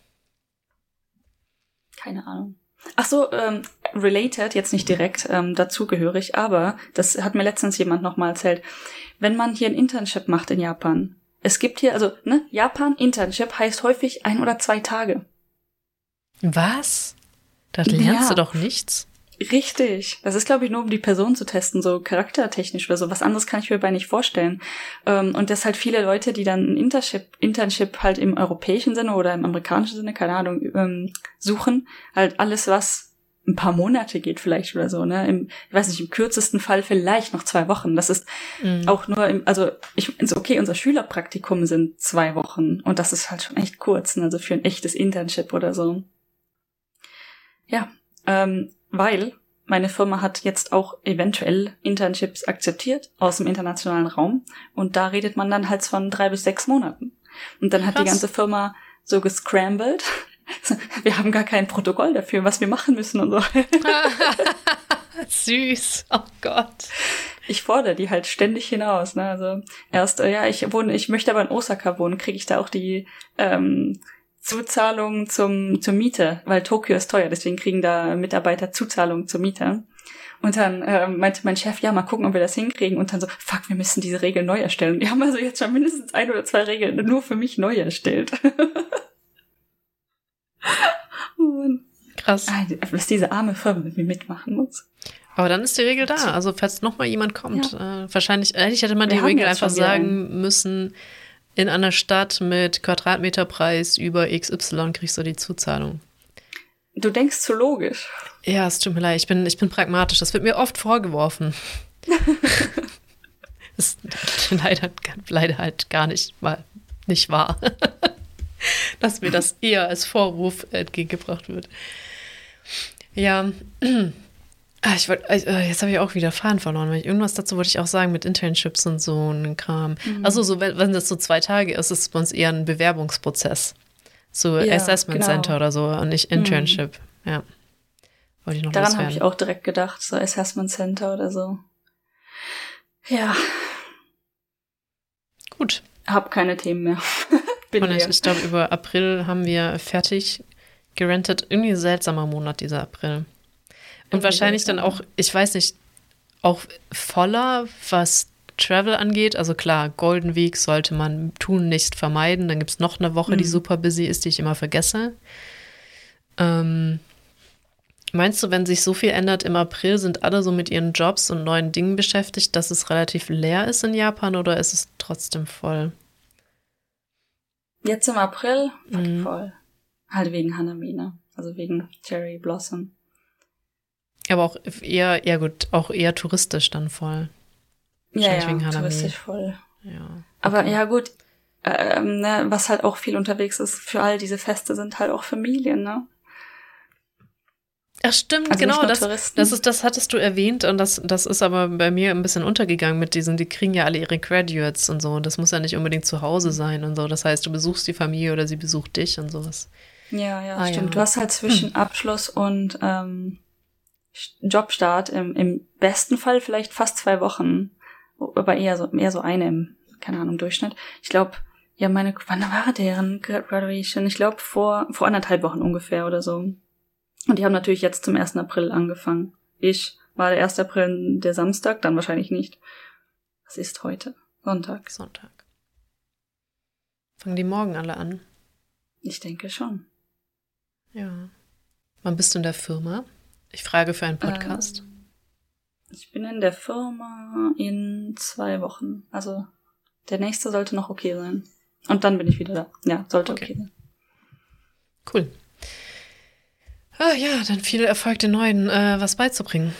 Keine Ahnung. Ach so, ähm, related, jetzt nicht direkt ähm, dazugehörig, aber das hat mir letztens jemand nochmal erzählt. Wenn man hier ein Internship macht in Japan, es gibt hier, also, ne, Japan-Internship heißt häufig ein oder zwei Tage. Was? Da lernst ja. du doch nichts. Richtig. Das ist, glaube ich, nur um die Person zu testen, so charaktertechnisch oder so. Was anderes kann ich mir dabei nicht vorstellen. Ähm, und dass halt viele Leute, die dann ein Internship, Internship halt im europäischen Sinne oder im amerikanischen Sinne, keine Ahnung, ähm, suchen, halt alles, was ein paar Monate geht vielleicht oder so, ne? Im, ich weiß nicht, im kürzesten Fall vielleicht noch zwei Wochen. Das ist mhm. auch nur im, also ich, also okay, unser Schülerpraktikum sind zwei Wochen und das ist halt schon echt kurz, ne? Also für ein echtes Internship oder so. Ja, ähm, weil meine Firma hat jetzt auch eventuell Internships akzeptiert aus dem internationalen Raum und da redet man dann halt von drei bis sechs Monaten. Und dann hat Krass. die ganze Firma so gescrambled. Wir haben gar kein Protokoll dafür, was wir machen müssen und so. Süß, oh Gott. Ich fordere die halt ständig hinaus, ne? Also erst, äh, ja, ich wohne, ich möchte aber in Osaka wohnen, kriege ich da auch die ähm, Zuzahlungen zum, zur Miete, weil Tokio ist teuer, deswegen kriegen da Mitarbeiter Zuzahlungen zur Miete. Und dann äh, meinte mein Chef, ja, mal gucken, ob wir das hinkriegen. Und dann so, fuck, wir müssen diese Regel neu erstellen. Wir haben also jetzt schon mindestens ein oder zwei Regeln nur für mich neu erstellt. Und krass. Was diese arme Firma mit mir mitmachen muss. Aber dann ist die Regel da. Also falls noch mal jemand kommt, ja. äh, wahrscheinlich, eigentlich hätte man wir die Regel einfach sagen einen. müssen, in einer Stadt mit Quadratmeterpreis über X Y kriegst du die Zuzahlung. Du denkst zu logisch. Ja, es tut mir leid, ich bin, ich bin pragmatisch. Das wird mir oft vorgeworfen. Das ist leider, leider halt gar nicht mal nicht wahr. Dass mir das eher als Vorwurf entgegengebracht wird. Ja, ah, ich wollt, jetzt habe ich auch wieder Faden verloren, weil ich, irgendwas dazu wollte ich auch sagen mit Internships und so ein Kram. Mhm. Also so, wenn, wenn das so zwei Tage ist, ist es bei uns eher ein Bewerbungsprozess. So ja, Assessment genau. Center oder so und nicht Internship. Mhm. Ja. Wollte ich noch Daran habe ich auch direkt gedacht, so Assessment Center oder so. Ja. Gut. Hab keine Themen mehr. Bin und ich, ich glaube, über April haben wir fertig gerentet. Irgendwie ein seltsamer Monat, dieser April. Und irgendwie wahrscheinlich dann auch, ich weiß nicht, auch voller, was Travel angeht. Also klar, Golden Week sollte man tun, nicht vermeiden. Dann gibt es noch eine Woche, mhm. die super busy ist, die ich immer vergesse. Ähm, meinst du, wenn sich so viel ändert im April, sind alle so mit ihren Jobs und neuen Dingen beschäftigt, dass es relativ leer ist in Japan oder ist es trotzdem voll? Jetzt im April? Mhm. Voll. Halt wegen Hanami, ne? Also wegen Cherry Blossom. Aber auch eher, ja gut, auch eher touristisch dann voll. Ja, ja, wegen touristisch voll. Ja. Okay. Aber ja gut, ähm, ne, was halt auch viel unterwegs ist für all diese Feste, sind halt auch Familien, ne? Ach stimmt, also genau, das, das, ist, das hattest du erwähnt und das, das ist aber bei mir ein bisschen untergegangen mit diesen, die kriegen ja alle ihre Graduates und so und das muss ja nicht unbedingt zu Hause sein und so, das heißt, du besuchst die Familie oder sie besucht dich und sowas. Ja, ja, ah, stimmt. Ja. Du hast halt zwischen hm. Abschluss und ähm, Jobstart im, im besten Fall vielleicht fast zwei Wochen, aber eher so eher so eine im, keine Ahnung, Durchschnitt. Ich glaube, ja, meine, wann war deren Graduation? Ich glaube, vor vor anderthalb Wochen ungefähr oder so. Und die haben natürlich jetzt zum ersten April angefangen. Ich war der erste April der Samstag, dann wahrscheinlich nicht. Was ist heute? Sonntag. Sonntag. Fangen die morgen alle an? Ich denke schon. Ja. Wann bist du in der Firma? Ich frage für einen Podcast. Ähm, ich bin in der Firma in zwei Wochen. Also der nächste sollte noch okay sein. Und dann bin ich wieder da. Ja, sollte okay, okay sein. Cool. Ah ja, dann viel Erfolg den Neuen, äh, was beizubringen.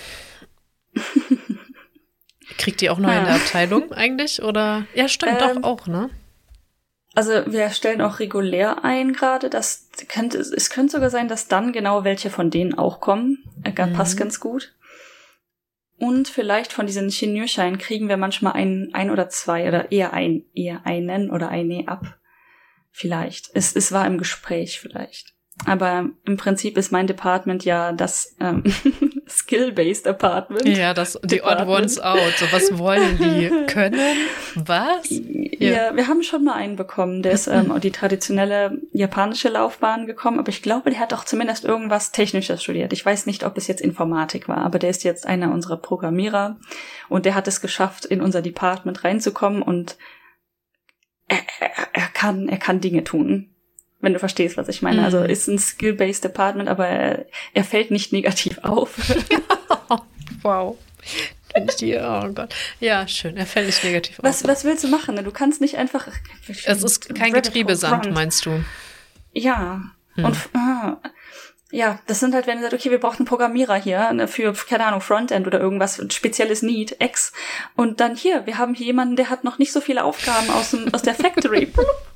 Kriegt die auch neu in der Abteilung eigentlich? Oder? Ja, stimmt, ähm, doch auch, ne? Also wir stellen auch regulär ein gerade. Das könnte, es könnte sogar sein, dass dann genau welche von denen auch kommen. Äh, mhm. Passt ganz gut. Und vielleicht von diesen Shinyu-Scheinen kriegen wir manchmal ein, ein oder zwei oder eher ein, eher einen oder eine ab. Vielleicht. Es, es war im Gespräch vielleicht. Aber im Prinzip ist mein Department ja das ähm, Skill-Based Apartment. Ja, das die Odd Ones Out. So, was wollen die können? Was? Ja, ja, wir haben schon mal einen bekommen. Der ist ähm, auf die traditionelle japanische Laufbahn gekommen. Aber ich glaube, der hat auch zumindest irgendwas Technisches studiert. Ich weiß nicht, ob es jetzt Informatik war. Aber der ist jetzt einer unserer Programmierer. Und der hat es geschafft, in unser Department reinzukommen. Und er, er, er kann, er kann Dinge tun. Wenn du verstehst, was ich meine. Mhm. Also ist ein Skill-Based Department, aber er, er fällt nicht negativ auf. Wow. Ich die, oh Gott. Ja, schön. Er fällt nicht negativ was, auf. Was willst du machen? Du kannst nicht einfach... Es ist kein Getriebesand, meinst du? Ja. Hm. Und ah, ja, das sind halt, wenn du sagst, okay, wir brauchen einen Programmierer hier für, keine Ahnung, Frontend oder irgendwas, ein spezielles Need, X. Und dann hier, wir haben hier jemanden, der hat noch nicht so viele Aufgaben aus, dem, aus der Factory.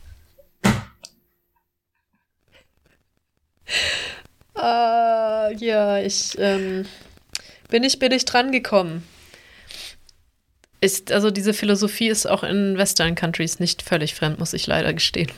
Uh, ja, ich ähm, bin nicht billig dran gekommen. Ist, also diese Philosophie ist auch in Western Countries nicht völlig fremd, muss ich leider gestehen.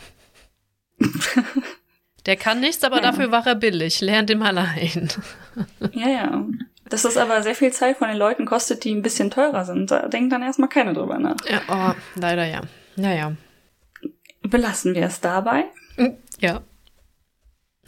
Der kann nichts, aber ja. Dafür war er billig. Lernt ihm allein. Ja, ja. Dass das aber sehr viel Zeit von den Leuten kostet, die ein bisschen teurer sind. Da denkt dann erstmal keiner drüber nach. Ja, oh, leider ja. Naja. Belassen wir es dabei. Ja.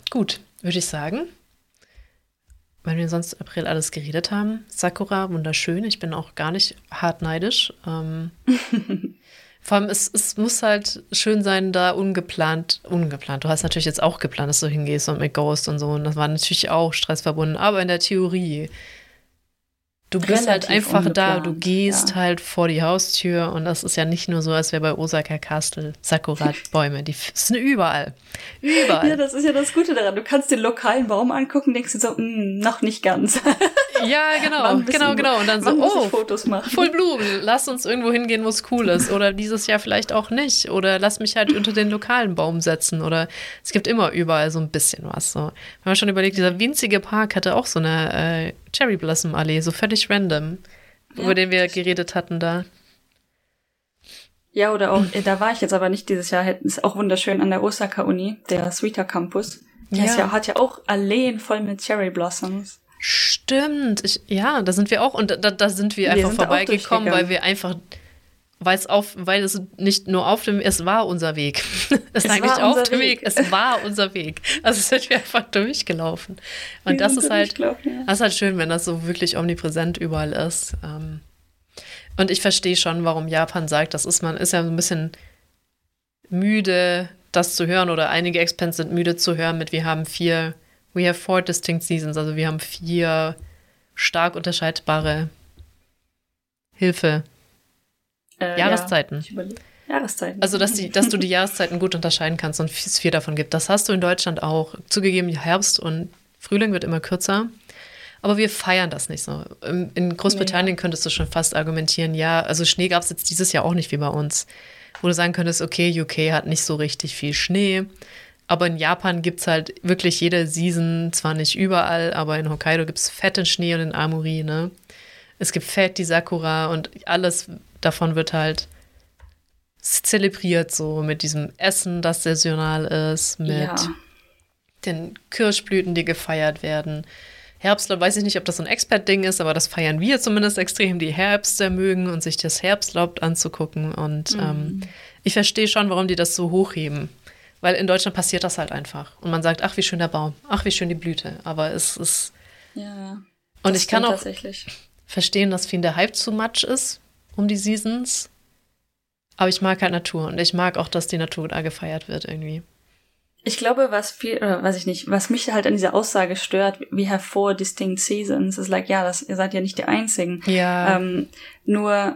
gut, würde ich sagen. Weil wir sonst April alles geredet haben. Sakura, wunderschön. Ich bin auch gar nicht hart neidisch. Ähm, vor allem, es, es muss halt schön sein, da ungeplant, ungeplant. Du hast natürlich jetzt auch geplant, dass du hingehst und mit Ghost und so. Und das war natürlich auch stressverbunden. Aber in der Theorie, du bist halt Relativ einfach da, du ungeplant, gehst ja. halt vor die Haustür und das ist ja nicht nur so, als wäre bei Osaka Castle Sakura-Bäume, die f- sind überall. Überall. Ja, das ist ja das Gute daran. Du kannst den lokalen Baum angucken, denkst du so, "Mm, noch nicht ganz. Ja, genau, Wann müssen- genau, genau. Und dann so, wann muss ich oh, Fotos machen? voll Blumen, lass uns irgendwo hingehen, wo es cool ist. Oder dieses Jahr vielleicht auch nicht. Oder lass mich halt unter den lokalen Baum setzen. Oder es gibt immer überall so ein bisschen was. So. Wir haben schon überlegt, dieser winzige Park hatte auch so eine äh, Cherry Blossom Allee, so völlig random, Ja. über den wir geredet hatten da. Ja, oder auch, äh, da war ich jetzt aber nicht dieses Jahr, ist auch wunderschön an der Osaka-Uni, der Suita Campus. Der Ja. ist ja, hat ja auch Alleen voll mit Cherry Blossoms. Stimmt, ich, ja, da sind wir auch und da, da sind wir Wir einfach sind da auch vorbeigekommen, durchgegangen. weil wir einfach, weil es auf, weil es nicht nur auf dem, es war unser Weg. Es, Es lag nicht war auf unser dem Weg. Weg. es war unser Weg. Also sind wir einfach durchgelaufen. Und Wir das sind ist da halt, durchgelaufen, ja. das ist halt schön, wenn das so wirklich omnipräsent überall ist. Ähm, Und ich verstehe schon, warum Japan sagt, das ist man, ist ja so ein bisschen müde, das zu hören, oder einige Experten sind müde zu hören mit, wir haben vier, we have four distinct seasons, also wir haben vier stark unterscheidbare Hilfe, Äh, Jahreszeiten. Ja, ich überleg- Jahreszeiten. Also, dass, die, dass du die Jahreszeiten gut unterscheiden kannst und es vier davon gibt. Das hast du in Deutschland auch. Zugegeben, Herbst und Frühling wird immer kürzer. Aber wir feiern das nicht so. In in Großbritannien Nee. könntest du schon fast argumentieren, ja, also Schnee gab es jetzt dieses Jahr auch nicht wie bei uns. Wo du sagen könntest, okay, U K hat nicht so richtig viel Schnee. Aber in Japan gibt es halt wirklich jede Season, zwar nicht überall, aber in Hokkaido gibt es fetten Schnee und in Amuri, ne? Es gibt fett die Sakura und alles davon wird halt zelebriert, so mit diesem Essen, das saisonal ist, mit Ja. den Kirschblüten, die gefeiert werden. Herbstlaub, weiß ich nicht, ob das so ein Expert-Ding ist, aber das feiern wir zumindest extrem, die Herbster mögen und sich das Herbstlaub anzugucken. Und Mhm. ähm, ich verstehe schon, warum die das so hochheben. Weil in Deutschland passiert das halt einfach. Und man sagt, ach, wie schön der Baum, ach, wie schön die Blüte. Aber es ist. Ja, ja. Und Das ich kann stimmt auch tatsächlich. verstehen, dass viel der Hype zu much ist um die Seasons. Aber ich mag halt Natur und ich mag auch, dass die Natur da gefeiert wird irgendwie. Ich glaube, was viel, oder weiß ich nicht, was mich halt an dieser Aussage stört, we have four distinct seasons, ist like, ja, das, ihr seid ja nicht die Einzigen. Ja. Ähm, nur,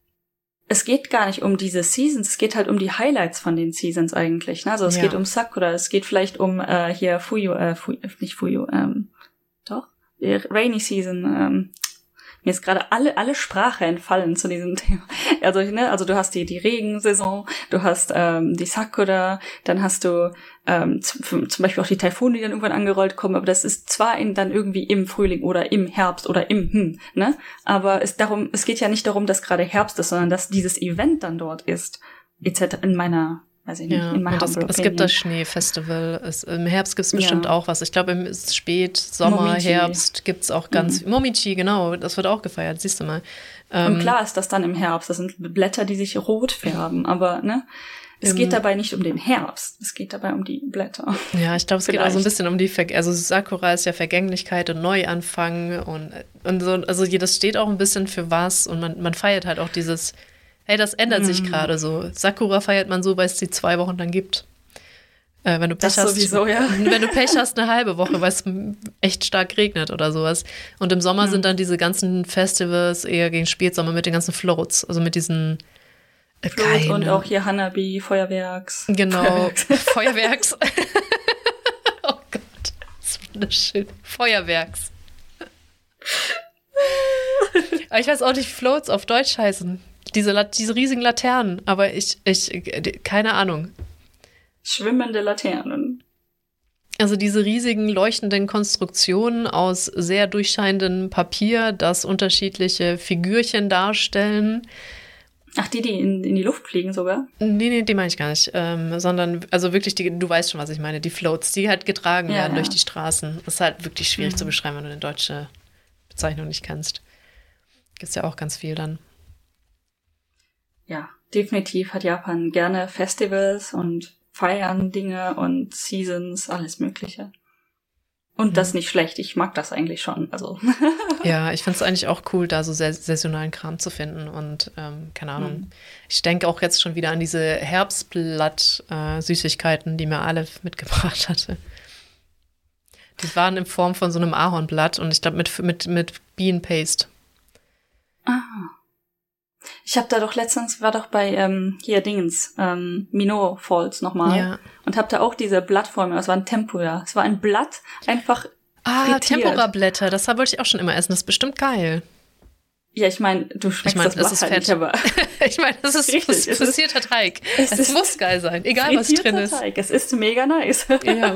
es geht gar nicht um diese Seasons, es geht halt um die Highlights von den Seasons eigentlich. Ne? Also es Ja. geht um Sakura, es geht vielleicht um äh, hier Fuyu, äh, Fuyu, nicht Fuyu, ähm, doch, äh, Rainy Season, ähm, mir ist gerade alle alle Sprache entfallen zu diesem Thema. Also ne, also du hast die die Regensaison, du hast ähm, die Sakura, dann hast du ähm, zum, zum Beispiel auch die Taifune, die dann irgendwann angerollt kommen. Aber das ist zwar in, dann irgendwie im Frühling oder im Herbst oder im hm, ne, aber es darum es geht ja nicht darum, dass gerade Herbst ist, sondern dass dieses Event dann dort ist. et cetera. In meiner weiß ich nicht, Ja, in meiner und es, es gibt das Schneefestival. Es, Im Herbst gibt es bestimmt Ja. auch was. Ich glaube, im Spät, Sommer, Momichi. Herbst gibt es auch ganz. Momichi, genau, das wird auch gefeiert, siehst du mal. Und Ähm, klar ist das dann im Herbst, das sind Blätter, die sich rot färben, aber ne, es Im- geht dabei nicht um den Herbst, es geht dabei um die Blätter. Ja, ich glaube, es geht auch so ein Vielleicht. bisschen um die, Ver also Sakura ist ja Vergänglichkeit und Neuanfang und, und so, also hier, das steht auch ein bisschen für was und man, man feiert halt auch dieses, hey, das ändert sich gerade so. Sakura feiert man so, weil es die zwei Wochen dann gibt. Äh, wenn du Pech Das hast, sowieso, ja. wenn du Pech hast, eine halbe Woche, weil es echt stark regnet oder sowas. Und im Sommer sind dann diese ganzen Festivals eher gegen Spätsommer mit den ganzen Floats, also mit diesen äh, Float und keine- auch hier Hanabi, Feuerwerks. Genau, Feuerwerks. Oh Gott, das ist wunderschön. Feuerwerks. Aber ich weiß auch nicht, wie Floats auf Deutsch heißen. Diese, La- diese riesigen Laternen, aber ich, ich, keine Ahnung. Schwimmende Laternen. Also diese riesigen leuchtenden Konstruktionen aus sehr durchscheinendem Papier, das unterschiedliche Figürchen darstellen. Ach, die, die in, in die Luft fliegen sogar? Nee, nee, die meine ich gar nicht. Ähm, sondern, also wirklich, die, du weißt schon, was ich meine, die Floats, die halt getragen Ja, werden ja. durch die Straßen. Das ist halt wirklich schwierig Mhm. zu beschreiben, wenn du eine deutsche Bezeichnung nicht kennst. Gibt's ja auch ganz viel dann. Ja, definitiv hat Japan gerne Festivals und feiern Dinge und Seasons, alles Mögliche. Und mhm. das ist nicht schlecht. Ich mag das eigentlich schon. Also ja, ich finde es eigentlich auch cool, da so saisonalen Kram zu finden. Und ähm, keine Ahnung. Mhm. Ich denke auch jetzt schon wieder an diese Herbstblatt-Süßigkeiten, äh, die mir alle mitgebracht hatte. Die waren in Form von so einem Ahornblatt und ich glaube mit, mit, mit Bienenpaste. Ah. Ich habe da doch letztens, war doch bei ähm, hier Dingens, ähm, Minot Falls nochmal. Ja. Und habe da auch diese Blattform, das war ein Tempura. Es war ein Blatt, einfach Ah, Tempura-Blätter, das wollte ich auch schon immer essen. Das ist bestimmt geil. Ja, ich meine, du schmeckst ich mein, das Blatt ist halt nicht, aber ich meine, das ist richtig, frittierter Teig. Es, es muss geil sein, egal was drin ist. Teig. Es ist mega nice. Ja.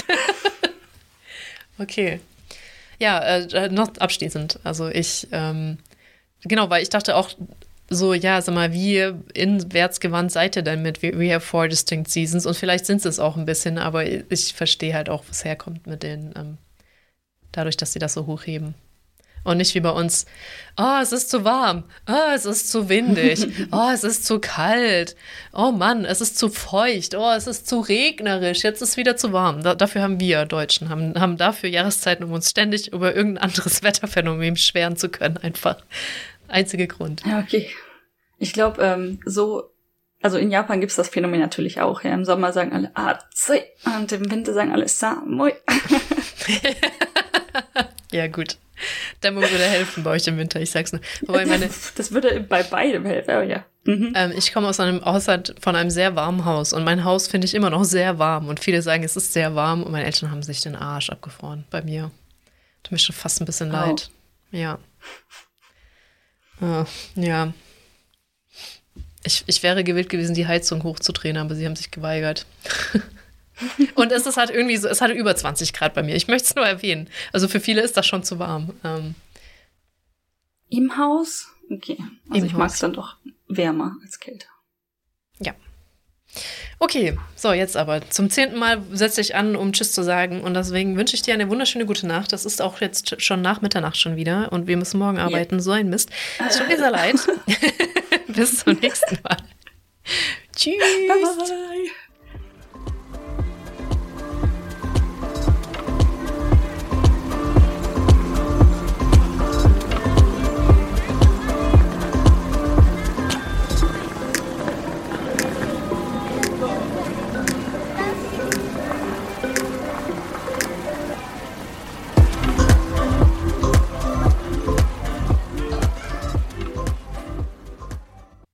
Okay. Ja, äh, noch abschließend. Also ich, ähm, genau, weil ich dachte auch so, ja, sag mal, wie inwärtsgewandt seid ihr denn mit We, We have four distinct seasons? Und vielleicht sind es auch ein bisschen, aber ich verstehe halt auch, was herkommt mit denen, ähm, dadurch, dass sie das so hochheben. Und nicht wie bei uns, oh, es ist zu warm, oh, es ist zu windig, oh, es ist zu kalt, oh Mann, es ist zu feucht, oh, es ist zu regnerisch, jetzt ist es wieder zu warm. Da, dafür haben wir Deutschen, haben, haben dafür Jahreszeiten, um uns ständig über irgendein anderes Wetterphänomen beschweren zu können, einfach. Einziger Grund. Ja, okay. Ich glaube, ähm, so, also in Japan gibt es das Phänomen natürlich auch. Ja. Im Sommer sagen alle Atsui und im Winter sagen alle Samui. Ja, gut. Dämmung würde helfen bei euch im Winter, ich sag's nur. Wobei meine, das würde bei beidem helfen, aber ja. Mhm. Ähm, ich komme aus einem Haushalt von einem sehr warmen Haus und mein Haus finde ich immer noch sehr warm und viele sagen, es ist sehr warm und meine Eltern haben sich den Arsch abgefroren bei mir. Tut mir schon fast ein bisschen leid. Oh. Ja. Uh, ja. Ich, ich wäre gewillt gewesen, die Heizung hochzudrehen, aber sie haben sich geweigert. Und es ist halt irgendwie so, es hatte über zwanzig Grad bei mir. Ich möchte es nur erwähnen. Also für viele ist das schon zu warm. Ähm, Im Haus? Okay. Also ich mag es dann doch wärmer als kälter. Ja. Okay, so jetzt aber. Zum zehnten Mal setze ich an, um Tschüss zu sagen. Und deswegen wünsche ich dir eine wunderschöne gute Nacht. Das ist auch jetzt schon nach Mitternacht schon wieder. Und wir müssen morgen arbeiten. Yeah. So ein Mist. Es tut mir sehr leid. Bis zum nächsten Mal. Tschüss. Bye bye.